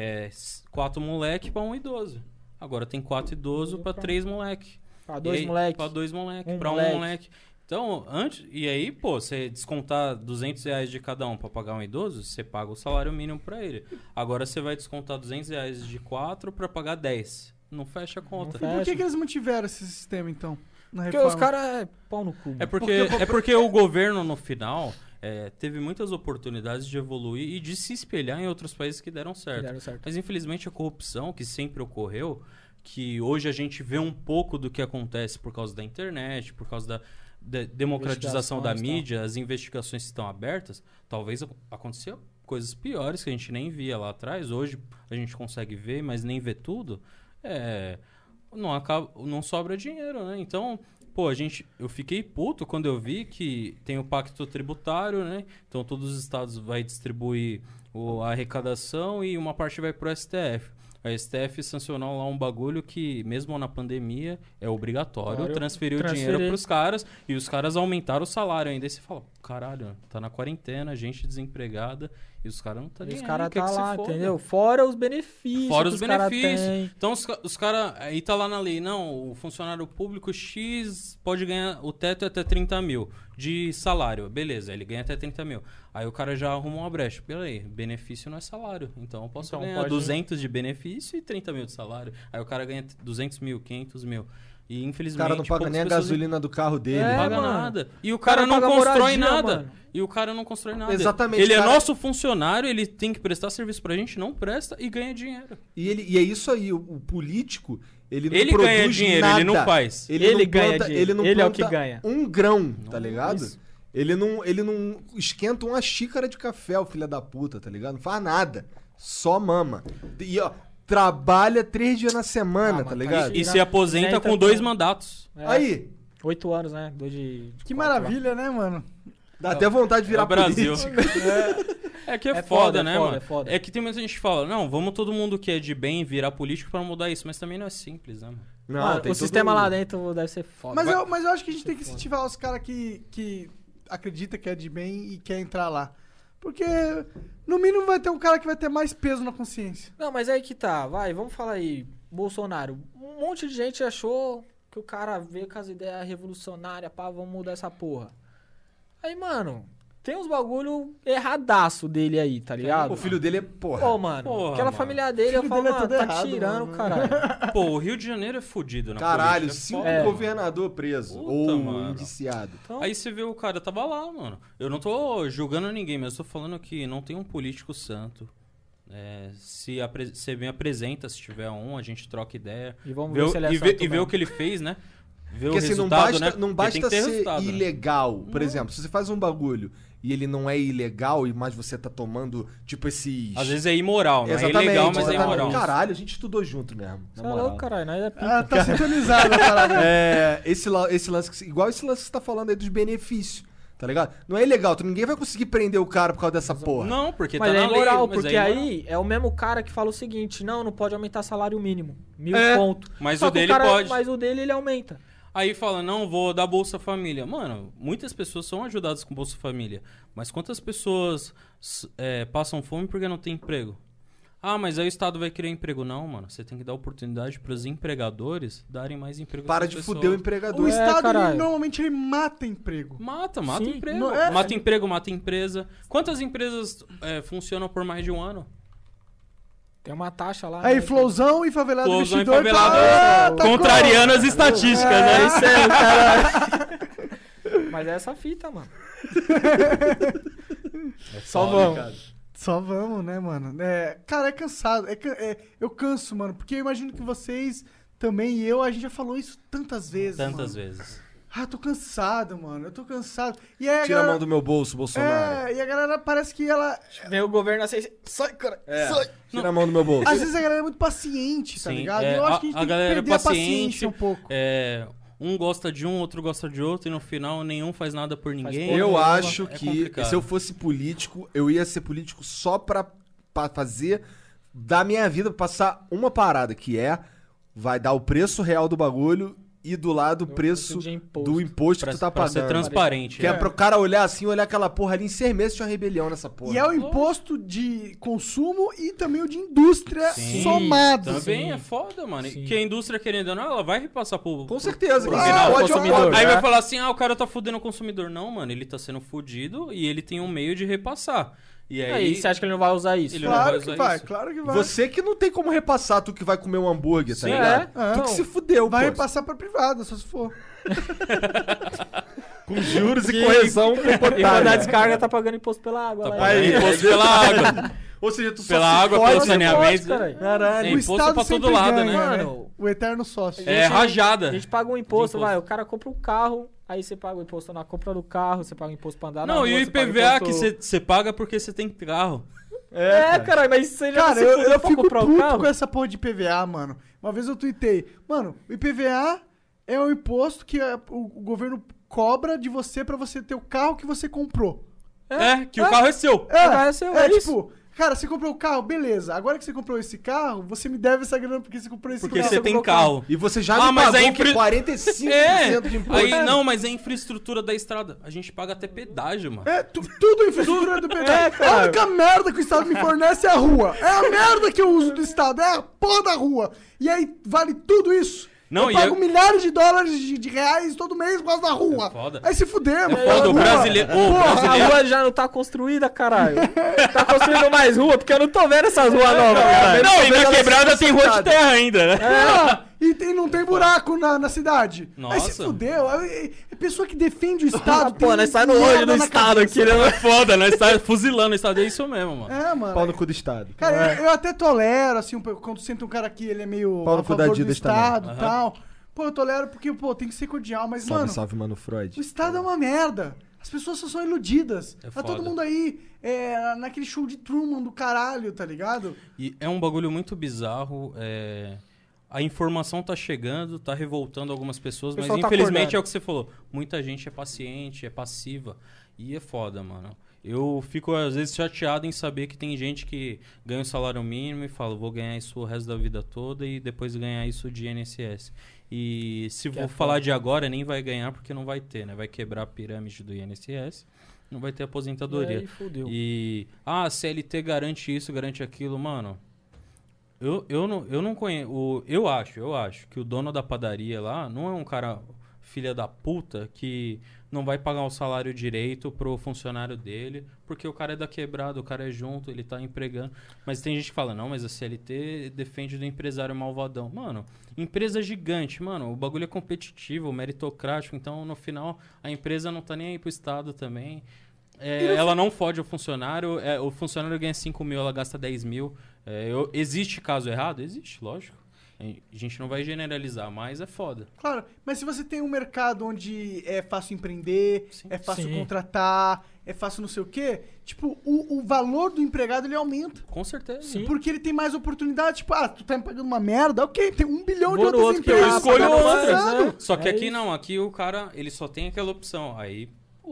4 moleque pra 1 idoso. Agora tem 4 idosos pra 3 moleque. Pra 2 E aí, moleques. Pra 2 moleque, Um pra moleque. 1 moleque. Então, e aí, pô, você descontar R$200 de cada um pra pagar um idoso, você paga o salário mínimo pra ele. Agora você vai descontar R$200 de 4 pra pagar 10. Não fecha a conta. Não E por que eles mantiveram esse sistema, então? Na Porque reforma? os caras é pau no cu. É porque o governo, no final, teve muitas oportunidades de evoluir e de se espelhar em outros países que deram certo. Deram certo. Mas infelizmente a corrupção, que sempre ocorreu, que hoje a gente vê um pouco do que acontece por causa da internet, por causa da democratização da Investigações, mídia, as investigações estão abertas, talvez aconteça coisas piores que a gente nem via lá atrás. Hoje a gente consegue ver, mas nem vê tudo. Não sobra dinheiro, né? Então, pô, eu fiquei puto quando eu vi que tem o pacto tributário, né? Então todos os estados vai distribuir a arrecadação e uma parte vai pro STF. A STF sancionou lá um bagulho que, mesmo na pandemia, é obrigatório transferir o dinheiro pros caras. E os caras aumentaram o salário ainda. E você fala, caralho, tá na quarentena, gente desempregada. E os caras não tá nem Os aí, caras quer tá que se lá, foda. entendeu? Fora os benefícios. Fora que os cara benefícios. têm. Então, os caras... Aí tá lá na lei. Não, o funcionário público X pode ganhar... O teto é até 30 mil de salário. Beleza, ele ganha até 30 mil. Aí o cara já arruma uma brecha. Peraí, benefício não é salário. Então eu posso ganhar 200 de benefício e 30 mil de salário. Aí o cara ganha 200 mil, 500 mil. E O infelizmente... cara não paga nem a gasolina do carro dele. Não paga mano. nada. E o cara não paga constrói moradia, nada. mano. E o cara não constrói nada. Exatamente, Ele cara. é nosso funcionário, ele tem que prestar serviço pra gente, não presta e ganha dinheiro. E é isso aí, o político, ele não Ele produz ganha dinheiro, nada. ele não faz. Ele não ganha planta, dinheiro. ele não Ele é o planta que ganha. um grão, tá ligado? isso. Ele não esquenta uma xícara de café, o filho da puta, tá ligado? Não faz nada. Só mama. E, ó, trabalha 3 dias na semana, Ah, tá mas ligado? E se aposenta com 2 mandatos. Aí, 8 anos, né? 2 de Que quatro lá. maravilha, né, mano? dá até vontade de virar É o Brasil. político. É que é, É foda, foda, né, é foda, mano? é foda. É que tem muita gente que fala, não, vamos todo mundo que é de bem virar político pra mudar isso. Mas também não é simples, né, mano? Não, Mano, tem o todo sistema um- lá dentro deve ser foda. Mas eu acho que a gente tem que incentivar os caras que acredita que é de bem e quer entrar lá. Porque, no mínimo, vai ter um cara que vai ter mais peso na consciência. Não, mas aí que tá. Vai, vamos falar aí. Bolsonaro. Um monte de gente achou que o cara veio com as ideias revolucionárias, pá, vamos mudar essa porra. Aí, mano, tem uns bagulho erradaço dele aí, tá ligado? O filho dele é, porra. Pô, mano, Porra, aquela mano. família dele, eu filho falo, dele é mano, tudo tá errado, tirando, mano. caralho. Pô, o Rio de Janeiro é fudido na Caralho, política. 5 É foda. governador preso. Puta, ou mano. indiciado. Então, Aí você vê o cara tava lá, mano. Eu não tô julgando ninguém, mas eu tô falando que não tem um político santo. Se me apresenta, se tiver um, a gente troca ideia. E vamos Vê ver o- se ele é e santo vê mesmo. o que ele fez, né? Ver Porque o assim, resultado, não né? não Porque basta tem que ter ser resultado, né? ilegal. Por exemplo, se você faz um bagulho e ele não é ilegal, mas você tá tomando, tipo, esses... Às vezes é imoral, não Exatamente, é ilegal, mas é exatamente. imoral. Caralho, a gente estudou junto mesmo. Você Na é moral. louco, caralho, nós é pica. Ah, tá sintonizado a parada. Esse lance, igual esse lance que você tá falando aí dos benefícios, tá ligado? Não é ilegal, ninguém vai conseguir prender o cara por causa dessa porra. Não, porque Mas tá é na imoral, lei. Mas porque é imoral. aí é o mesmo cara que fala o seguinte, não pode aumentar salário mínimo, 1000 É, pontos. mas Só o que dele pode. Mas o dele ele aumenta. Aí fala, não, vou dar Bolsa Família. Mano, muitas pessoas são ajudadas com Bolsa Família. Mas quantas pessoas passam fome porque não tem emprego? Ah, mas aí o Estado vai criar emprego. Não, mano. Você tem que dar oportunidade pros empregadores darem mais emprego Para pras de pessoas. fuder o empregador. O Estado, caralho. ele, normalmente, ele mata emprego. Mata Sim, emprego. não é- Mata emprego, mata empresa. Quantas empresas funcionam por mais de um ano? Tem uma taxa lá. Aí, né? Flowzão e Favelado Flowzão e Investidor. Favelado tá contrariando as estatísticas, né? Isso aí, cara. Mas é essa fita, mano. Só vamos. Só vamos, né, mano? Cara, é cansado. Eu canso, mano. Porque eu imagino que vocês também e a gente já falou isso tantas vezes, Tantas mano. vezes. Ah, tô cansado, mano. Eu tô cansado. E aí, Tira a mão do meu bolso, Bolsonaro. E a galera parece que ela... Vem o governo assim, Sai, cara. Sai. Tira a mão do meu bolso. Às vezes a galera é muito paciente, tá Sim, ligado? E eu acho que a gente tem que galera perder a paciência um pouco. Um gosta de um, outro gosta de outro, e no final nenhum faz nada por ninguém. Eu Porra, acho é que complicado. se eu fosse político, eu ia ser político só pra fazer da minha vida, passar uma parada, que vai dar o preço real do bagulho e do lado o preço de imposto. do imposto que tu tá Pra ser pagando. transparente. Que é né? pro cara olhar assim, olhar aquela porra ali, em 6 meses tinha uma rebelião nessa porra. E é o imposto de consumo e também o de indústria Sim, somado. Também Sim. é foda, mano. Sim. Que a indústria, querendo ou não, ela vai repassar pro... Com certeza. pro quem final. pode, consumidor. pode. Aí né? vai falar assim, o cara tá fudendo o consumidor. Não, mano, ele tá sendo fudido e ele tem um meio de repassar. E aí... Aí, você acha que ele não vai usar isso? Ele não Claro vai que usar vai, isso. claro que vai. Você que não tem como repassar, tu que vai comer um hambúrguer, tá Sim, ligado? é. Tu Não. que se fudeu, Vai pô. repassar pra privada, só se for. Com juros e correção E quando a comportada. descarga tá pagando imposto pela água. Tá lá. pagando Aí. imposto pela água. Ou seja, tu Pela só se água, fode, pelo né? saneamento. caralho. Caralho. É O imposto Estado pra todo sempre lado, ganha, né? Mano, O eterno sócio. É rajada. A gente paga um imposto, De imposto. vai. O cara compra um carro, aí você paga o imposto na compra do carro, você paga o imposto pra andar na Não, rua, e o você paga IPVA imposto- que você paga porque você tem carro. Caralho, mas você já Cara, se eu fudeu pra fico comprar puto o carro? com essa porra de IPVA, mano. Uma vez eu tuitei, mano, o IPVA é um imposto que o governo cobra de você pra você ter o carro que você comprou. Que o carro é seu. carro é seu, é isso. tipo, cara, você comprou o carro, beleza. Agora que você comprou esse carro, você me deve essa grana porque você comprou esse Porque carro. você tem carro. E você já Ah, me mas pagou a que infra- 45% de imposto. Aí, não, mas é a infraestrutura da estrada. A gente paga até pedágio, mano. Tudo infraestrutura do IPVA. cara. A única merda que o Estado me fornece é a rua. É a merda que eu uso do Estado, é a porra da rua. E aí vale tudo isso. Não, eu e pago eu- milhares de dólares de reais todo mês por causa da rua. É foda. Aí se fuder, mano. Foda, o Rua. brasileiro. Ô, A brasileiro. rua já não tá construída, caralho. Tá construindo mais rua, porque eu não tô vendo essas ruas novas, caralho. Não, e na ela quebrada ser tem rua de consertada. terra ainda, né? E não tem buraco na cidade. Aí se Nossa. fudeu. É pessoa que defende o Estado. Pô, tem nós sai no merda olho do na estado cabeça. aqui, né? É foda, nós tá fuzilando o estado. É isso mesmo, mano. É, mano. Pau no cu do Estado. Cara, eu até tolero, assim, quando senta um cara aqui, ele é meio Pau no a cu da favor do Adidas também. Estado e tal. Pô, eu tolero porque, pô, tem que ser cordial. Mas, Salve, mano, salve, mano Freud. o Estado é uma merda. As pessoas só são iludidas. É Tá todo foda. mundo aí naquele show de Truman do caralho, tá ligado? E é um bagulho muito bizarro. A informação tá chegando, tá revoltando algumas pessoas, O mas pessoal tá infelizmente acordando. é o que você falou. Muita gente é paciente, é passiva. E é foda, mano. Eu fico, às vezes, chateado em saber que tem gente que ganha o salário mínimo e fala, vou ganhar isso o resto da vida toda e depois ganhar isso de INSS. E se vou falar de agora, nem vai ganhar porque não vai ter, né? Vai quebrar a pirâmide do INSS, não vai ter aposentadoria. E aí, fudeu. E, a CLT garante isso, garante aquilo, mano. Eu não conheço. Eu acho que o dono da padaria lá não é um cara filha da puta que não vai pagar o salário direito pro funcionário dele, porque o cara é da quebrada, o cara é junto, ele tá empregando. Mas tem gente que fala, não, mas a CLT defende do empresário malvadão. Mano, empresa gigante, mano, o bagulho é competitivo, meritocrático, então no final a empresa não tá nem aí pro Estado também. Ela não fode o funcionário ganha 5 mil, ela gasta 10 mil. Existe caso errado? Existe, lógico. A gente não vai generalizar, mas é foda. Claro, mas se você tem um mercado onde é fácil empreender, é fácil Sim. contratar, é fácil não sei o quê, tipo, o valor do empregado ele aumenta. Com certeza. Sim. Porque ele tem mais oportunidade, tipo, tu tá me pagando uma merda, ok, tem 1 bilhão de Vou no outras outro que eu empresas. escolho pagando outras, passando. né? Só que É aqui isso. não, aqui o cara, ele só tem aquela opção. Aí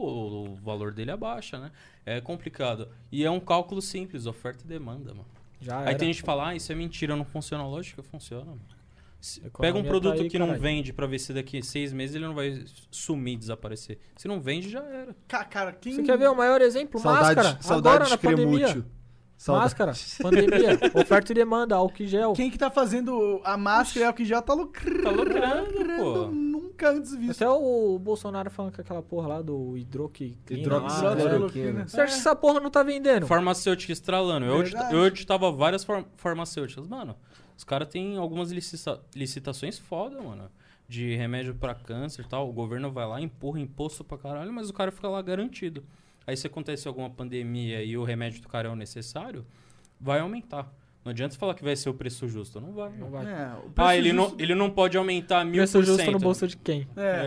o valor dele abaixa, né? É complicado. E é um cálculo simples, oferta e demanda, mano. Já Aí era. tem gente que fala, isso é mentira, não funciona. Lógico que funciona, mano. Economia Pega um tá produto aí, que não caralho. vende pra ver se daqui 6 meses ele não vai sumir, desaparecer. Se não vende, já era. Cara, quem... Você quer ver o maior exemplo? Máscara. Agora saudades na pandemia. cremútil. Máscara. Pandemia. Oferta e demanda. Álcool em gel. Quem que tá fazendo a máscara e o que já tá lucrando. Tá lucrando, pô. Nunca antes visto. Até o Bolsonaro falando com aquela porra lá do hidroquiclina. Hidroxicloroquina. Você acha que essa porra não tá vendendo? Farmacêutica estralando. Verdade. Eu auditava várias farmacêuticas. Mano, os caras têm algumas licitações foda, mano. De remédio pra câncer e tal. O governo vai lá, empurra imposto pra caralho, mas o cara fica lá garantido. Aí se acontecer alguma pandemia e o remédio do cara é o necessário, vai aumentar. Não adianta você falar que vai ser o preço justo. Não vai. Não vai. O preço justo- Ele não pode aumentar 1000%. Preço justo no bolso de quem?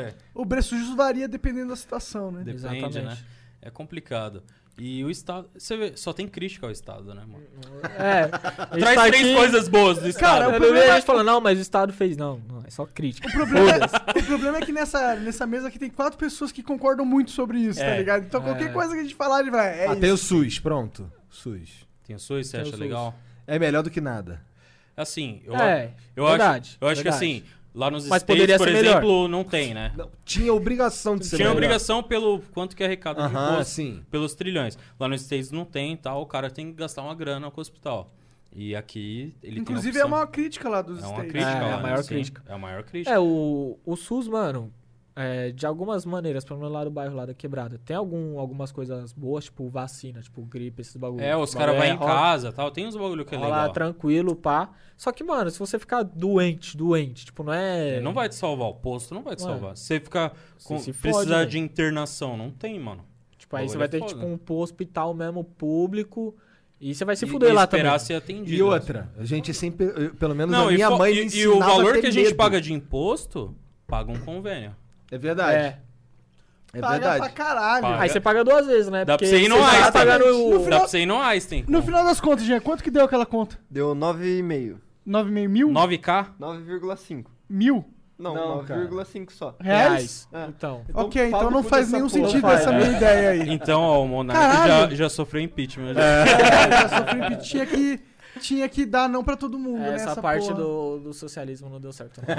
O preço justo varia dependendo da situação, né? Depende, Exatamente. né? É complicado. E o Estado... Você vê, só tem crítica ao Estado, né, mano? É. Traz três coisas boas do Estado. Cara, Eu não vejo a gente falando, não, mas o Estado fez. Não, é só crítica. O problema é que nessa mesa aqui tem 4 pessoas que concordam muito sobre isso, tá ligado? Então qualquer coisa que a gente falar, ele vai. Tem o isso. SUS, pronto. SUS. Tem o SUS, você Tem o acha SUS. legal? É melhor do que nada. Assim, eu verdade. acho que verdade. assim, lá nos Mas States, poderia por ser melhor. exemplo, não tem, né? Não, tinha obrigação de ser Tinha melhor. obrigação pelo quanto que é arrecada de Aham, imposto, sim. pelos trilhões. Lá nos States não tem e tal, o cara tem que gastar uma grana com o hospital. E aqui ele Inclusive tem a é opção. uma crítica lá dos É uma States. crítica É, lá, a maior sim. crítica. É a maior crítica. É, o SUS, mano, de algumas maneiras, pelo menos lá do bairro, lá da quebrada, tem algumas coisas boas, tipo vacina, tipo gripe, esses bagulhos. Os caras vão em casa e tal. Tem uns bagulho que é rola legal. tranquilo, pá. Só que, mano, se você ficar doente, tipo, não é... Não vai te salvar. O posto não vai te salvar. Se você ficar se fode, precisar velho. de internação, não tem, mano. Tipo, aí O você bagulho vai é ter, foda. tipo, um hospital mesmo público e você vai se E fuder lá esperar também. ser atendido. E outra, a gente sempre, pelo menos Não, a minha mãe me e ensinava o valor a ter que a gente medo. paga de imposto, paga um convênio. É verdade. É Paga pra verdade. caralho. Paga. Aí você paga 2 vezes, né? Dá pra Porque você ir no tá Einstein. pagando No o... final- Dá pra você ir no Einstein. No final das contas, Jean, quanto que deu aquela conta? Deu 9,5. 9,5 mil? 9K? 9,5. Mil Não, cara. 9,5 só. reais? É. Então. Ok, então pago não por faz essa nenhum porra. sentido Não faz, essa é. minha ideia aí. Então, ó, o Monark Caralho. já sofreu impeachment. Já sofri impeachment, tinha que dar não pra todo mundo, né? Essa parte porra. do socialismo não deu certo. Não.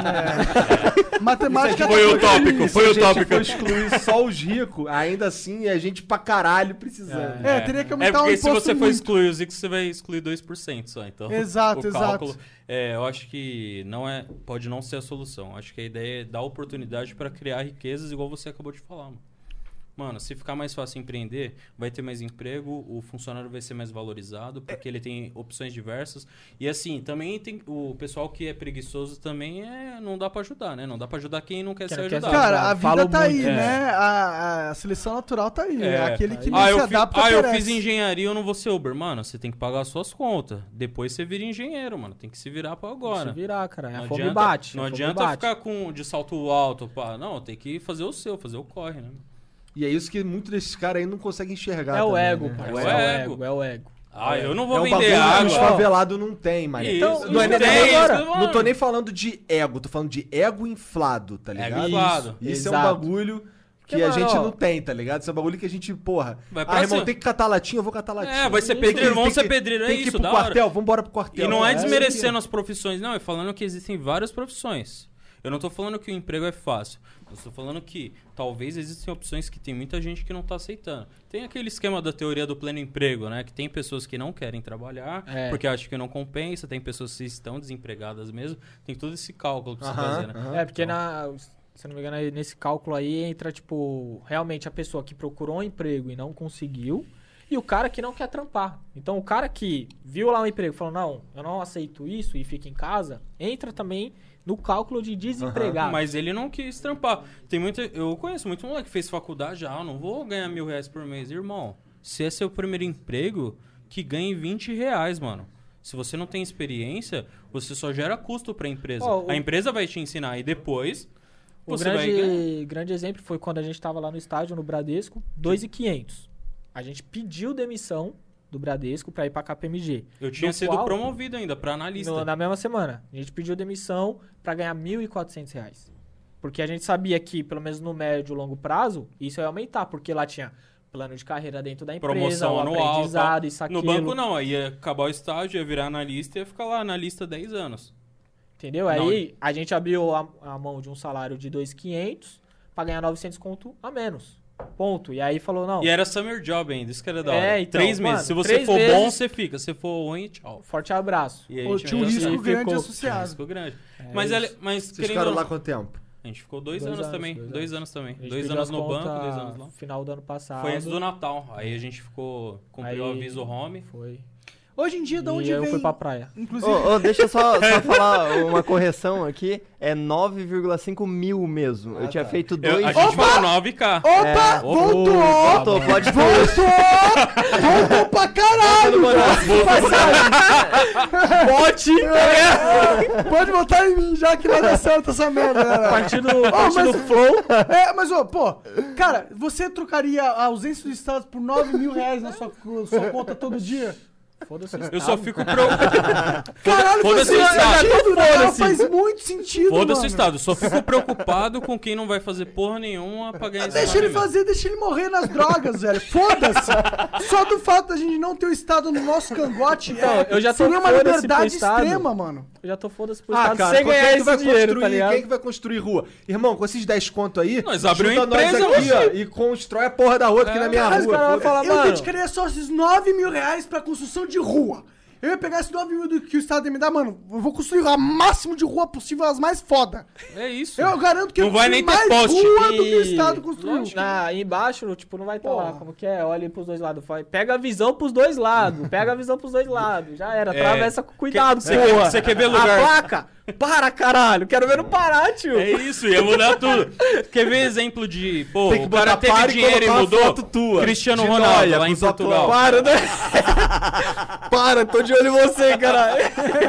Matemática Foi tá o tópico, Se foi a o gente tópico. for excluir só os ricos, ainda assim é gente pra caralho precisando. Teria que É aumentar o porque se imposto você for muito. excluir os ricos, você vai excluir 2% só. Então, Exato, o cálculo, exato. eu acho que pode não ser a solução. Acho que a ideia é dar oportunidade para criar riquezas, igual você acabou de falar, mano. Mano, se ficar mais fácil empreender, vai ter mais emprego, o funcionário vai ser mais valorizado, porque ele tem opções diversas. E assim, também tem o pessoal que é preguiçoso também não dá pra ajudar, né? Não dá pra ajudar quem não quer Quem ser não quer ajudado. ser Cara, a vida Falam tá aí, muito, né? A seleção natural tá aí. É aquele que não se eu adapta eu perece. fiz engenharia, eu não vou ser Uber. Mano, você tem que pagar as suas contas. Depois você vira engenheiro, mano. Tem que se virar pra agora. Se virar, cara. Não A fome adianta, bate. não a fome adianta bate. ficar de salto alto. Pá. Não, tem que fazer o seu, fazer o corre, né? E é isso que muitos desses caras aí não conseguem enxergar. É o também, ego, né? pai. É o É o ego. ego, é o ego. Eu não É vou um vender bagulho que os água. favelados não tem, mano. Isso, Então, isso Não, é nem tem, agora. isso, Não tô nem falando de ego, tô falando de ego inflado, tá ligado? Ego inflado. Isso é um Exato. bagulho que Porque, a mano, gente ó, não tem, tá ligado? Isso é um bagulho que a gente, porra. Vai pra irmão, cima. tem que catar latinha, eu vou catar latinha. Vai ser Tem que- pedreiro, vamos tem ser que- pedreiro, é Tem que ir isso, pro da hora. quartel, vambora pro quartel. E não é isso desmerecendo as profissões, não. É falando que existem várias profissões. Eu não tô falando que o emprego é fácil. Eu tô falando que talvez existem opções que tem muita gente que não tá aceitando. Tem aquele esquema da teoria do pleno emprego, né? Que tem pessoas que não querem trabalhar porque acham que não compensa. Tem pessoas que estão desempregadas mesmo. Tem todo esse cálculo pra você fazer, né? Porque se eu não me engano, nesse cálculo aí entra, tipo, realmente a pessoa que procurou um emprego e não conseguiu, e o cara que não quer trampar. Então, o cara que viu lá um emprego e falou, não, eu não aceito isso e fica em casa, entra também no cálculo de desempregado. Mas ele não quis trampar. Eu conheço muito moleque que fez faculdade, eu não vou ganhar R$1.000 por mês. Irmão, se é seu primeiro emprego, que ganhe R$20, mano. Se você não tem experiência, você só gera custo pra empresa. A empresa vai te ensinar e depois... O grande exemplo foi quando a gente estava lá no estádio, no Bradesco, 2.500. A gente pediu demissão do Bradesco para ir para KPMG. Eu tinha sido promovido ainda para analista. Na mesma semana. A gente pediu demissão para ganhar R$1.400. Porque a gente sabia que, pelo menos no médio e longo prazo, isso ia aumentar. Porque lá tinha plano de carreira dentro da empresa, promoção anual, aprendizado, isso, aquilo. No banco não, aí ia acabar o estágio, ia virar analista e ia ficar lá analista 10 anos. Entendeu? Aí a gente abriu a mão de um salário de 2.500 para ganhar 900 conto a menos. Ponto. E aí falou, não. E era summer job ainda, isso que era da hora. Então, 3 meses. mano, Se você 3 for meses, bom, você fica. Se for ruim, tchau. Forte abraço. E aí Ou tinha um risco grande associado. Tinha um risco grande. Mas Vocês querendo ficaram lá quanto tempo? A gente ficou 2 anos também. 2 anos também. A gente 2 pediu anos as no banco, contas 2 anos lá. no final do ano passado. Foi antes do Natal. Aí a gente cumpriu o aviso home. Foi. Hoje em dia, de onde E eu vem... fui pra praia. Inclusive... Deixa eu só falar uma correção aqui. É 9,5 mil mesmo. Eu tinha feito 2... A gente falou 9K. Opa! Voltou! Voltou, pode Voltou pra caralho! Bote! Pode votar em mim, já que vai dar certo essa merda, galera. Partindo mas- flow. Mas, pô, cara, você trocaria a ausência do Estado por R$9.000 na sua conta todo dia? Foda-se. Eu só fico preocupado. Caralho, Foda-se o faz Estado. sentido, né? Faz muito sentido, Foda-se o mano. Estado. Só fico preocupado com quem não vai fazer porra nenhuma pra ganhar esse Deixa ele nome, meu. fazer, deixa ele morrer nas drogas, velho. Foda-se. Só do fato da gente não ter o Estado no nosso cangote, eu já tô seria uma foda-se pro liberdade Estado. extrema, mano. Eu já tô foda-se pro Estado cara, sem quem ganhar que vai esse dinheiro, construir, tá ligado? quem que vai construir rua? Irmão, com esses 10 conto aí, Nós abrimos junta nós empresa, aqui, ó, e constrói a porra da outra aqui na minha Mas o rua. cara vai foda-se. falar, Eu mano, dedicaria só esses R$9.000 pra construção de rua. Eu ia pegar esse 9 mil que o Estado ia me dar, mano, eu vou construir o máximo de rua possível, as mais foda. É isso. Eu garanto que Não eu vai construir nem ter mais poste. rua do que o Estado construiu. Embaixo, tipo, não vai estar lá. Porra. Como que é? Olha pros dois lados. Pega a visão pros dois lados. Pega a visão pros dois lados. Já era. Atravessa com cuidado, porra. Você quer ver lugar? A placa? Para, caralho. Quero ver não parar, tio. É isso, ia mudar tudo. Quer ver exemplo de... Pô, Tem que o cara botar teve para e dinheiro e colocar uma mudou. foto tua. Cristiano De Ronaldo, noia, lá em com os Portugal. Para, né? Para, tô de olho em você, caralho.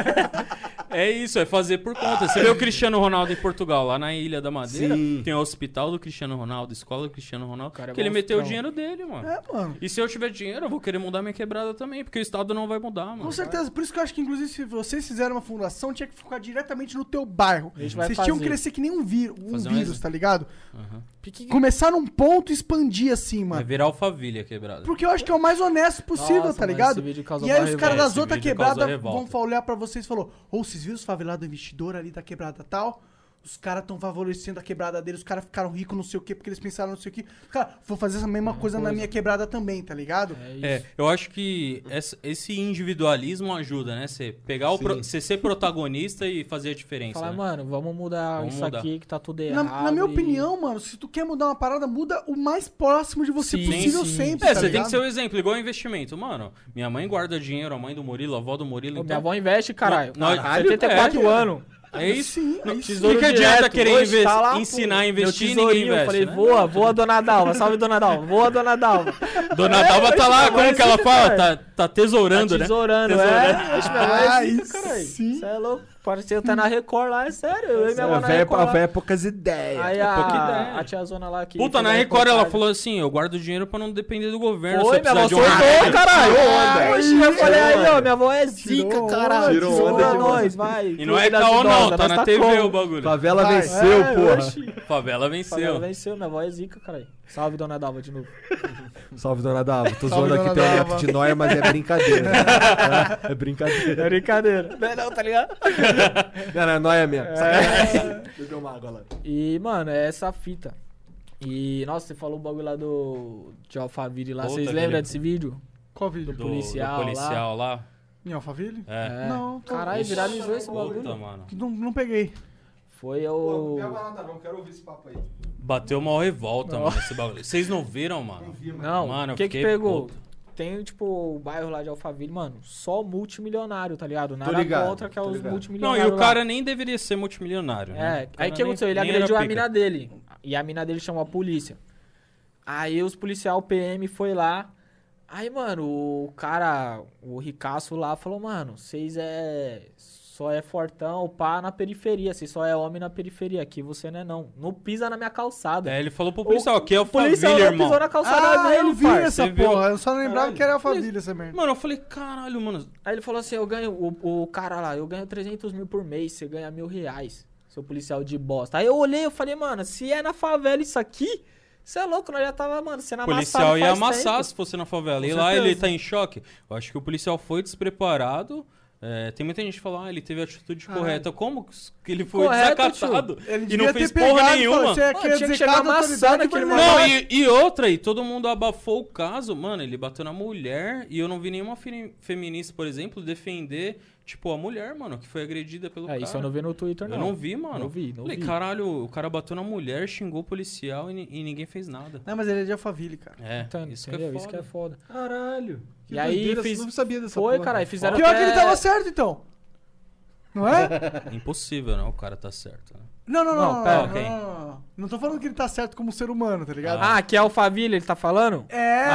É isso, é fazer por conta. Você vê o Cristiano Ronaldo em Portugal, lá na Ilha da Madeira, Sim. tem o hospital do Cristiano Ronaldo, escola do Cristiano Ronaldo, Cara, é que ele meteu o monstrão. dinheiro dele, mano. É, mano. E se eu tiver dinheiro, eu vou querer mudar minha quebrada também, porque o Estado não vai mudar, mano. Com certeza, por isso que eu acho que, inclusive, se vocês fizeram uma fundação, tinha que focar diretamente no teu bairro. A gente vai Vocês tinham que fazer. crescer que nem um vírus, Fazer um vírus, tá ligado? Aham. Começar num ponto e expandir assim, Vai mano. virar Alphaville a quebrada. Porque eu acho que é o mais honesto possível, Nossa, tá mano, ligado? esse vídeo causou E aí uma os revolta. caras das Esse outras vídeo causou quebradas revolta. vão olhar pra vocês e falou: ô, vocês viram os favelados investidores ali da quebrada tal? Os caras estão favorecendo a quebrada deles, os caras ficaram ricos, não sei o quê, porque eles pensaram não sei o quê. Cara, vou fazer essa mesma coisa na minha quebrada também, tá ligado? É isso. É, eu acho que esse individualismo ajuda, né? Você pegar você ser protagonista e fazer a diferença. Falar, né? mano, vamos mudar Vamos isso mudar. aqui que tá tudo errado. Na minha e- opinião, mano, se tu quer mudar uma parada, muda o mais próximo de você Sim, possível sim. sempre, É, tá você tem ligado? que ser o exemplo, igual investimento. Mano, minha mãe guarda dinheiro, a mãe do Murilo, a avó do Murilo. Ô, Então, minha avó investe, caralho. Nós- 74 anos. é isso. Sim, Não, aí o sim. que, que adianta direto, querer hoje tá lá, ensinar a pô, investir e meu ninguém tesourinho, investe, eu falei, né? voa, dona Dalva. Salve, dona Dalva. Voa, dona Dalva. Dona Dalva tá lá, minha como mãe que ela zica, fala? caralho. Tá tesourando, né? Tesourando, Tesourando. Oxe, minha avó é Aí zica, caralho. sim. Você é louco. Parecia até na Record lá, é sério. Eu e minha avó A na véia Record lá. é poucas ideias. Aí pouca ideia. a tiazona lá que... Puta, fez na a Record ela reportagem. falou assim, eu guardo dinheiro pra não depender do governo. Oi, se eu minha avó precisar de soltou, um... caralho. Oxi, eu falei aí, ó, minha avó é zica, Tirou caralho. onda, tirou Segura onda nós, vai. E não é Cuida das caô não, idosas, tá nós na TV como. o bagulho. Favela Vai. venceu, porra. Oxi. Favela venceu. Favela venceu, minha avó é zica, caralho. Salve, dona Dalva, de novo. Salve, dona Dava. Tô Salve, zoando aqui dona teu Dava. neto de nóia, mas é brincadeira. É brincadeira. É brincadeira. Não é não, tá ligado? Não, não, é nóia mesmo. Sacanagem. Bebeu uma água lá. E, mano, é essa a fita. E, nossa, você falou o bagulho lá de Alphaville lá. Puta, Vocês aquele- lembram desse vídeo? Qual vídeo? Do policial policial lá. Em Alphaville? É. Não, Caralho, viralizou esse bagulho. Puta, mano. Não peguei. Foi o... nada não, quero ouvir esse papo aí. Bateu uma revolta, mano, esse bagulho. Vocês não viram, mano? Não, Mano, o eu que fiquei pegou? puto. Tem, tipo, o bairro lá de Alphaville, mano, só multimilionário, tá ligado? Nada ligado, contra que é tô os ligado. Não, multimilionários e o lá. cara nem deveria ser multimilionário, né? É, O aí cara o que aconteceu? Ele nem era agrediu a pica. mina dele. E a mina dele chamou a polícia. Aí os policial PM foi lá. Aí, mano, o cara, o ricaço lá, falou, mano, vocês só é fortão, pá, na periferia. Vocês só é homem na periferia. Aqui você não é não. Não pisa na minha calçada. É, ele falou pro policial, aqui é o policial Alphaville, não pisou irmão. na calçada dele, eu vi parça. essa Você viu? porra. Eu só não lembrava Caralho. que era Alphaville essa merda. Mano, eu falei, caralho, mano. Aí ele falou assim, eu ganho, o cara lá, eu ganho 300 mil por mês, você ganha R$1.000, seu policial de bosta. Aí eu olhei, eu falei, mano, se é na favela isso aqui, você é louco, nós já tava, mano, sendo O amassado policial ia faz amassar tempo. se fosse na favela. Com E lá certeza. ele tá em choque. Eu acho que o policial foi despreparado. É, tem muita gente que fala, ele teve a atitude correta. Como que ele foi Correto, desacatado? Ele E devia não ter fez porra pegado e falado, nenhuma. "Você é Mano, quer tinha que dizer chegar cada amassando autoridade aquele vai maluco. levar." Não, e outra, e todo mundo abafou o caso. Mano, ele bateu na mulher e eu não vi nenhuma feminista, por exemplo, defender, tipo, a mulher, mano, que foi agredida pelo cara. Isso eu não vi no Twitter, não. Eu não vi, mano. Não vi. Falei, caralho, o cara bateu na mulher, xingou o policial e ninguém fez nada. Não, mas ele é de Alphaville, cara. É, Então, isso entendeu? que é Isso que é foda. foda. Caralho. E aí fiz... Não sabia dessa Foi, porra. caralho, fizeram Pior até... que ele tava certo, então. Não é? Impossível, não, o cara tá certo. Né? Não, Não, pera, ok. Não tô falando que ele tá certo como ser humano, tá ligado? Ah, que é Alphaville, ele tá falando?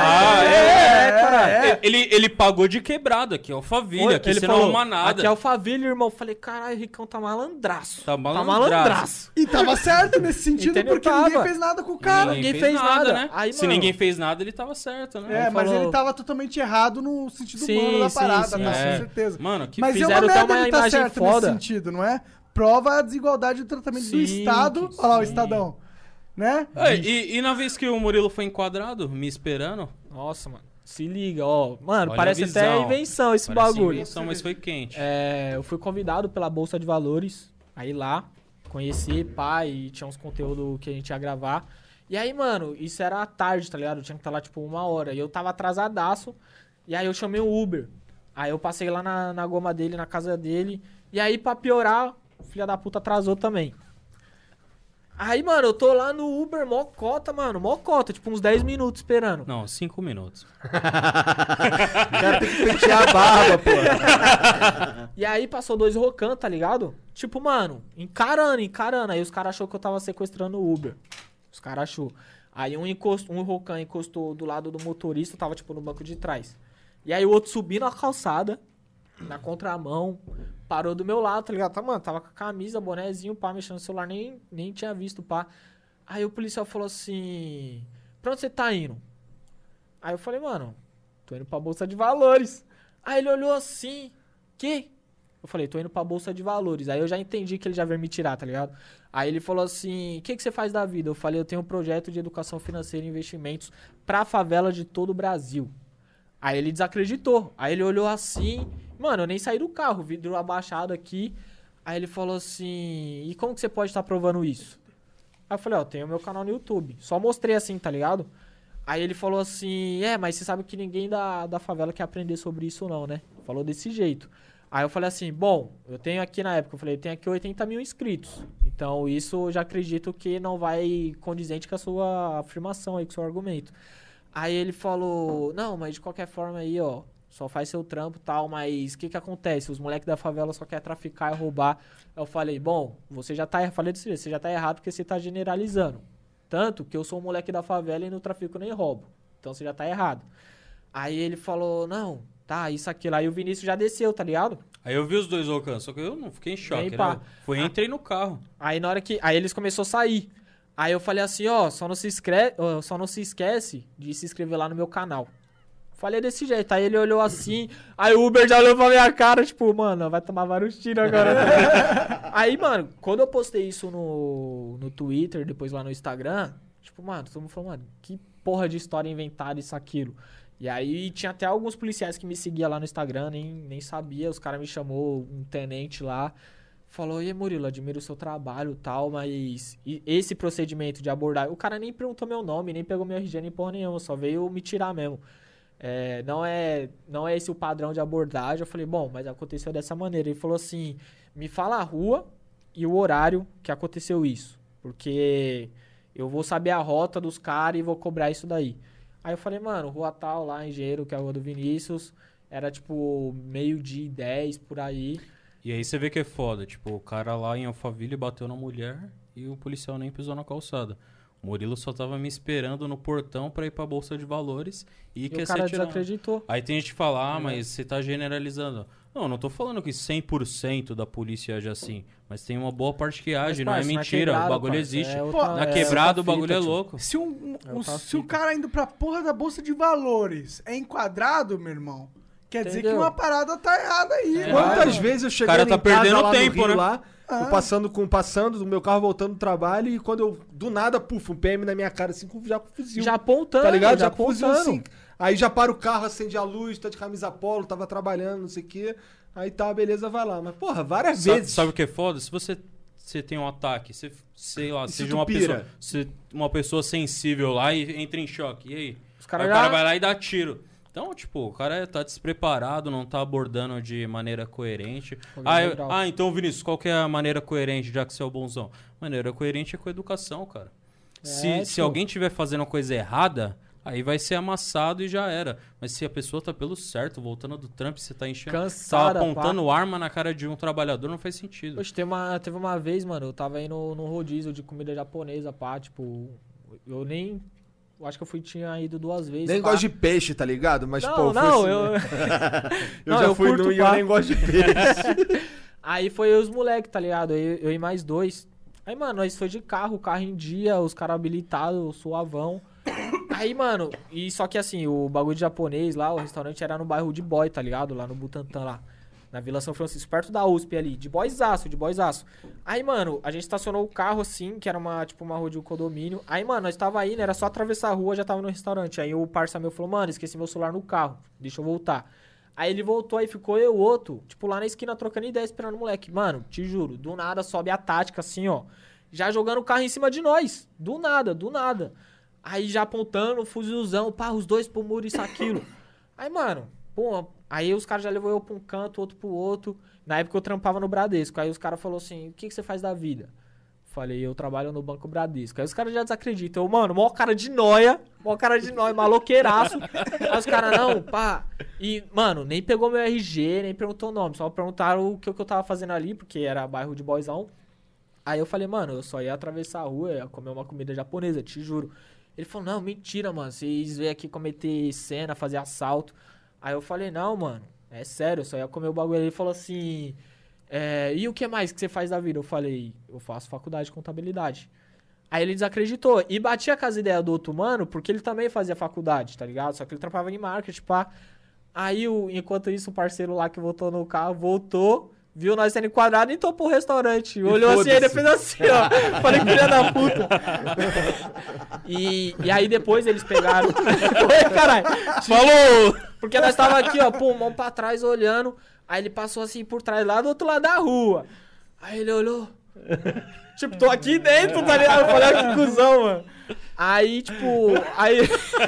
É. Ele pagou de quebrada, que é Alphaville, aqui ele você falou, não arruma nada. aqui é Alphaville, irmão. Falei, caralho, Ricão tá malandraço. Tá malandraço. E tava certo nesse sentido, Entendeu? porque ninguém Tava. fez nada com o cara. Ninguém fez nada. Aí, Se mano- ninguém fez nada, ele tava certo, né? É, Aí mas falou- ele tava totalmente errado no sentido Sim, humano da sim, parada, sim. tá? É. Com certeza. Mano, que Mas é uma fizeram até merda uma ele tá imagem certo foda. nesse sentido, não é? Prova a desigualdade do tratamento do Sim, Estado. que Olha lá o sim. Estadão. Né? E na vez que o Murilo foi enquadrado, me esperando, Nossa, mano. Se liga, ó. Mano, Olha parece a até visão. invenção esse parece bagulho. invenção, mas foi quente. É, eu fui convidado pela Bolsa de Valores, aí lá, conheci, pai, e tinha uns conteúdos que a gente ia gravar. E aí, mano, isso era à tarde, tá ligado? Eu tinha que estar lá, tipo, 1 hora. E eu tava atrasadaço, e aí eu chamei o Uber. Aí eu passei lá na goma dele, na casa dele. E aí, pra piorar, o filho da puta atrasou também. Aí, mano, eu tô lá no Uber, mocota, tipo uns 10 minutos esperando. Não, 5 minutos. O cara tem que pentear a barba, pô. E aí passou 2 Rocan, tá ligado? Tipo, mano, encarando. Aí os caras achou que eu tava sequestrando o Uber. Os caras achou. Aí um Rocan encostou do lado do motorista, tava tipo no banco de trás. E aí o outro subindo a calçada, na contramão, parou do meu lado, tá ligado? Tá, mano, tava com a camisa, bonézinho, pá, mexendo no celular, nem tinha visto, pá. Aí o policial falou assim, pra onde você tá indo? Aí eu falei, mano, tô indo pra Bolsa de Valores. Aí ele olhou assim, que? Eu falei, tô indo pra Bolsa de Valores. Aí eu já entendi que ele já veio me tirar, tá ligado? Aí ele falou assim, o que você faz da vida? Eu falei, eu tenho um projeto de educação financeira e investimentos pra favela de todo o Brasil. Aí ele desacreditou. Aí ele olhou assim, mano, eu nem saí do carro, vidro abaixado aqui. Aí ele falou assim, e como que você pode estar provando isso? Aí eu falei, ó, tenho meu canal no YouTube. Só mostrei assim, tá ligado? Aí ele falou assim, mas você sabe que ninguém da favela quer aprender sobre isso não, né? Falou desse jeito. Aí eu falei assim, bom, eu tenho aqui na época, eu falei, eu tenho aqui 80 mil inscritos. Então isso eu já acredito que não vai condizente com a sua afirmação aí, com o seu argumento. Aí ele falou, não, mas de qualquer forma aí, ó, só faz seu trampo e tal, mas o que acontece? Os moleques da favela só querem traficar e roubar. Eu falei, bom, você já tá errado porque você tá generalizando. Tanto que eu sou um moleque da favela e não trafico nem roubo. Então você já tá errado. Aí ele falou, não, tá, isso, aquilo. Aí o Vinícius já desceu, tá ligado? Aí eu vi os 2 Rocan, só que eu não fiquei em choque, Bem, né? Entrei no carro. Aí na hora que... Aí eles começaram a sair. Aí eu falei assim, ó, só não se esquece de se inscrever lá no meu canal. Falei desse jeito. Aí ele olhou assim, aí o Uber já olhou pra minha cara, tipo, mano, vai tomar vários tiros agora. Aí, mano, quando eu postei isso no Twitter, depois lá no Instagram, tipo, mano, todo mundo falou, mano, que porra de história inventada isso, aquilo. E aí tinha até alguns policiais que me seguiam lá no Instagram, nem sabia, os caras me chamou, um tenente lá, falou, e aí, Murilo, admiro o seu trabalho e tal, mas esse procedimento de abordar, o cara nem perguntou meu nome, nem pegou meu RG, nem porra nenhuma, só veio me tirar mesmo. Não é esse o padrão de abordagem. Eu falei, bom, mas aconteceu dessa maneira. Ele falou assim, me fala a rua e o horário que aconteceu isso, porque eu vou saber a rota dos caras e vou cobrar isso daí. Aí eu falei, mano, rua tal lá, Engenheiro, que é a rua do Vinícius, era tipo 12:10 por aí. E aí você vê que é foda, tipo, o cara lá em Alphaville bateu na mulher e o policial nem pisou na calçada. O Murilo só tava me esperando no portão pra ir pra Bolsa de Valores e quer o cara ser tirado. desacreditou. Aí tem gente que fala, mas você tá generalizando. Não tô falando que 100% da polícia age assim, mas tem uma boa parte que age, não é mentira, o bagulho existe. Na quebrada o bagulho é louco. Se o cara indo pra porra da Bolsa de Valores é enquadrado, meu irmão, quer dizer que uma parada tá errada aí. Quantas vezes eu cheguei cara tá em casa perdendo lá tempo, no Rio, né? lá, eu passando do meu carro, voltando do trabalho, e quando eu, do nada, um PM na minha cara, assim, já com fuzil. Já apontando, tá ligado? já com fuzil, apontando. assim. Aí já para o carro, acende a luz, tá de camisa polo, tava trabalhando, não sei o quê. Aí tá, beleza, vai lá. Mas, porra, várias vezes. Sabe o que é foda? Se você tem um ataque, você, sei lá, E se seja tu uma pira? pessoa, uma pessoa sensível lá e entra em choque, e aí? Os Aí caras o já... cara vai lá e dá tiro. Então, tipo, o cara tá despreparado, não tá abordando de maneira coerente. Então, Vinícius, qual que é a maneira coerente, já que você é o bonzão? Maneira coerente é com a educação, cara. Se alguém estiver fazendo uma coisa errada, aí vai ser amassado e já era. Mas se a pessoa tá pelo certo, voltando do trampo, você tá enchendo... Cansada, tá apontando arma na cara de um trabalhador, não faz sentido. Poxa, teve uma vez, mano, eu tava aí no rodízio de comida japonesa, pá, tipo... Eu acho que tinha ido 2 vezes. Nem pá. gosto de peixe, tá ligado? Mas, pô, eu já fui curto, e eu nem gosto de peixe. Aí foi os moleques, tá ligado? Eu e mais 2. Aí, mano, nós foi de carro em dia, os caras habilitados, suavão. Aí, mano, só que assim, o bagulho de japonês lá, o restaurante era no bairro de Boy, tá ligado? Lá no Butantã, lá. Na Vila São Francisco, perto da USP ali, de boyzaço. Aí, mano, a gente estacionou o carro assim, que era uma rua de um condomínio. Aí, mano, nós tava indo, era só atravessar a rua, já tava no restaurante. Aí o parça meu falou, mano, esqueci meu celular no carro, deixa eu voltar. Aí ele voltou, aí ficou eu, outro, tipo, lá na esquina trocando ideia, esperando o moleque. Mano, te juro, do nada sobe a tática assim, ó, já jogando o carro em cima de nós. Do nada. Aí já apontando, fuzilzão, pá, os dois pro muro, isso, aquilo. Aí, mano... Pô, aí os caras já levou eu pra um canto, outro pro outro. Na época eu trampava no Bradesco. Aí os caras falaram assim, o que você faz da vida? Falei, eu trabalho no Banco Bradesco. Aí os caras já desacreditam. Eu, mano, maior cara de nóia, maloqueiraço. Aí os caras, não, pá. E, mano, nem pegou meu RG, nem perguntou o nome. Só perguntaram o que eu tava fazendo ali, porque era bairro de boyzão. Aí eu falei, mano, eu só ia atravessar a rua, ia comer uma comida japonesa, te juro. Ele falou, não, mentira, mano, vocês vêm aqui cometer cena, fazer assalto. Aí eu falei, não, mano, é sério, eu só ia comer o bagulho. Ele falou assim, e o que mais que você faz da vida? Eu falei, eu faço faculdade de contabilidade. Aí ele desacreditou e batia com as ideias do outro mano, porque ele também fazia faculdade, tá ligado? Só que ele trabalhava em marketing, pá. Aí, enquanto isso, o parceiro lá que voltou no carro, voltou... Viu nós sendo enquadrados e entrou pro restaurante. Olhou assim, ele fez assim, ó. Falei, filha da puta. E aí depois eles pegaram... Oi, caralho. Falou! Porque nós tava aqui, ó, pô, mão pra trás, olhando. Aí ele passou assim por trás, lá do outro lado da rua. Aí ele olhou. Tipo, tô aqui dentro, tá ligado? Eu falei, que cuzão, mano. Aí, tipo... Aí...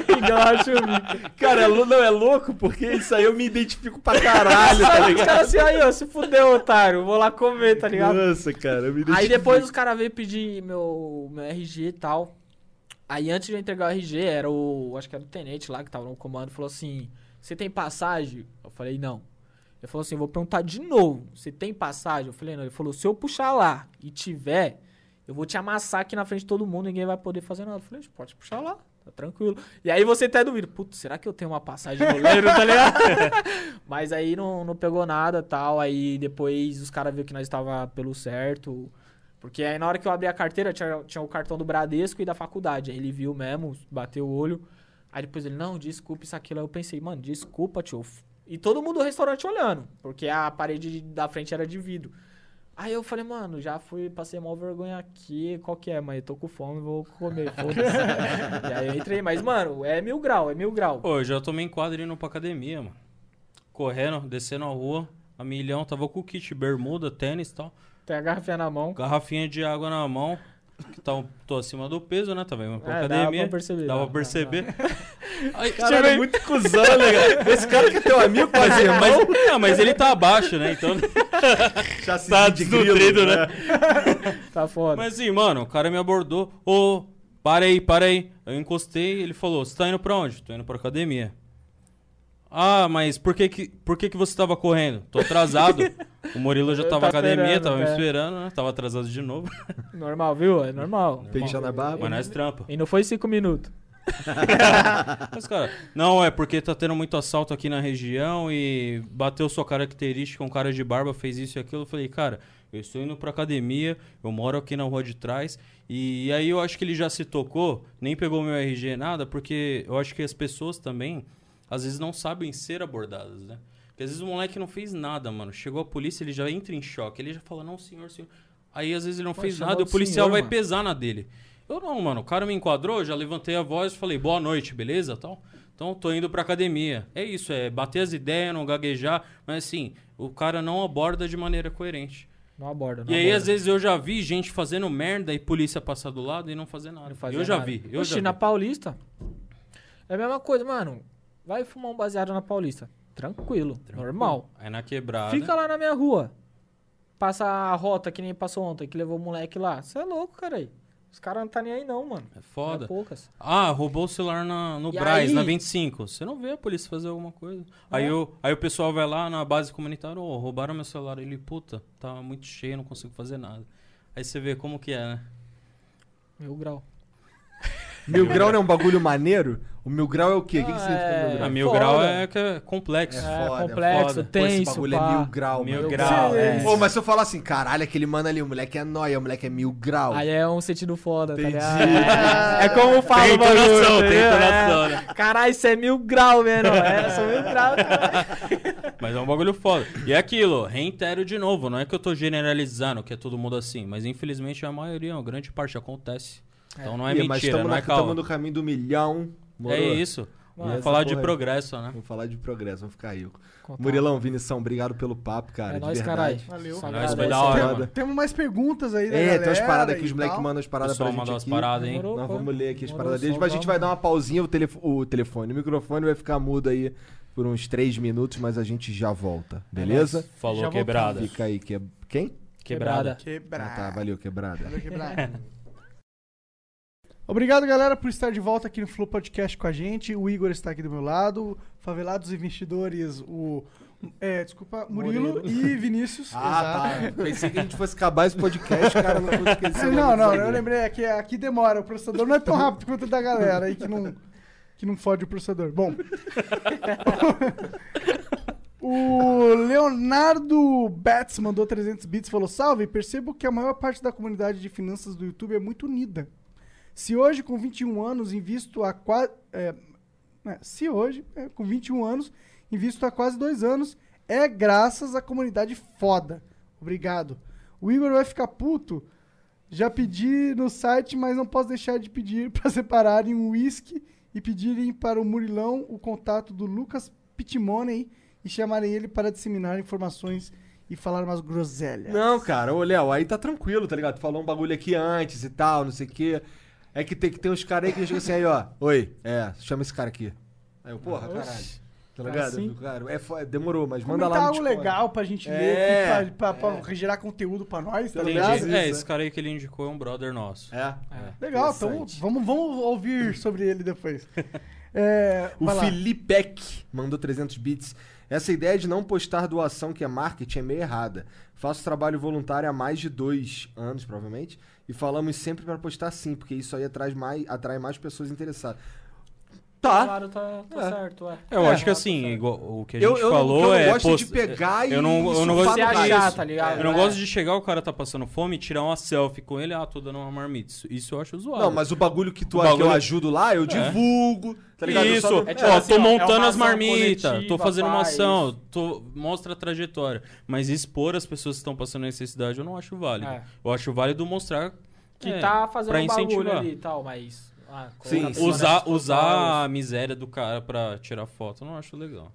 Cara, não é louco, porque isso aí eu me identifico pra caralho, tá ligado? Os caras assim, aí, ó, se fudeu, otário. Vou lá comer, tá ligado? Nossa, cara, eu me identifico. Aí depois os caras veio pedir meu RG e tal. Aí antes de eu entregar o RG, era o... Acho que era o tenente lá que tava no comando. Falou assim, você tem passagem? Eu falei, não. Ele falou assim, vou perguntar de novo. Você tem passagem? Eu falei, não. Ele falou, se eu puxar lá e tiver, eu vou te amassar aqui na frente de todo mundo, ninguém vai poder fazer nada. Eu falei, pode puxar lá, tá tranquilo. E aí você até duvida, putz, será que eu tenho uma passagem no goleiro, tá ligado? Mas aí não pegou nada e tal. Aí depois os caras viram que nós estava pelo certo. Porque aí na hora que eu abri a carteira, tinha o cartão do Bradesco e da faculdade. Aí ele viu mesmo, bateu o olho. Aí depois ele, não, desculpa isso, aquilo. Aí eu pensei, mano, desculpa, tio. E todo mundo do restaurante olhando, porque a parede da frente era de vidro. Aí eu falei, mano, já passei mal vergonha aqui, qual que é, mãe? Eu tô com fome, vou comer, foda-se. E aí eu entrei, mas, mano, é 1000 graus. Pô, eu já tomei enquadro indo pra academia, mano. Correndo, descendo a rua, a milhão, tava com o kit, bermuda, tênis e tal. Tem a garrafinha na mão. Garrafinha de água na mão. Tô acima do peso, né? Tava indo pra Dava academia. pra perceber. Dava pra perceber. Aí, Caralho, é muito cuzão, né? Esse cara que é teu amigo, quase irmão. mas ele tá abaixo, né? Então Já se tá de desnutrido, né? Tá foda. Mas assim, mano, o cara me abordou. Ô, parei. Eu encostei, ele falou, você tá indo pra onde? Tô indo pra academia. Ah, mas por que você tava correndo? Tô atrasado. O Murilo já tava na academia, tava me esperando, né? Tava atrasado de novo. Normal, viu? É normal. Pentear na barba. Mas nós trampa. E não foi 5 minutos. Mas, cara, não, é porque tá tendo muito assalto aqui na região e bateu sua característica, um cara de barba fez isso e aquilo. Eu falei, cara, eu estou indo pra academia, eu moro aqui na rua de trás. E aí eu acho que ele já se tocou, nem pegou meu RG nada, porque eu acho que as pessoas também, às vezes, não sabem ser abordadas, né? Porque às vezes o moleque não fez nada, mano. Chegou a polícia, ele já entra em choque. Ele já fala, não, senhor. Aí às vezes ele não fez nada e o policial vai pesar na dele. Eu não, mano. O cara me enquadrou, já levantei a voz e falei, boa noite, beleza? Tal. Então, tô indo pra academia. É isso, é bater as ideias, não gaguejar. Mas assim, o cara não aborda de maneira coerente. Não aborda, E aí, às vezes, eu já vi gente fazendo merda e polícia passar do lado e não fazer nada. Eu já vi. Oxi, na Paulista, é a mesma coisa, mano. Vai fumar um baseado na Paulista. Tranquilo. Normal. Aí na quebrada. Fica lá na minha rua. Passa a rota que nem passou ontem, que levou o moleque lá. Você é louco, cara aí. Os caras não tá nem aí não, mano. É foda. É poucas. Ah, roubou o celular no Braz, na 25. Você não vê a polícia fazer alguma coisa. Aí o pessoal vai lá na base comunitária, roubaram meu celular. Ele, puta, tá muito cheio, não consigo fazer nada. Aí você vê como que é, né? 1000 grau. 1000 grau não é um bagulho maneiro? O 1000 grau é o quê? O que significa 1000 grau? A 1000 grau é que é complexo. É complexo, Pô, esse tenso, bagulho pá. é 1000 grau, 1000 mano. grau, Pô, mas se eu falar assim, caralho, aquele mano ali, o moleque é nóia, o moleque é 1000 grau. Aí é um sentido foda, Entendi. tá ligado? É como fala Tem o bagulho, entonação, tá tem ligado? entonação, né? Caralho, isso é 1000 grau, mano. São 1000 graus, caralho. Mas é um bagulho foda. E é aquilo, reitero de novo, não é que eu tô generalizando que é todo mundo assim, mas infelizmente a maioria, uma grande parte acontece. Então não é Mas mentira, não é estamos calma. no caminho do 1 milhão. Morou? É isso. Vamos Essa falar de porra aí. progresso, né? Vamos falar de progresso, vamos ficar rico. Contar. Murilão, Vinição, obrigado pelo papo, cara. É de nóis, verdade. caralho. Valeu. Só Nós agradece. foi da hora, Foda. mano. Temos mais perguntas aí da É, galera. tem umas paradas aqui, e os moleques tal. mandam as paradas pra Pessoal gente mandou umas aqui. paradas, hein? Demorou, Nós pô. vamos ler aqui as Demorou, paradas deles, só mas a gente vai vamos. dar uma pausinha, o telefone, o microfone vai ficar mudo aí por uns 3 minutos, mas a gente já volta, beleza? Falou, Já quebrada. Fica aí, quem? Quebrada. Ah, tá, valeu, quebrada. Valeu, quebrada. Obrigado, galera, por estar de volta aqui no Flow Podcast com a gente. O Igor está aqui do meu lado. Favelados Investidores, Murilo e Vinícius. Ah, tá. Pensei que a gente fosse acabar esse podcast, cara, não fosse esquecer. Não, eu lembrei que aqui demora. O processador não é tão rápido quanto o da galera aí que não fode o processador. Bom. O Leonardo Betts mandou 300 bits e falou: salve, percebo que a maior parte da comunidade de finanças do YouTube é muito unida. Se hoje, com 21 anos, invisto há quase... com 21 anos, invisto há quase 2 anos, é graças à comunidade foda. Obrigado. O Igor vai ficar puto. Já pedi no site, mas não posso deixar de pedir para separarem um whisky e pedirem para o Murilão o contato do Lucas Pitmoney e chamarem ele para disseminar informações e falar umas groselhas. Não, cara, ô Léo, aí tá tranquilo, tá ligado? Tu falou um bagulho aqui antes e tal, não sei o quê. É que tem uns caras aí que chegam assim, aí, ó. Oi, chama esse cara aqui. Aí eu, porra, caralho. Tá ligado? Assim? Cara, demorou, mas manda Comentar lá no algo Discord. legal pra gente ler aqui, pra gerar conteúdo pra nós, tá ligado? Entendi. Esse cara aí que ele indicou é um brother nosso. Legal, então vamos ouvir sobre ele depois. O vai lá. Filipek mandou 300 bits. Essa ideia de não postar doação, que é marketing, é meio errada. Faço trabalho voluntário há mais de 2 anos, provavelmente, e falamos sempre para postar sim, porque isso aí atrai mais pessoas interessadas. Tá. Claro, tá certo, Eu acho que assim, igual o que a gente falou eu é... não gosto de pegar e eu não surfar gosto no se gás. achar, tá ligado? Eu não gosto de chegar, o cara tá passando fome e tirar uma selfie com ele, tô dando uma marmita. Isso eu acho zoado. Não, mas o bagulho que O bagulho- que eu ajudo lá, eu divulgo, tá ligado? Eu Isso, só não- É tipo ó, assim, tô ó, é montando uma as ação marmitas, tô coletiva, fazendo uma faz. ação, mostra a trajetória. Mas expor as pessoas que estão passando necessidade eu não acho válido. É. Eu acho válido mostrar Que tá fazendo pra um bagulho incentivar. ali e tal, mas... Sim, colocar a pessoa nessa Usar situação, a miséria do cara pra tirar foto, eu não acho legal.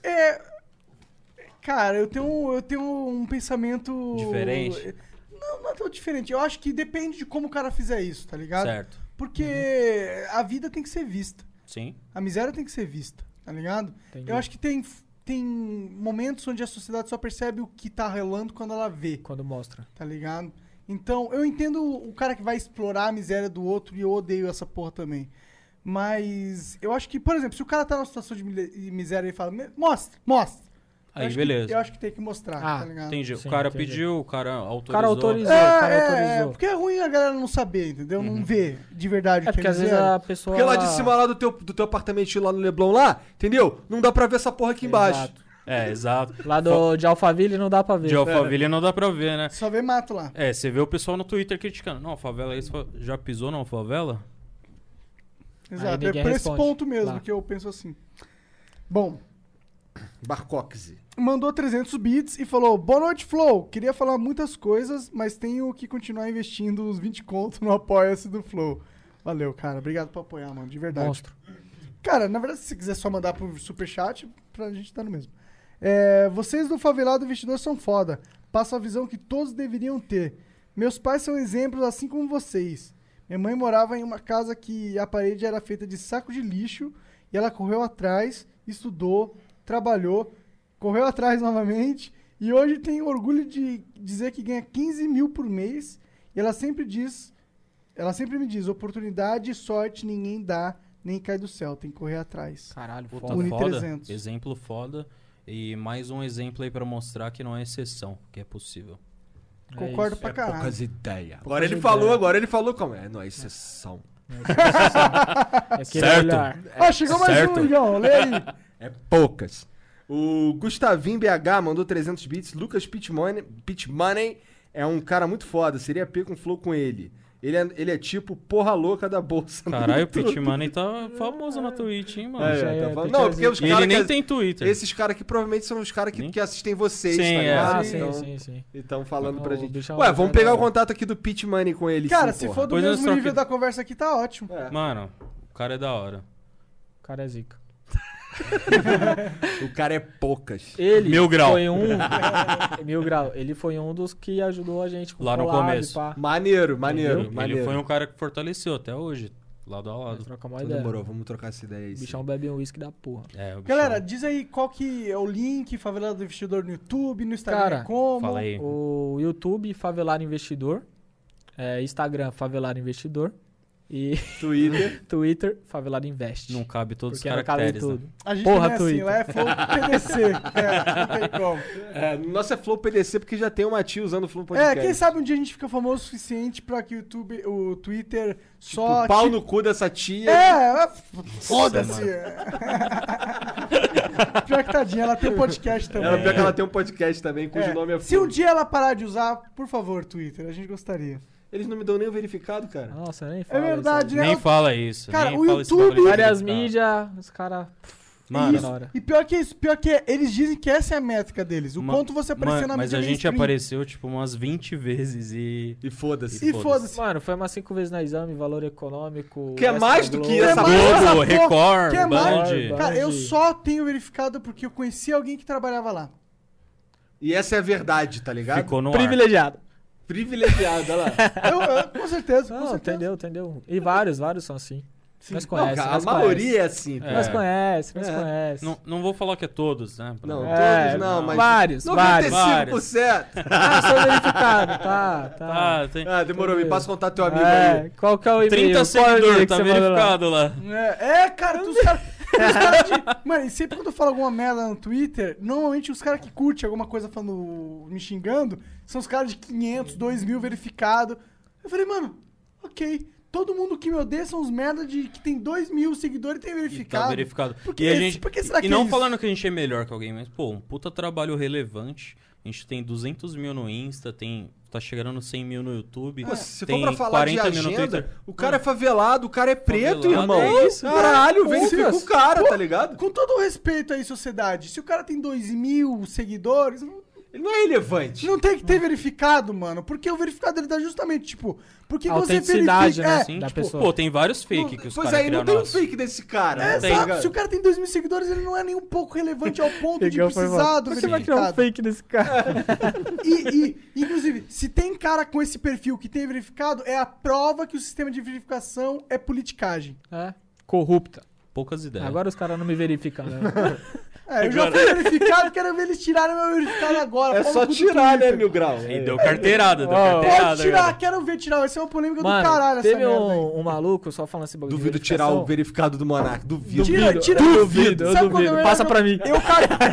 Cara, eu tenho um pensamento... Diferente? Não é tão diferente. Eu acho que depende de como o cara fizer isso, tá ligado? Certo. Porque a vida tem que ser vista. Sim. A miséria tem que ser vista, tá ligado? Entendi. Eu acho que tem momentos onde a sociedade só percebe o que tá rolando quando ela vê, Quando mostra. tá ligado? Então, eu entendo o cara que vai explorar a miséria do outro e eu odeio essa porra também. Mas eu acho que, por exemplo, se o cara tá numa situação de miséria e fala, mostra. Eu Aí, acho beleza. eu acho que tem que mostrar, tá ligado? Entendi. Sim, o cara entendi. pediu, o cara autorizou. O cara autorizou, o cara autorizou. Porque é ruim a galera não saber, entendeu? Não ver de verdade o É que porque é às vezes miséria. a pessoa... Porque lá de cima lá do teu apartamentinho lá no Leblon lá, entendeu? Não dá pra ver essa porra aqui embaixo. Exato. Exato. Lá de Alphaville não dá pra ver. De Alphaville não dá pra ver, né? Só vê mato lá. Você vê o pessoal no Twitter criticando. Não, a favela aí, já pisou na favela? Exato, é ninguém por esse responde. ponto mesmo Lá. que eu penso assim. Bom, Barcoxe. mandou 300 bits e falou: boa noite, Flow. Queria falar muitas coisas, mas tenho que continuar investindo os 20 conto no Apoia-se do Flow. Valeu, cara. Obrigado por apoiar, mano. De verdade. Monstro. Cara, na verdade, se você quiser só mandar pro superchat, pra gente tá no mesmo. Vocês do Favelado Investidor são foda. Passam a visão que todos deveriam ter. Meus pais são exemplos assim como vocês. Minha mãe morava em uma casa que a parede era feita de saco de lixo e ela correu atrás, estudou, trabalhou, correu atrás novamente e hoje tem orgulho de dizer que ganha 15 mil por mês e ela sempre me diz, oportunidade e sorte ninguém dá, nem cai do céu, tem que correr atrás. Caralho, Puta, foda. Uni foda. 300. Exemplo foda. E mais um exemplo aí pra mostrar que não é exceção, que é possível. Concordo isso. pra caralho. Poucas ideias. Poucas Agora ele falou como é. Não é exceção. É aquele Certo. olhar. Ó, chegou mais certo. um, Igão, lê aí. É poucas. O Gustavinho BH mandou 300 bits. Lucas Pitmoney é um cara muito foda. Seria P com flow com ele. Ele é tipo porra louca da bolsa. Caralho, o Pit Money tá famoso na Twitch, hein, mano? Já é, tá falando. Pitch Não, porque os E ele caras nem que... tem Twitter. Esses caras aqui provavelmente são os caras Nem- que assistem vocês, Sim, tá é. ligado? Ah, Então, sim. estão falando pra O gente. bichão Ué, é vamos da pegar o hora. contato aqui do Pitmoney com ele. Cara, sim, se porra. for do Pois mesmo nós nível troca- da conversa aqui, tá ótimo. Mano, o cara é da hora. O cara é zica. O cara é poucas. Ele Mil grau. foi um... Mil grau. Ele foi um dos que ajudou a gente com Lá no collab, começo. pá. Maneiro. Ele foi um cara que fortaleceu até hoje. lado a Nós lado. trocamos uma Então ideia. demorou, vamos trocar essa ideia aí. O sim. bichão bebe um uísque da porra. É, o bichão. Galera, diz aí qual que é o link, Favelado do Investidor no YouTube, no Instagram Cara, é como. Fala aí. O YouTube, Favelado Investidor. Instagram, Favelado Investidor. E Twitter, Favelado Invest. Não cabe todos os Porque não cabe caracteres, né? tudo. A gente Porra, não é assim, Twitter. lá é Flow PDC. Não tem como. No nosso é Flow PDC porque já tem uma tia usando o Flow Podcast. Quem sabe um dia a gente fica famoso o suficiente pra que o Twitter Tipo, só... pau no cu dessa tia. Foda-se. Pior que tadinha, ela tem podcast também. Ela, pior que ela tem um podcast também, cujo nome é Se Flow. um dia ela parar de usar, por favor, Twitter, a gente gostaria. Eles não me dão nem o verificado, cara. Nossa, nem fala. É verdade, né? Nem fala isso. Cara, nem o fala esse YouTube- bagulho de Várias verificado. mídias, os caras. Mano, na hora. E pior que isso, pior que eles dizem que essa é a métrica deles. O quanto você aparecer na Mas mídia a gente mainstream. apareceu, tipo, umas 20 vezes e... E foda-se. E foda-se. Mano, foi umas 5 vezes na exame, valor econômico. Que é Extra mais do Globo. que essa mais essa Globo, porra, Record, que é mais- Band. Cara, eu Band. só tenho verificado porque eu conheci alguém que trabalhava lá. E essa é a verdade, tá ligado? Ficou no ar. Privilegiado. Privilegiado, olha lá. Com certeza, com Não, certeza. entendeu. E vários são assim. Nós Não, conhecemos. cara, a maioria é assim, pô. Nós conhecemos. Não vou falar que é todos, né? Não, É, todos não, mas... vários. 95%. Ah, sou verificado. Tá. Tem... Demorou. Me passa contar teu amigo É, aí. qual que é o e-mail? 30 Qual é o seguidores, e-mail que tá você manda lá? verificado lá. Cara, Mano, e sempre quando eu falo alguma merda no Twitter, normalmente os caras que curtem alguma coisa falando, me xingando, são os caras de 500, 2.000 verificado. Eu falei, mano, ok. Todo mundo que me odeia são os merda que tem 2.000 seguidores e tem E verificado. tá verificado. Por que E a esse- gente, por que será que e não é isso? falando que a gente é melhor que alguém, mas, pô, um puta trabalho relevante. A gente tem 200 mil no Insta, tá chegando no 100 mil no YouTube. Pô, se tem for pra falar de 40 mil no agenda, Twitter. o cara é favelado, o cara é preto, Favelado, irmão. é isso. Caralho, Pô, verifica o cara, tá ligado? Com todo o respeito aí, sociedade, se o cara tem 2.000 seguidores, Ele não é relevante. não tem que ter verificado, mano. Porque o verificado ele dá justamente, tipo, por que você Autenticidade, verifica? né? Sim, Da tipo, pessoa. pô, tem vários fake que os Pois caras aí, não criaram. tem um nossa. fake desse cara. É, tá exato. ligado? Se o cara tem 2.000 seguidores, ele não é nem um pouco relevante ao ponto de Legal, foi precisar mal. do Você vai criar um verificado. fake desse cara. Inclusive, se tem cara com esse perfil que tem verificado, é a prova que o sistema de verificação é politicagem. É. Corrupta. Poucas ideias. Agora os caras não me verificam, né? Eu já fui verificado, quero ver eles tirarem meu verificado agora. É Pau só no cu do tirar, né, Twitter. Mil Grau? E deu carteirada, deu Ó, carteirada. Pode tirar, galera. quero ver tirar. Vai ser uma polêmica Mano, do caralho essa teve merda. aí. um maluco, só falando esse bagulho de Duvido tirar verificação. o verificado do Monark. Duvido. Tira, Eu duvido. Sabe qual que é o Passa melhor? pra mim. Eu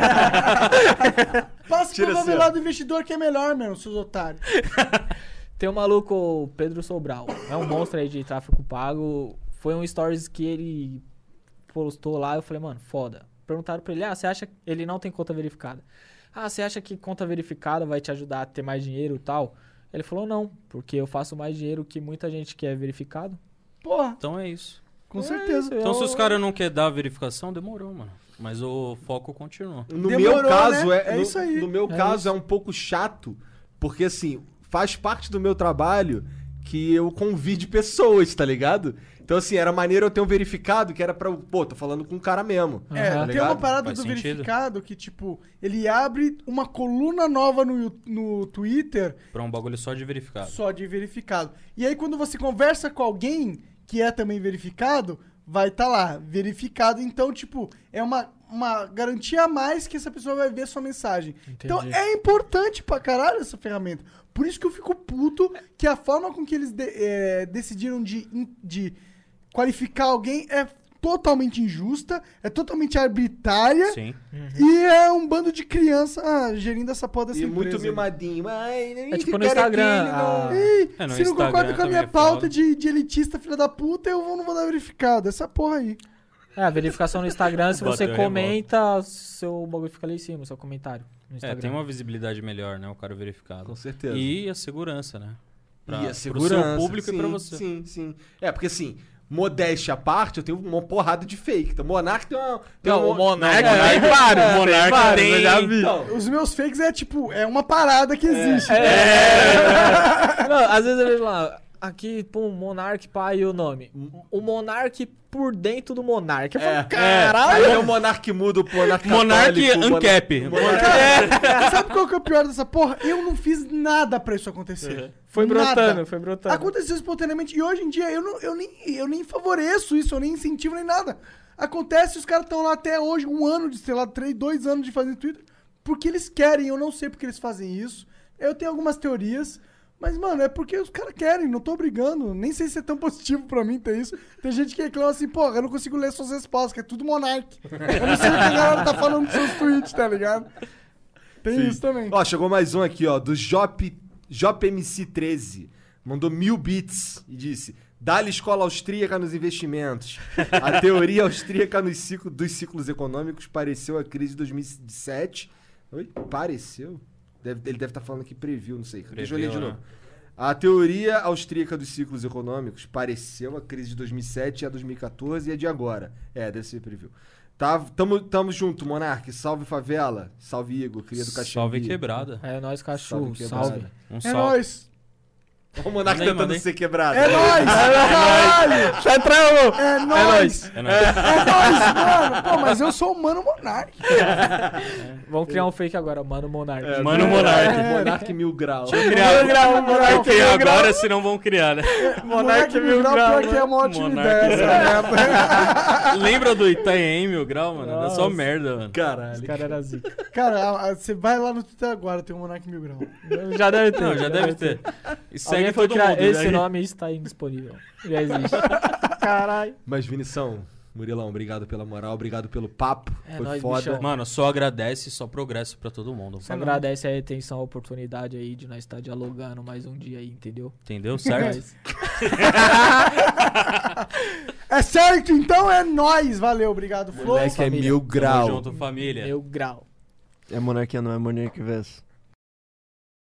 Passa Tira pro assim, meu ó. lado do investidor que é melhor mesmo, seus otários. Tem um maluco, o Pedro Sobral. É um monstro aí de tráfego pago. Foi um stories que ele postou lá. Eu falei, mano, foda. Perguntaram pra ele, você acha que ele não tem conta verificada? Você acha que conta verificada vai te ajudar a ter mais dinheiro e tal? Ele falou, não, porque eu faço mais dinheiro que muita gente que é verificado. Porra, Então é isso. com certeza. Então se os caras não querem dar a verificação, demorou, mano. Mas o foco continua. No Demorou, meu caso, né? é É no, isso aí. No meu caso, é um pouco chato, porque assim, faz parte do meu trabalho que eu convide pessoas, tá ligado? Então, assim, era maneiro eu ter um verificado que era pra. Pô, tô falando com um cara mesmo. É, tá tem ligado? uma parada Faz do sentido. verificado que, tipo, ele abre uma coluna nova no Twitter Pra um bagulho só de verificado. só de verificado. E aí, quando você conversa com alguém que é também verificado, vai estar lá, verificado. Então, tipo, é uma garantia a mais que essa pessoa vai ver sua mensagem. Então, é importante pra caralho essa ferramenta. Por isso que eu fico puto que a forma com que eles decidiram de qualificar alguém é totalmente injusta, é totalmente arbitrária Sim. e é um bando de criança gerindo essa porra dessa E empresa. muito mimadinho. É tipo no Instagram. Ei, É, no se não Instagram concorda com a também minha é pauta foda. de elitista, filha da puta, eu não vou dar verificado. Essa porra aí. A verificação no Instagram, se você Bateu a comenta, seu bagulho fica ali em cima, seu comentário. No Instagram. Tem uma visibilidade melhor, né? O cara verificado. Com certeza. E a segurança, né? E a Pro segurança. seu público sim, e pra você. Sim, sim. É, porque assim, modéstia à parte, eu tenho uma porrada de fake. Então, Monark tem uma. Não, o Monark Monark- tem vários. o Monark vários, tem- eu já vi. Então, Os meus fakes é tipo, é uma parada que existe. Não, às vezes eu vejo lá, aqui, pum, Monark, pai, e o nome. O Monark por dentro do Monark. Eu falo, caralho! Aí é o Monark muda o Monark Monark Ancap. Sabe qual que é o pior dessa porra? Eu não fiz nada pra isso acontecer. Foi Nada. brotando. Aconteceu espontaneamente. E hoje em dia eu nem favoreço isso, eu nem incentivo nem nada. Acontece, os caras estão lá até hoje, 1 ano de, sei lá, 2 anos de fazer Twitter, porque eles querem, eu não sei porque eles fazem isso. Eu tenho algumas teorias, mas, mano, é porque os caras querem, não tô obrigando. Nem sei se é tão positivo pra mim ter isso. Tem gente que reclama assim, porra, eu não consigo ler suas respostas, que é tudo Monark. Eu não sei o que a galera tá falando dos seus tweets, tá ligado? Tem isso também. Ó, chegou mais um aqui, ó, do JopMC13. Mandou 1000 bits e disse: dá-lhe escola austríaca nos investimentos. A teoria austríaca dos ciclos econômicos pareceu a crise de 2007. Oi? Pareceu? Ele deve estar falando que previu, não sei. Deixa eu ler de novo. A teoria austríaca dos ciclos econômicos pareceu a crise de 2007 e a 2014 e a de agora. Deve ser previu. Tamo junto, Monark. Salve, favela. Salve, Igor, cria do Caxambi. Salve, quebrada. É nóis, cachorro. Salve. Um É salve. nóis. O Monark Mandei, tentando mandei. ser quebrado. É nóis. Caralho. Já travou! É nóis. É nóis. É nóis, mano. Pô, mas eu sou o Mano Monark. Vamos criar um fake agora, Mano Monark. Mano Monark. Monark 1000 graus. Eu Monark criei Mil agora, Grau. senão vão criar, né? Monark Mil Grau, pior que é uma ótima Monark ideia Mil essa merda. Lembra do Itaém Mil Grau, mano? Era só Nossa. merda, mano. Caralho. Esse cara era zica. Cara, você vai lá no Twitter agora, tem o Monark Mil Grau. Já deve ter. Não, já deve ter. E segue Alguém foi todo criar. mundo, Esse né? nome está indisponível. Já existe. Caralho. Mas, Vinição, Murilão, obrigado pela moral, obrigado pelo papo. É Foi nóis, foda. bichão. Mano, só agradece, só progresso pra todo mundo. Só agradece a atenção, a oportunidade aí de nós estar dialogando mais um dia aí, entendeu? Entendeu? Certo? Mas- É certo, então é nóis. Valeu, obrigado, Flow. Moleque é família. 1000 Tamo grau. junto, família. Meu grau. É monarquia, não é monarquia verso.